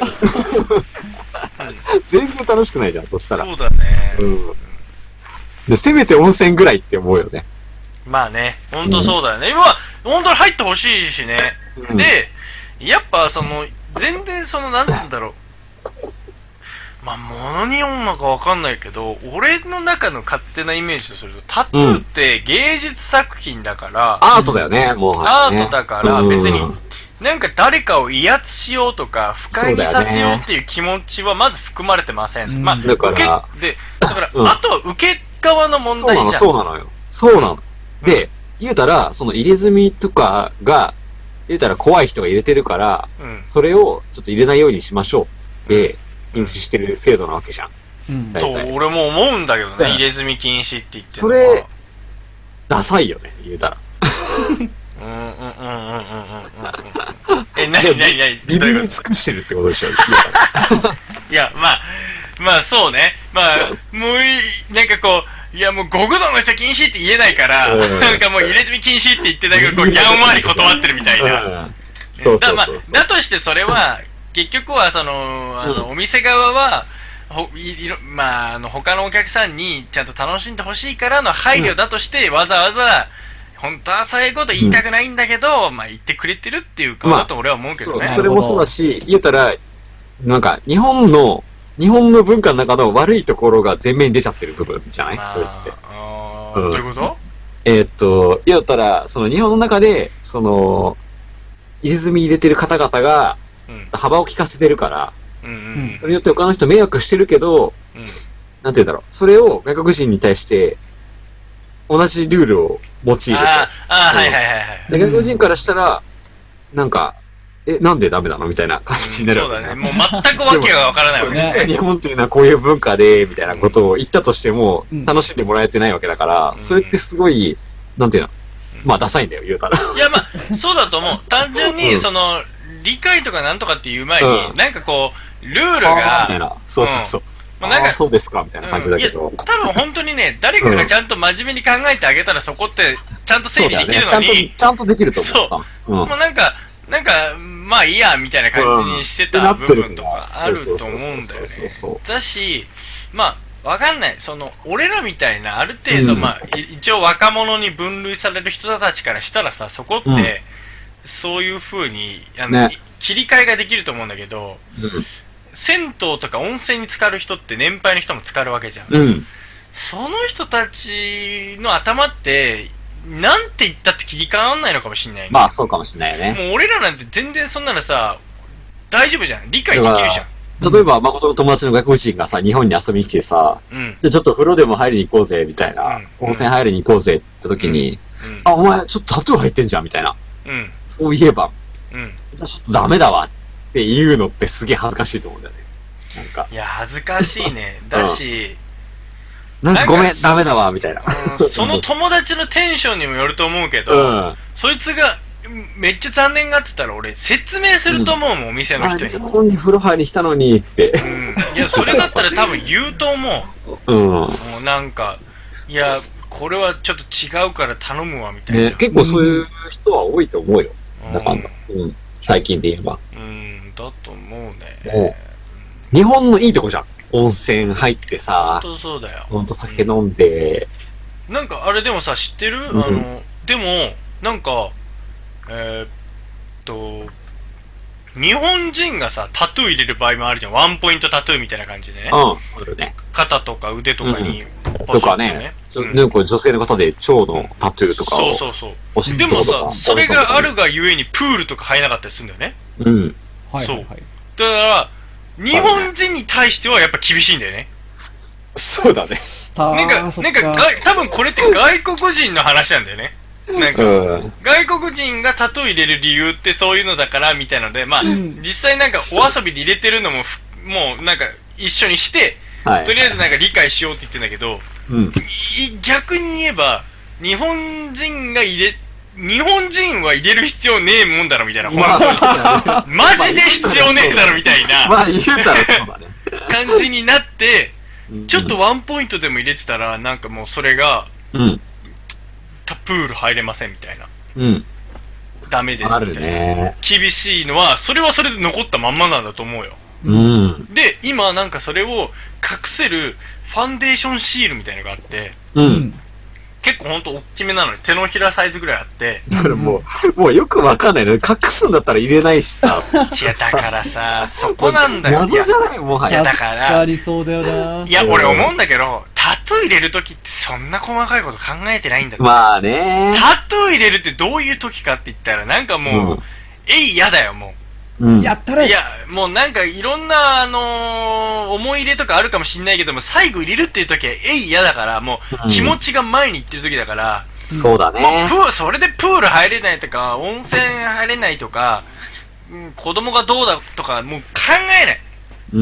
全然楽しくないじゃん、そしたら。 そうだね。うん。 で、せめて温泉ぐらいって思うよね。 まあね、ほんとそうだよね。今、本当に入ってほしいしね。うん、で、やっぱその、全然その、なんて言うんだろう。まあ、ものによるのかわかんないけど、俺の中の勝手なイメージとすると、タトゥーって芸術作品だから、 うん、アートだよね、もう、ね。 アートだから、別に、なんか誰かを威圧しようとか、不快にさせようっていう気持ちはまず含まれてません。ね、まあ、 だから、 受け、で、だから、うん、あとは受け側の問題じゃん。 そうなの、そうなのよ。そうなの。で、うん、言うたら、その入れ墨とかが、言うたら怖い人が入れてるから、うん、それをちょっと入れないようにしましょうって、禁止してる制度なわけじゃん。 うん。と、俺も思うんだけどね、入れ墨禁止って言ってるそれ、ダサいよね、言うたら。 うんうんうんうんうんうんうん。え、なになになにビビり尽くしてるってことでしょいや、まあ、まあそうね。まあ、もうい、なんかこう、いやもう極道の人禁止って言えないから、なんかもう入れ墨禁止って言って、なんかこう、やんわり断ってるみたいな。 そうそうそう。 だ、まあ、だとしてそれは、結局はその、あの、お店側は、ほいろまあ、あの他のお客さんにちゃんと楽しんでほしいからの配慮だとして、うん、わざわざ本当はそういうこと言いたくないんだけど、うん、まあ言ってくれてるっていうかだと俺は思うけどね、 まあ、そ, それもそうだし、言ったらなんか日本の日本の文化の中の悪いところが前面に出ちゃってる部分じゃない、まあ、それって。 あ、うん、どういうこと？ えー、っと言ったらその日本の中でその入れ墨入れてる方々が幅を利かせてるから。うんうん、それによって他の人迷惑してるけど、うん、なんて言うんだろう、それを外国人に対して同じルールを用いると。 ああ、はいはいはいはい。 で外国人からしたら、なんか、え、なんでダメなのみたいな感じになるわけ、 うん、そうだね。もう全くわけがわからないわけね。 実は日本っていうのはこういう文化で、みたいなことを言ったとしても、うん、楽しんでもらえてないわけだから、うん、それってすごい、なんていうの、まあダサいんだよ、言うたら。 いや、まあ、そうだと思う。単純に、その、理解とかなんとかっていう前に、うん、なんかこう、ルールが、 そうそうそう。 うん、なんかそうですかみたいな感じだけど。 うん、いや、多分本当にね、誰かがちゃんと真面目に考えてあげたら、そこってちゃんと整理できるのに、 ね、ちゃんと、ちゃんとできると思う。 そう。うん、もうなんか、なんか、 まあいいや、みたいな感じにしてた部分とかあると思うんだよね。だし、まあ、わかんない。その、俺らみたいな、ある程度、うん、まあ、一応若者に分類される人たちからしたらさ、そこって、うん、そういう風に、あの、ね、切り替えができると思うんだけど、うん、銭湯とか温泉に浸かる人って年配の人も浸かるわけじゃん。うん、その人たちの頭って、なんて言ったって切り替わんないのかもしんないね。 まあそうかもしんないよね。 もう俺らなんて全然そんなのさ、大丈夫じゃん。理解できるじゃん。例えば、誠の友達の外国人がさ、日本に遊びに来てさ、うん、でちょっと風呂でも入りに行こうぜ、みたいな、うん、温泉入りに行こうぜって時に、うん、あ、お前ちょっとタトゥー入ってんじゃん、みたいな。うん、そう言えば、うん、じゃあちょっとダメだわって言うのってすげえ恥ずかしいと思うんだよね。なんか。 いや、恥ずかしいね。だし、 うん、なんかごめん、ダメだわ、みたいな。 うん、その友達のテンションにもよると思うけど、うん、そいつがめっちゃ残念がってたら俺説明すると思うもん、うん、お店の人に。 日本に風呂入りしたのにって。 うん。いや、それだったら多分言うと思う。うん。もうなんか、いや、これはちょっと違うから頼むわ、みたいな。ね、 結構そういう人は多いと思うよ。うん、なんか、うん。最近で言えば。 うん、だと思うね。ね、 日本のいいとこじゃん。温泉入ってさ、 ほんとそうだよ。 ほんと酒飲んで、 うん、なんかあれでもさ、知ってる、うん、あの、でも、なんか、えー、っと、日本人がさ、タトゥー入れる場合もあるじゃん。ワンポイントタトゥーみたいな感じでね。 うん、あるね。 肩とか腕とかに、 うん、とかね。うん、なんか女性の方で腸のタトゥーとかを、 そうそうそう。でもさ、それがあるがゆえにプールとか入らなかったりするんだよね。 うん。 はいはいはい。 だから、日本人に対してはやっぱ厳しいんだよね。 そうだね。 なんか、なんかが、多分これって外国人の話なんだよね。なんか、うん、外国人がタトゥー入れる理由ってそういうのだから、みたいなので、まあ、うん、実際なんかお遊びで入れてるのも、もうなんか一緒にして、はい、とりあえずなんか理解しようって言ってんだけど、うん、逆に言えば、日本人が入れ、日本人は入れる必要ねえもんだろみたいな、まあ、マジで必要ねえだろみたいな、 まあ言うたらそうだね感じになって、ちょっとワンポイントでも入れてたら、なんかもうそれが、うん、プール入れませんみたいな、うん、ダメですみたいな、あるね、厳しいのは、それはそれで残ったまんまなんだと思うよ。うん、で、今なんかそれを隠せるファンデーションシールみたいなのがあって、うん、結構ほんと大きめなのに手のひらサイズぐらいあって。 だからもう、もうよくわかんないの。隠すんだったら入れないしさ。 いや、だからさ、そこなんだよ。 謎じゃないもはや。 いや、だから。 ありそうだよな。 いや、俺思うんだけど、タトゥー入れるときってそんな細かいこと考えてないんだって。 まあね。 タトゥー入れるってどういうときかって言ったら、なんかもう、うん、えい、嫌だよ、もう。 うん、やったらいや、もうなんかいろんな、あのー、思い入れとかあるかもしんないけども、最後入れるっていう時は、えい嫌だから、もう気持ちが前に行ってる時だから、 うん、そうだね。 もうプー、それでプール入れないとか、温泉入れないとか、うん、子供がどうだとか、もう考えない。うん。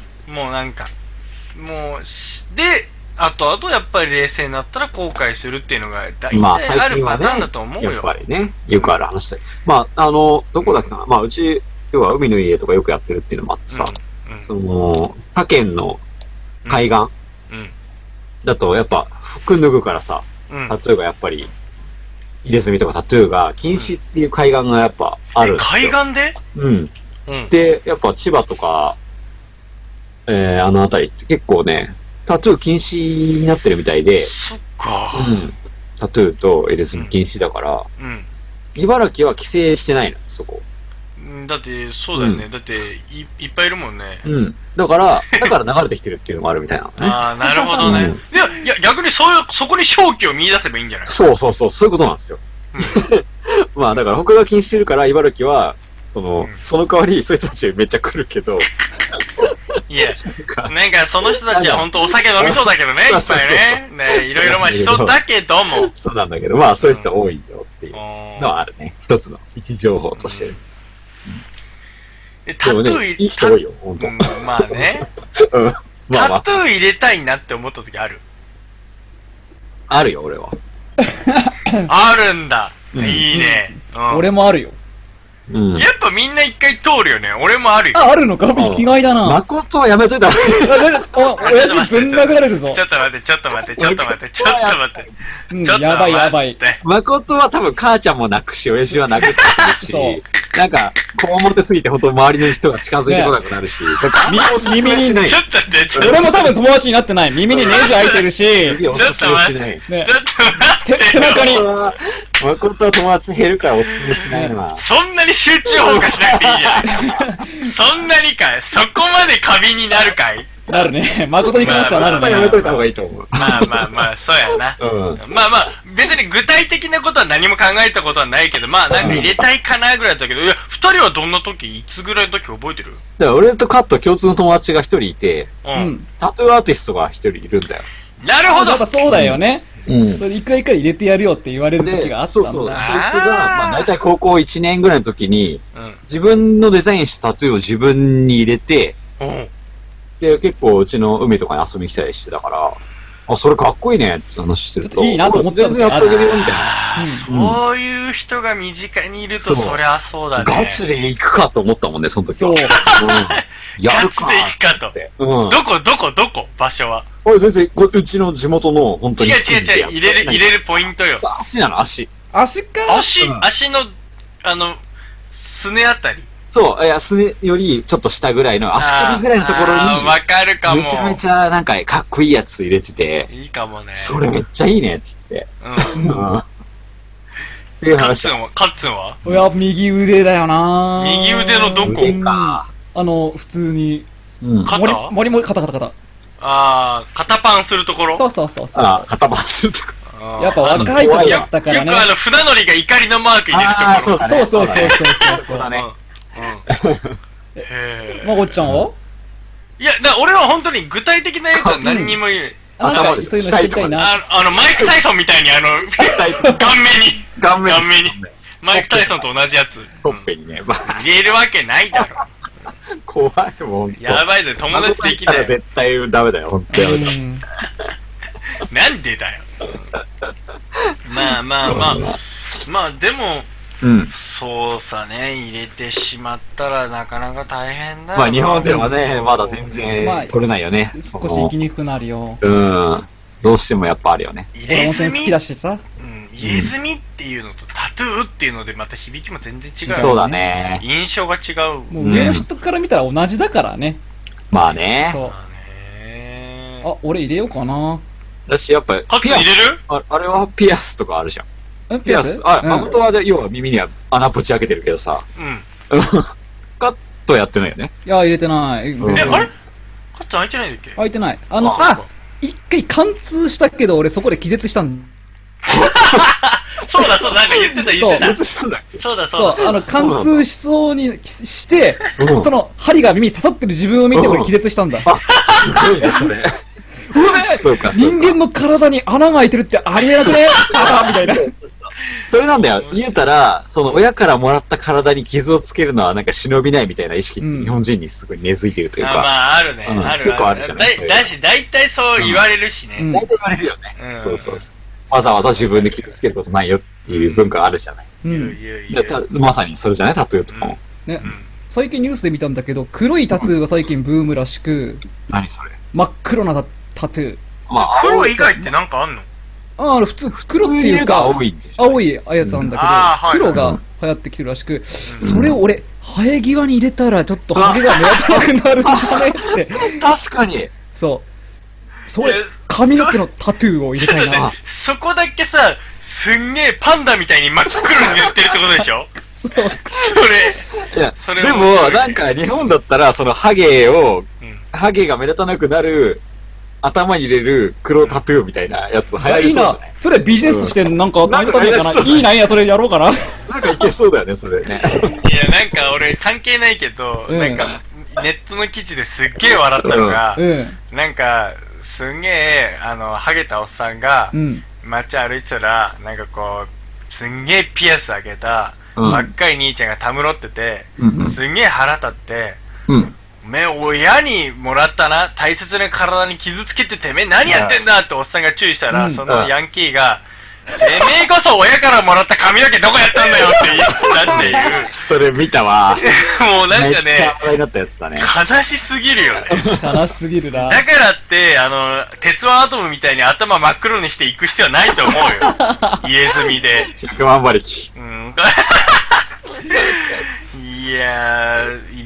もうなんか、もう、で、あとあとやっぱり冷静になったら後悔するっていうのが大体あるパターンだと思うよ。 やっぱりね、よくある話だよ。まあ、あの、どこだっけな、まあ、うち、要は海の家とかよくやってるっていうのもあってさ、うんうん、その、他県の海岸、うんうん、だとやっぱ服脱ぐからさ、うん、タトゥーがやっぱり、入れ墨とかタトゥーが禁止っていう海岸がやっぱあるんですよ。 海岸で？ うん。うん、で、やっぱ千葉とか、えー、あの辺りって結構ね、タトゥー禁止になってるみたいで、 そっか。 うん。タトゥーと入れ墨禁止だから、うん。うん、茨城は規制してないの、そこ。 だって、そうだよね。うん、だってい、いっぱいいるもんね。 うん。だから、だから流れてきてるっていうのもあるみたいな、ね。 ああ、なるほどね。うん、いや、いや、逆にそういう、そこに正気を見出せばいいんじゃない？ そうそうそう、そういうことなんですよ。うん、まあ、だから他が禁止してるから、茨城は、その、うん、その代わり、そういう人たちめっちゃ来るけど。 いや、なんかその人たちは本当お酒飲みそうだけどね、いっぱいね。ね、いろいろまあしそうだけども。 そうなんだけど、まあそういう人多いよっていうのはあるね。一つの一情報として。 タトゥー、 いい人多いよ、本当。 まあね。タトゥー入れたいなって思った時ある？ あるよ、俺は。 あるんだ。いいね。 俺もあるよ。 うん、やっぱみんな一回通るよね。俺もあるよ。 あ、あるのか？意外だな。 誠はやめといた。 お、親父ぶん殴られるぞ。 ちょっと待って、ちょっと待って、ちょっと待って、ちょっと待って。 うん、やばいやばい。 誠は多分母ちゃんも泣くし、親父は泣くって言うし。 そう。 なんか、こう持ってすぎて、ほんと周りの人が近づいてこなくなるし、 耳に、 しない。 ちょっと待って、ちょっと俺も多分友達になってない。耳にネジ開いてるし、 おすすめしない。 ね、 ちょっと待って背中に。 誠は友達減るからおすすめしないな。 そんなに集中放火しなくていいじゃん。そんなにかい、そこまで過敏になるかい。 なるね。誠に関してはなるね。 やめといた方がいいと思う。 まあまあまあ、そうやな。 うん。 まあまあ、別に具体的なことは何も考えたことはないけど、まあなんか入れたいかなぐらいだったけど、いや、二人はどんな時、いつぐらいの時覚えてる？ だから俺とカット共通の友達が一人いて、 う。 うんん。 タトゥーアーティストが一人いるんだよ。 なるほど。 やっぱそうだよね。 うんそれ一回一回入れてやるよって言われる時があったんだ。 そうそう。そいつが、まあ大体高校いちねんぐらいの時に、 うん。 自分のデザインしたタトゥーを自分に入れて、 うん。 で、結構うちの海とかに遊びに来たりしてたから、あ、それかっこいいねって話してると。 ちょっといいなと思った全然やってあげるよみたいな。 あーそういう人が身近にいると、 そうそりゃそうだね。 ガチで行くかと思ったもんね、その時は。 そう。 うん。やるかガチで行くかと。 って。うん。 どこ、どこ、どこ場所は。 おい、全然、こうちの地元の、本当に。 違う違う違う、入れる、入れるポイントよ。 足なの、足。 足か。 足、 うん足の、あの、すねあたり。 そう、いや、すねよりちょっと下ぐらいの、足首ぐらいのところあーわかるかも。 に、めちゃめちゃなんかかっこいいやつ入れてて、 いいかもね。 それめっちゃいいね、っつって。 うん。 うん。っていうカッ話だ。 ツンはカッツンはいや、右腕だよな。 右腕のどこ腕か。 あの、普通に。 うん。 肩森、森も、肩肩肩。 あー、肩パンするところそうそうそうそう。 あ、肩パンするとか。 あーやっぱ若い時だったからね。 よくあの、船乗りが怒りのマーク入れるところ。 あーそうだねそうそうそうそうそうそうだね。 うん。うん。へまこっちゃんは？ いや、だから俺は本当に具体的なやつは何にも言う。 なん頭でかそういうの知りたいな。 ああの、マイク・タイソンみたいにあの、顔面に、 顔面顔面に、マイク・タイソンと同じやつ。 ほっぺにね。まあ、 入れるわけないだろ。 怖いもん。 やばいぜ、友達できない。 たら絶対ダメだよ、ほんとやめた。 うんなんでだよ。まあまあまあ、まあでも、 うん。 そうさね、入れてしまったらなかなか大変だよ。 まあ日本ではね、まだ全然まあ取れないよね。 少し行きにくくなるよ。 うん。どうしてもやっぱあるよね。 入俺れ墨温泉好きだしさ。 うん、入れ墨っていうのとタトゥーっていうのでまた響きも全然違うよね。 そうだね。 印象が違う。 もう上の人から見たら同じだからね。 まあね。 そう。 まあねあ、俺入れようかな。 だし、やっぱ、 カッツン入れる？ ああれはピアスとかあるじゃん。 えピアスあ、 うん本当はで、要は耳には穴ぶち開けてるけどさ、 うん。 カットやってないよね。 いや、入れてない。 うんえ、 全然あれカッツン開いてないんだっけ？ 開いてない。あの、 ああ、一回貫通したけど、俺そこで気絶したんそうだそうだ、なんか言ってた言ってた。 別したんだっけそうだそうだ。 そう、あの、貫通しそうにしてう、んその、針が耳に刺さってる自分を見て俺気絶したんだ。 あ、すごいね、それ。そうか、そうか。 人間の体に穴が開いてるってありえなくねあーみたいな。 それなんだよ。言うたら、その親からもらった体に傷をつけるのはなんか忍びないみたいな意識ってうん日本人にすごい根付いてるというあ、 か。 まあ、あるね。 うんある結構あるじゃないそういうのだだし、大体そう言われるしうんね。 大体言われるよね。 うんそうそうそう。わざわざ自分で傷つけることないよっていう文化があるじゃない。 う。 言うん言う言でう。 たまさにそれじゃないタトゥーとかも。 ねうん。 最近ニュースで見たんだけど、黒いタトゥーが最近ブームらしく、 何それ。 真っ黒なタトゥー。 まあ、 黒以外ってなんかあんの？ ああ、普通、黒っていうか、 青いんでしょ。 青いやつなんだけど、 あーはい黒が流行ってきてるらしく、それを俺、生え際に入れたらちょっとハゲが目立たなくなるんだねって。 確かに。 そう。それえ、 髪の毛のタトゥーを入れたいちょっとなね。そこだけさ、すんげえパンダみたいに真っ黒に塗ってるってことでしょ？ そう。 それ、 いや、 それでも、 面白いねなんか日本だったら、そのハゲを、 うんハゲが目立たなくなる、頭に入れる黒タトゥーみたいなやつ流行いいなりそうじゃない。 それビジネスとしてなんか成り立たないかな。 なんか流行りそういいな、いや、それやろうかな。 なんかいけそうだよね、それね。 いや、なんか俺関係ないけど、 うんなんか、ネットの記事ですっげえ笑ったのが、 うん。 なんか、すんげえ、あの、ハゲたおっさんがう、ん。 街歩いてたら、なんかこう、すんげえピアス開けた、 うん若い兄ちゃんがたむろってて、 うんすんげえ腹立って、 うん。 おめえ親にもらったな、大切な体に傷つけててめえ何やってんだっておっさんが注意したら、 うんそのヤンキーが、てめえこそ親からもらった髪の毛どこやったんだよって言ったっていう、 それ見たわ。 もうなんかめっちゃね、 話題になったやつだね。 悲しすぎるよね。 悲しすぎるな。 だからって、あの、鉄腕アトムみたいに頭真っ黒にしていく必要はないと思うよ。入れ墨で。 ひゃくまん馬力。 うん。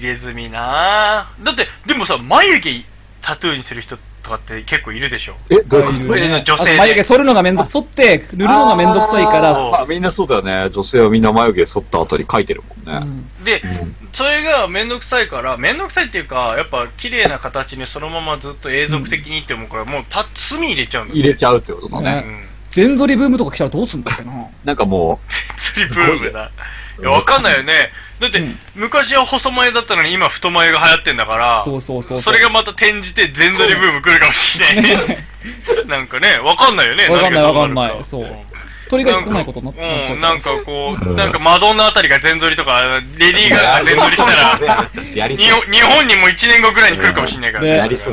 げ墨なだって、でもさ、眉毛タトゥーにする人とかって結構いるでしょ。 え、どういうこと？ え女性で。 眉毛剃るのがめんどく、剃って塗るのがめんどくさいから。 まあみんなそうだよね。女性はみんな眉毛剃った後に描いてるもんね。うん、 で、うん、それがめんどくさいから、めんどくさいっていうか、やっぱ綺麗な形にそのままずっと永続的にって思うから、うん、もうた墨入れちゃうんだ、ね。 入れちゃうってことだね。 ね、全剃りブームとか来たらどうすんだっけな。 なんかもう。 全剃りブームだ。いや、わかんないよね。だって、うん、昔は細眉だったのに今太眉が流行ってんだから、 そうそうそうそう。 それがまた転じて全剃りブーム来るかもしれない。なんかね、わかんないよね。 わかんないわかんない。そう。鳥が少ないことになっちゃう。 うん、なんかこう、なんかマドンナあたりが全剃りとか、レディーガガが全剃りしたら、日本にもいちねんごくらいに来るかもしれないからね。 やりそう。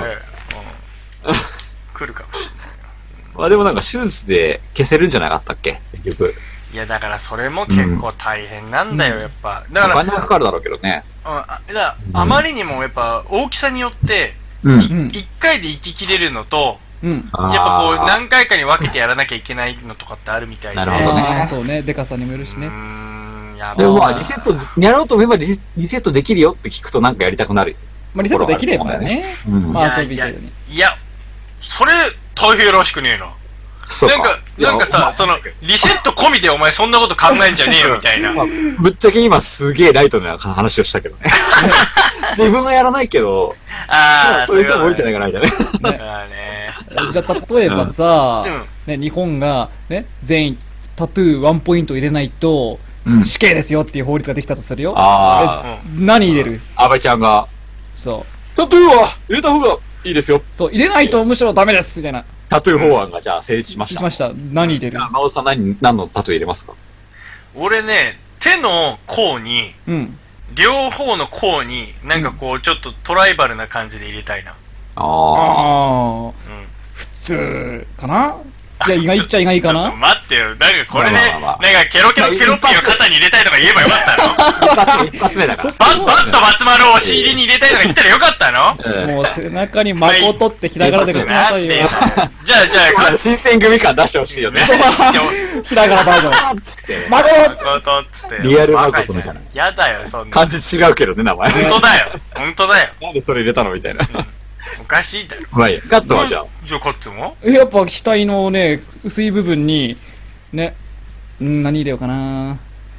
来るかもしれない。 まあでもなんか手術で消せるんじゃなかったっけ結局。 いやだからそれも結構大変なんだよ、うん、やっぱ。だからお金はかかるだろうけどね。 うん、あだからあまりにもやっぱ大きさによって、 うん、 いっかいで行ききれるのと、うん、やっぱこう何回かに分けてやらなきゃいけないのとかってあるみたいで。 なるほどね。 そうね、でかさにもよるしね。うーん、やばい。 でもまあリセット、やろうと思えばリセットできるよって聞くとなんかやりたくなる。 まあリセットできればね。うん、まあ遊びたいよね。 いや、それ大変らしくねえな。なんか、なんかさ、その、リセット込みでお前そんなこと考えんじゃねえよみたいな。 まあ、ぶっちゃけ今すげえライトな話をしたけどね。自分はやらないけど、 ああ、 そういう人も降りてないからみたいな。ね。 じゃあ例えばさ、ね、日本がね、全員タトゥーワンポイント入れないと、死刑ですよっていう法律ができたとするよ。 ああ。 何入れる？ 安倍ちゃんが。 そう。 タトゥーは入れた方がいいですよ。 そう、入れないとむしろダメですみたいな。 タトゥー法案がじゃあ成立しました。 しました。何入れる？ 真央さん何、何のタトゥー入れますか？ 俺ね、手の甲に、 うん、 両方の甲に、なんかこう、ちょっとトライバルな感じで入れたいな。 ああ、うん、普通かな？いや、意外っちゃ意外かな？ ちょっと待ってよ。なんかこれね、なんかケロケロケロッピーを肩に入れたいとか言えばよかったの？ 一発目だから。 バッ、バッとバツ丸をお尻に入れたいとか言ったらよかったの？ もう背中に誠ってひらがなで書きなさいよ。 じゃあ、じゃあ、 新選組感出してほしいよね。 ひらがなバージョン。誠っつって。 リアル誠みたいな。 やだよ、そんな。 感じ違うけどね、名前。 本当だよ。本当だよ。 なんでそれ入れたのみたいな。 おかしいだろ。 まあいいや。カットはじゃあ。 じゃあカットもやっぱ額のね、薄い部分に、ね、ん何入れようかな。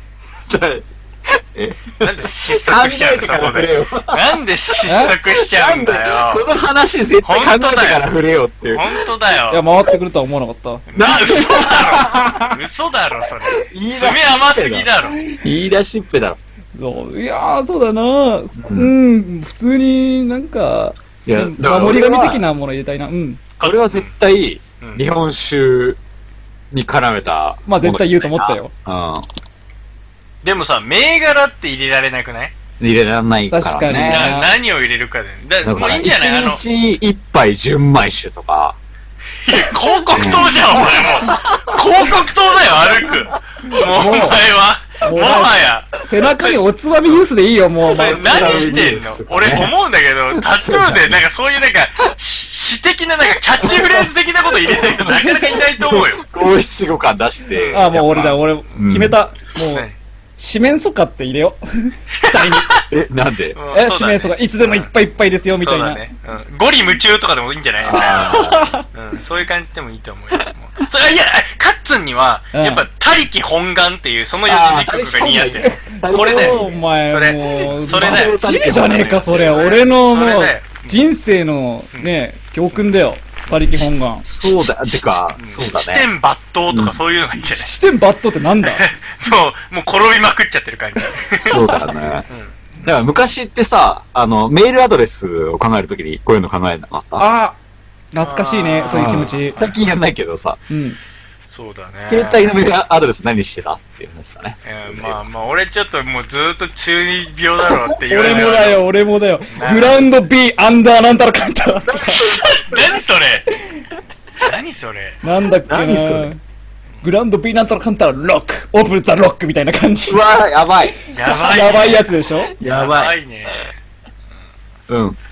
えなんで失策しちゃうのそこで。なんで失策しちゃうんだよ。 この話絶対考えてから触れようっていう。 本当だよ。 いや、回ってくるとは思わなかった。 な、嘘だろ。嘘だろ、それ。爪甘すぎだろ。 言い出しっぺだろ。 そう、いやー、そうだなー。うん、普通になんか、 いや、 守り神的なもの入れたいな。うん。 これは絶対、日本酒に絡めた。 まあ絶対言うと思ったよ。 うん。 でもさ、銘柄って入れられなくない？ 入れられないからね。 確かに。 何を入れるかで。だもういいんじゃない？ 一日一杯純米酒とか。 いや、広告塔じゃん、お前もう。広告塔だよ、歩く。もうお前は。もはや。 背中におつまみユースでいいよ、もう。 それ何してんの？俺思うんだけど、タトゥーでなんかそういうなんか、詩的ななんかキャッチフレーズ的なこと入れてる人なかなかいないと思うよ。 五七五感出して。 ああ、もう俺だ、俺、決めた。もう、四面楚歌って入れよう。額に。 え、なんで？ え、四面楚歌、いつでもいっぱいいっぱいですよ、みたいな。 ゴリ夢中とかでもいいんじゃない？そういう感じでもいいと思うよ。それいや、カッツンには、やっぱ、他力本願っていう、その四字熟語が似合ってる。それだよ。 お前、もう、 それだよ。 地味じゃねえか、それ。俺のもう、人生のね、教訓だよ。他力本願。 そうだ、てか、そうだね。 七点抜刀とかそういうのがいいんじゃない？ 七点抜刀ってなんだ？ もう、もう転びまくっちゃってる感じ。 そうだね。だから昔ってさ、あの、メールアドレスを考えるときにこういうの考えなかった？ ああ懐かしいね、そういう気持ち。 最近やんないけどさ。 うん。 そうだね。 携帯のメールアドレス何してたっていう話だね。 いや、まあまあ、俺ちょっともうずーっと中二病だろうって言われる。俺もだよ、俺もだよ。グラウンド B アンダーなんたらかんたら。 何それ何それなんだっけな何それグラウンド B なんたらかんたらロックオープンザロックみたいな感じ。 うわー、やばい。 やばい、 やばいやつでしょ？ やばい。 ね。 うん。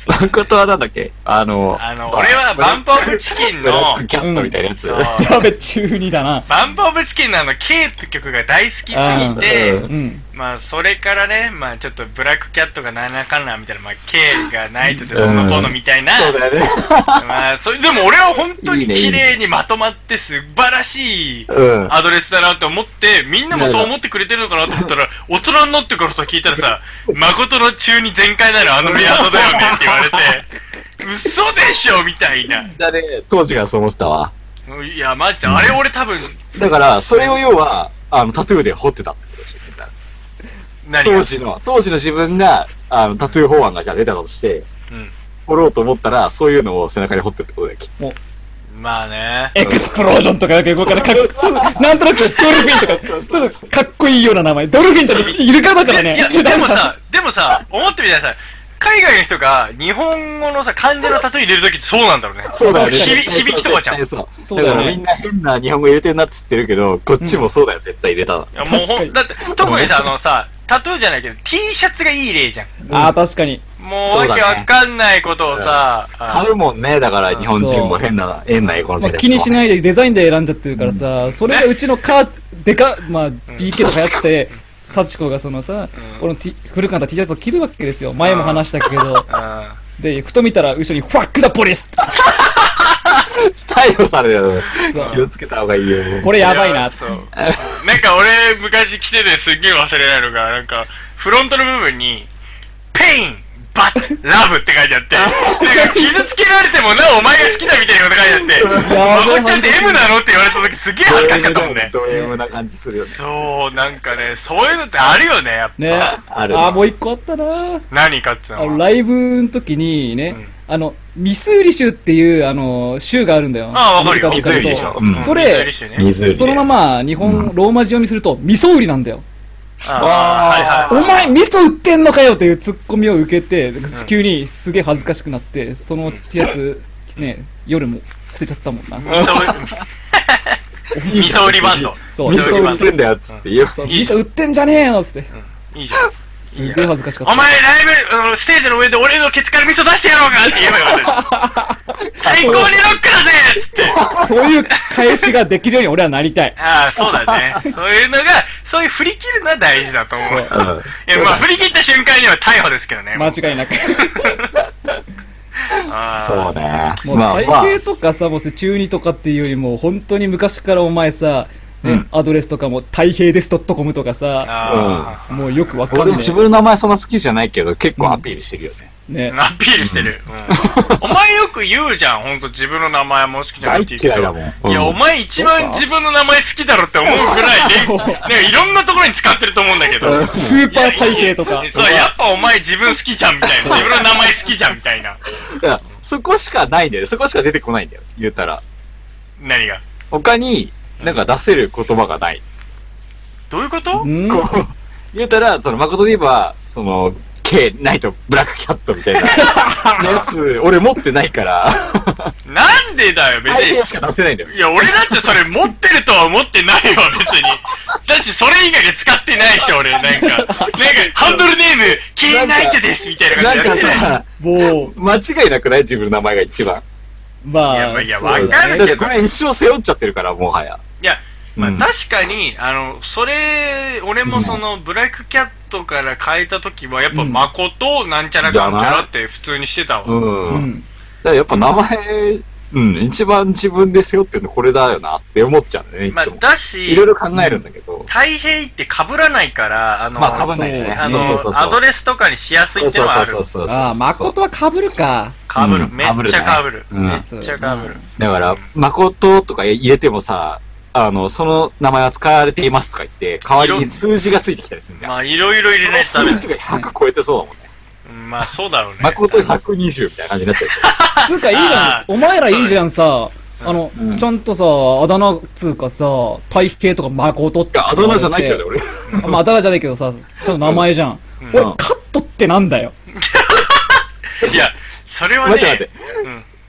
誠はなんだっけあの、 あの、俺はバンプオブチキンブラッの、 クキャットみたいなやつ。 そうやべ、中二だな。 バンプオブチキンのあの K って曲が大好きすぎて、 うんうん。 まあそれからね、まあちょっとブラックキャットがなんだかんだみたいな、まあ K がないとでどうのこうのみたいな、 そうだよね。 まあそれでも俺は本当にいいね綺麗にまとまって素晴らしいうん。 アドレスだなって思って、みんなもそう思ってくれてるのかなと思ったら、大人になってからさ聞いたらさ、誠の中に全開なのあのメアドだよねって言われて、嘘でしょみたいな。 だね、当時からそう思ってたわ。 いや、マジで、あれ俺多分、 だから、それを要は、あの、タトゥーで彫ってたってことでしょ、みんな何が当時の、当時の自分が、あの、タトゥー法案がじゃあ出たとして、 うん。 彫ろうと思ったら、そういうのを背中に彫ってるってことだよ、きっと。 まあね。 エクスプロージョンとかよく動かない。かっなんとなくドルフィンとか、ちょっとかっこいいような名前。ドルフィンとかイルカだからね。 いや、でもさ、でもさ、思ってみてください。海外の人が日本語のさ、漢字のタトゥー入れるときってそうなんだろうね。 そうだよね。 響響きとかじゃん。いそう。 そうだよねだからみんな変な日本語入れてんなっつってるけど、こっちもそうだよ、絶対入れたの。 やもう確かにほん、だって、特にさ、あのさ、タトゥーじゃないけど、T シャツがいい例じゃん。 ああ、確かに。 もうそうだねわけわかんないことをさ、あ買うもんね、だから日本人も変な、変な英語のまあ、 時代。 気にしないでデザインで選んじゃってるからさ、それがうちのカー、でか、まあ、ビーケー とかやって、幸子がそのさ、俺の T 古かった T シャツを着るわけですよ。前も話したけど。 あで、ふと見たら後ろにファックザポリス逮捕されるよ。 そう気をつけた方がいいよ。 これやばいな。 そう。なんか俺、昔着ててすっげえ忘れないのが、なんか、フロントの部分に、ペインバッラブって書いてあって、なんか傷つけられてもなおお前が好きだみたいなこと書いてあって、まこっちゃんって M なのって言われた時すげえ恥ずかしかったもんね。 ド M な感じするよね。 そう、なんかね、そういうのってあるよね、やっぱ。 ね。 あるあー、もう一個あったな。 何かっつうあの、 のは。 ライブの時にね、 うんあの、ミスーリ州っていう、あの、州があるんだよ。 ああ、わかるよ。 アメリカとかでミズーリでしょそううんそれミズーリ州ね水そのまま日本、ローマ字読みすると、ミソウリなんだよ。 ああ、はいはい。 お前、味噌売ってんのかよっていうツッコミを受けて、急にすげえ恥ずかしくなって、その T シャツ、ね、夜も捨てちゃったもんな。 味噌、味噌売りバンド。 そう、 味噌味噌売り。 売ってんだよっつって言う。 そう、 いい味噌売ってんじゃねえよっつって。 いいじゃん。 すげえ恥ずかしかった。 お前ライブ、あの、ステージの上で俺のケツから味噌出してやろうかって言えばよかった。最高にロックだぜっつって。 そういう返しができるように俺はなりたい。 ああ、そうだね。そういうのが、そういう振り切るのは大事だと思う。 そういや、まあ、振り切った瞬間には逮捕ですけどね。 間違いなく。 あそうね。 もう体型とかさ、もう中二とかっていうよりも、本当に昔からお前さ、ねうんアドレスとかも太平です .com とかさ、 あもうよくわかんね俺も自分の名前そんな好きじゃないけど、結構アピールしてるよね。 え。ねアピールしてる。うんお前よく言うじゃん、ほんと自分の名前も好きじゃないって言って大嫌いだもんうんいや、お前一番自分の名前好きだろって思うぐらいね、ね、いろんなところに使ってると思うんだけど。 スーパー体型とか。 そう、やっぱお前自分好きじゃんみたいな。自分の名前好きじゃんみたいな。 いや、そこしかないんだよ。そこしか出てこないんだよ。言ったら。 何が他に、なんか出せる言葉がない。 どういうことうんこう、言ったら、その、誠で言えば、その、K、ナイト、ブラックキャットみたいな、やつ、俺持ってないから、 なんでだよ、別にアイデア。しか出せないんだよ。 いや、俺だってそれ持ってるとは思ってないわ、別に。だし、それ以外で使ってないし、俺、なんか。なんか、ハンドルネーム、K ナイトです、みたいななんか感じでやってない。 さ、 も間違いなくない自分の名前が一番。 う、まあ、 いやまあいやそうだねわかるだってこれ一生背負っちゃってるから、もはや。 いや、まあうん確かに、あの、それ、俺もその、ブラックキャットから変えた時は、やっぱ、 うん誠、なんちゃらかんちゃらって普通にしてたわ。 うん。だかうん。 らやっぱ名前、うん、一番自分で背負ってるのこれだよなって思っちゃうんだよね、いまあつも。 だし、 いろいろ考えるんだけど。 太平って被らないから、あの、 まあ被んないよね。 あのそうそうそうそう。 アドレスとかにしやすいっていうのはある。 そうそうそうそう。 ああ、誠は被るか。 被る。 うんめっちゃ被る。 被るねめっちゃ被る。 だから、誠とか入れてもさ、あの、その名前は使われていますとか言って、代わりに数字がついてきたりするんだよ。 まあ、いろいろ入れないとダメだ数字がひゃく超えてそうだもんね。 うんまあ、そうだろうね。 誠ひゃくにじゅうみたいな感じになっちゃう。 つうかいいじゃあーん。お前らいいじゃんさ。あの、 うんちゃんとさ、あだ名つうかさ、体型とか誠っていや、あだ名じゃないけどね、俺。 俺。まあ、あだ名じゃないけどさ、ちゃんと名前じゃん。 うん俺、カットってなんだよ。 いや、それはね、 待って待って。 うん。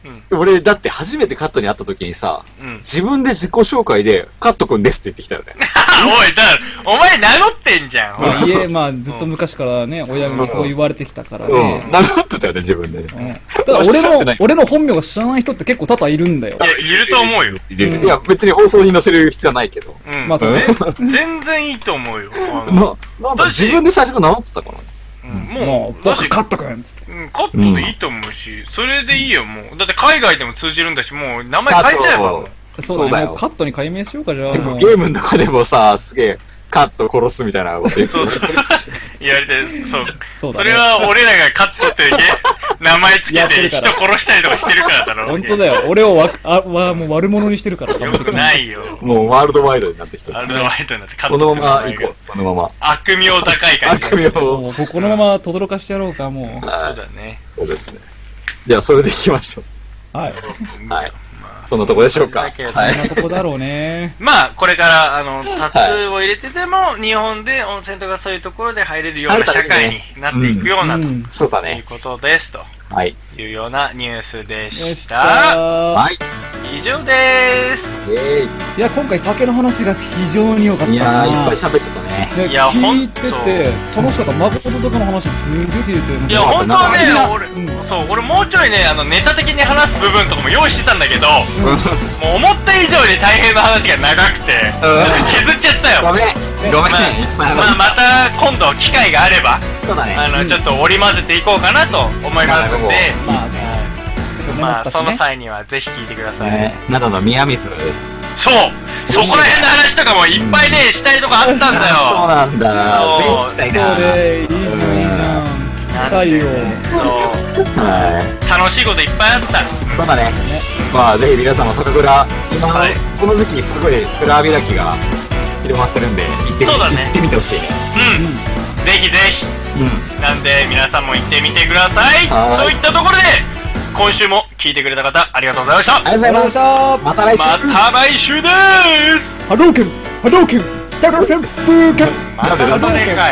俺、だって初めてカットに会った時にさ、 うん自分で自己紹介で、カットくんですって言ってきたよね。 おい、だから、お前名乗ってんじゃん。 まあ、家、まあ、ずっと昔からね、親にそう言われてきたからうねん。。名乗ってたよね、自分で。 うんただ、俺の、俺の本名が知らない人って結構多々いるんだよい。や、いると思うよ。 いるいや、別に放送に載せる必要はないけど。 うん。 まあそうぜ全然いいと思うよ。あのな、なんだ、自分で最初名乗ってたかな。 うんももう、 う、 だし、 僕カットくんつって。 うんカットでいいと思うし、それでいいよ、もう。だって海外でも通じるんだし、もう名前変えちゃえばもう。 そうだね。 そうだよもうカットに改名しようか、じゃあ。もうゲームの中でもさ、すげえ、カット殺すみたいなこと言ってそうそう。言われて、そう。 そうだねそれは俺らがカットってゲ名前つけやってるてから人殺したりとかしてるからだろ。 本当だよ。俺をわ、あ、わ、もう悪者にしてるから、 よくないよ。 もうワールドワイドになってきた。 アルドワイトになってカッこのトって名前がまま行こう、このまま。 悪名高い感じ。 悪名を。 もうこのまま轟かしてやろうか、もそうだね。 そうですね。じゃあ、それで行きましょう。はい。 はい。そんなとこでしょうか。 はいそんなとこだろうね。 まあ、これから、あの、タトゥーを入れてても、日本で温泉とかそういうところで入れるような社会になっていくような、とうん。 いうそうだね。 ことです。とはい。 いうようなニュースででし。 したた。 はい。 以上です。 イェーいや、今回酒の話が非常に良かったイ。いやな。 ー、いっぱい喋っちゃったね。 ねいや聞いてほんて、楽しかった。誠とかの話もすげえ聞いてる。 いや、本当はねみんな、 俺、 うんそう、俺もうちょいね、あの、ネタ的に話す部分とかも用意してたんだけど、もう思った以上に大変な話が長くて、削っちゃったよ。 ごめん。ごめん。 まあいっぱいまあ、 話また今度機会があれば、 そうだね。 あの、ちょっと織り交ぜていこうかなと思いますんで、 まあさ、 まあ、そのね。 際にはぜひ聞いてください。 ね、灘の宮水。 そうそこら辺の話とかもいっぱいね、したいとこあったんだよ。 そうなんだ。 そうぜひ行きたいな。 そうで、いいじゃん、いいじゃん。聞きたいよ。 そう。 はい。 楽しいこといっぱいあった。 そうだね。まあ、ぜひ皆さんも酒蔵、今、 はいこの時期すごい蔵開きが広まってるんで、行ってみそうだね行ってみてほしいね。 うん。ぜひぜひ。 うん。 なんで、皆さんも行ってみてください。 はいといったところで、今週も聞いてくれた方、ありがとうございました。 ありがとうございました。また来週。 また来週でーす。 波動拳波動拳タカフェンプーケンまたそれかい。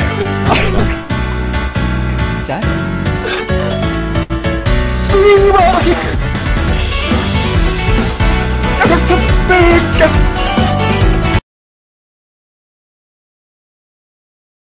じゃあスピードキック。 タカフェンプーケン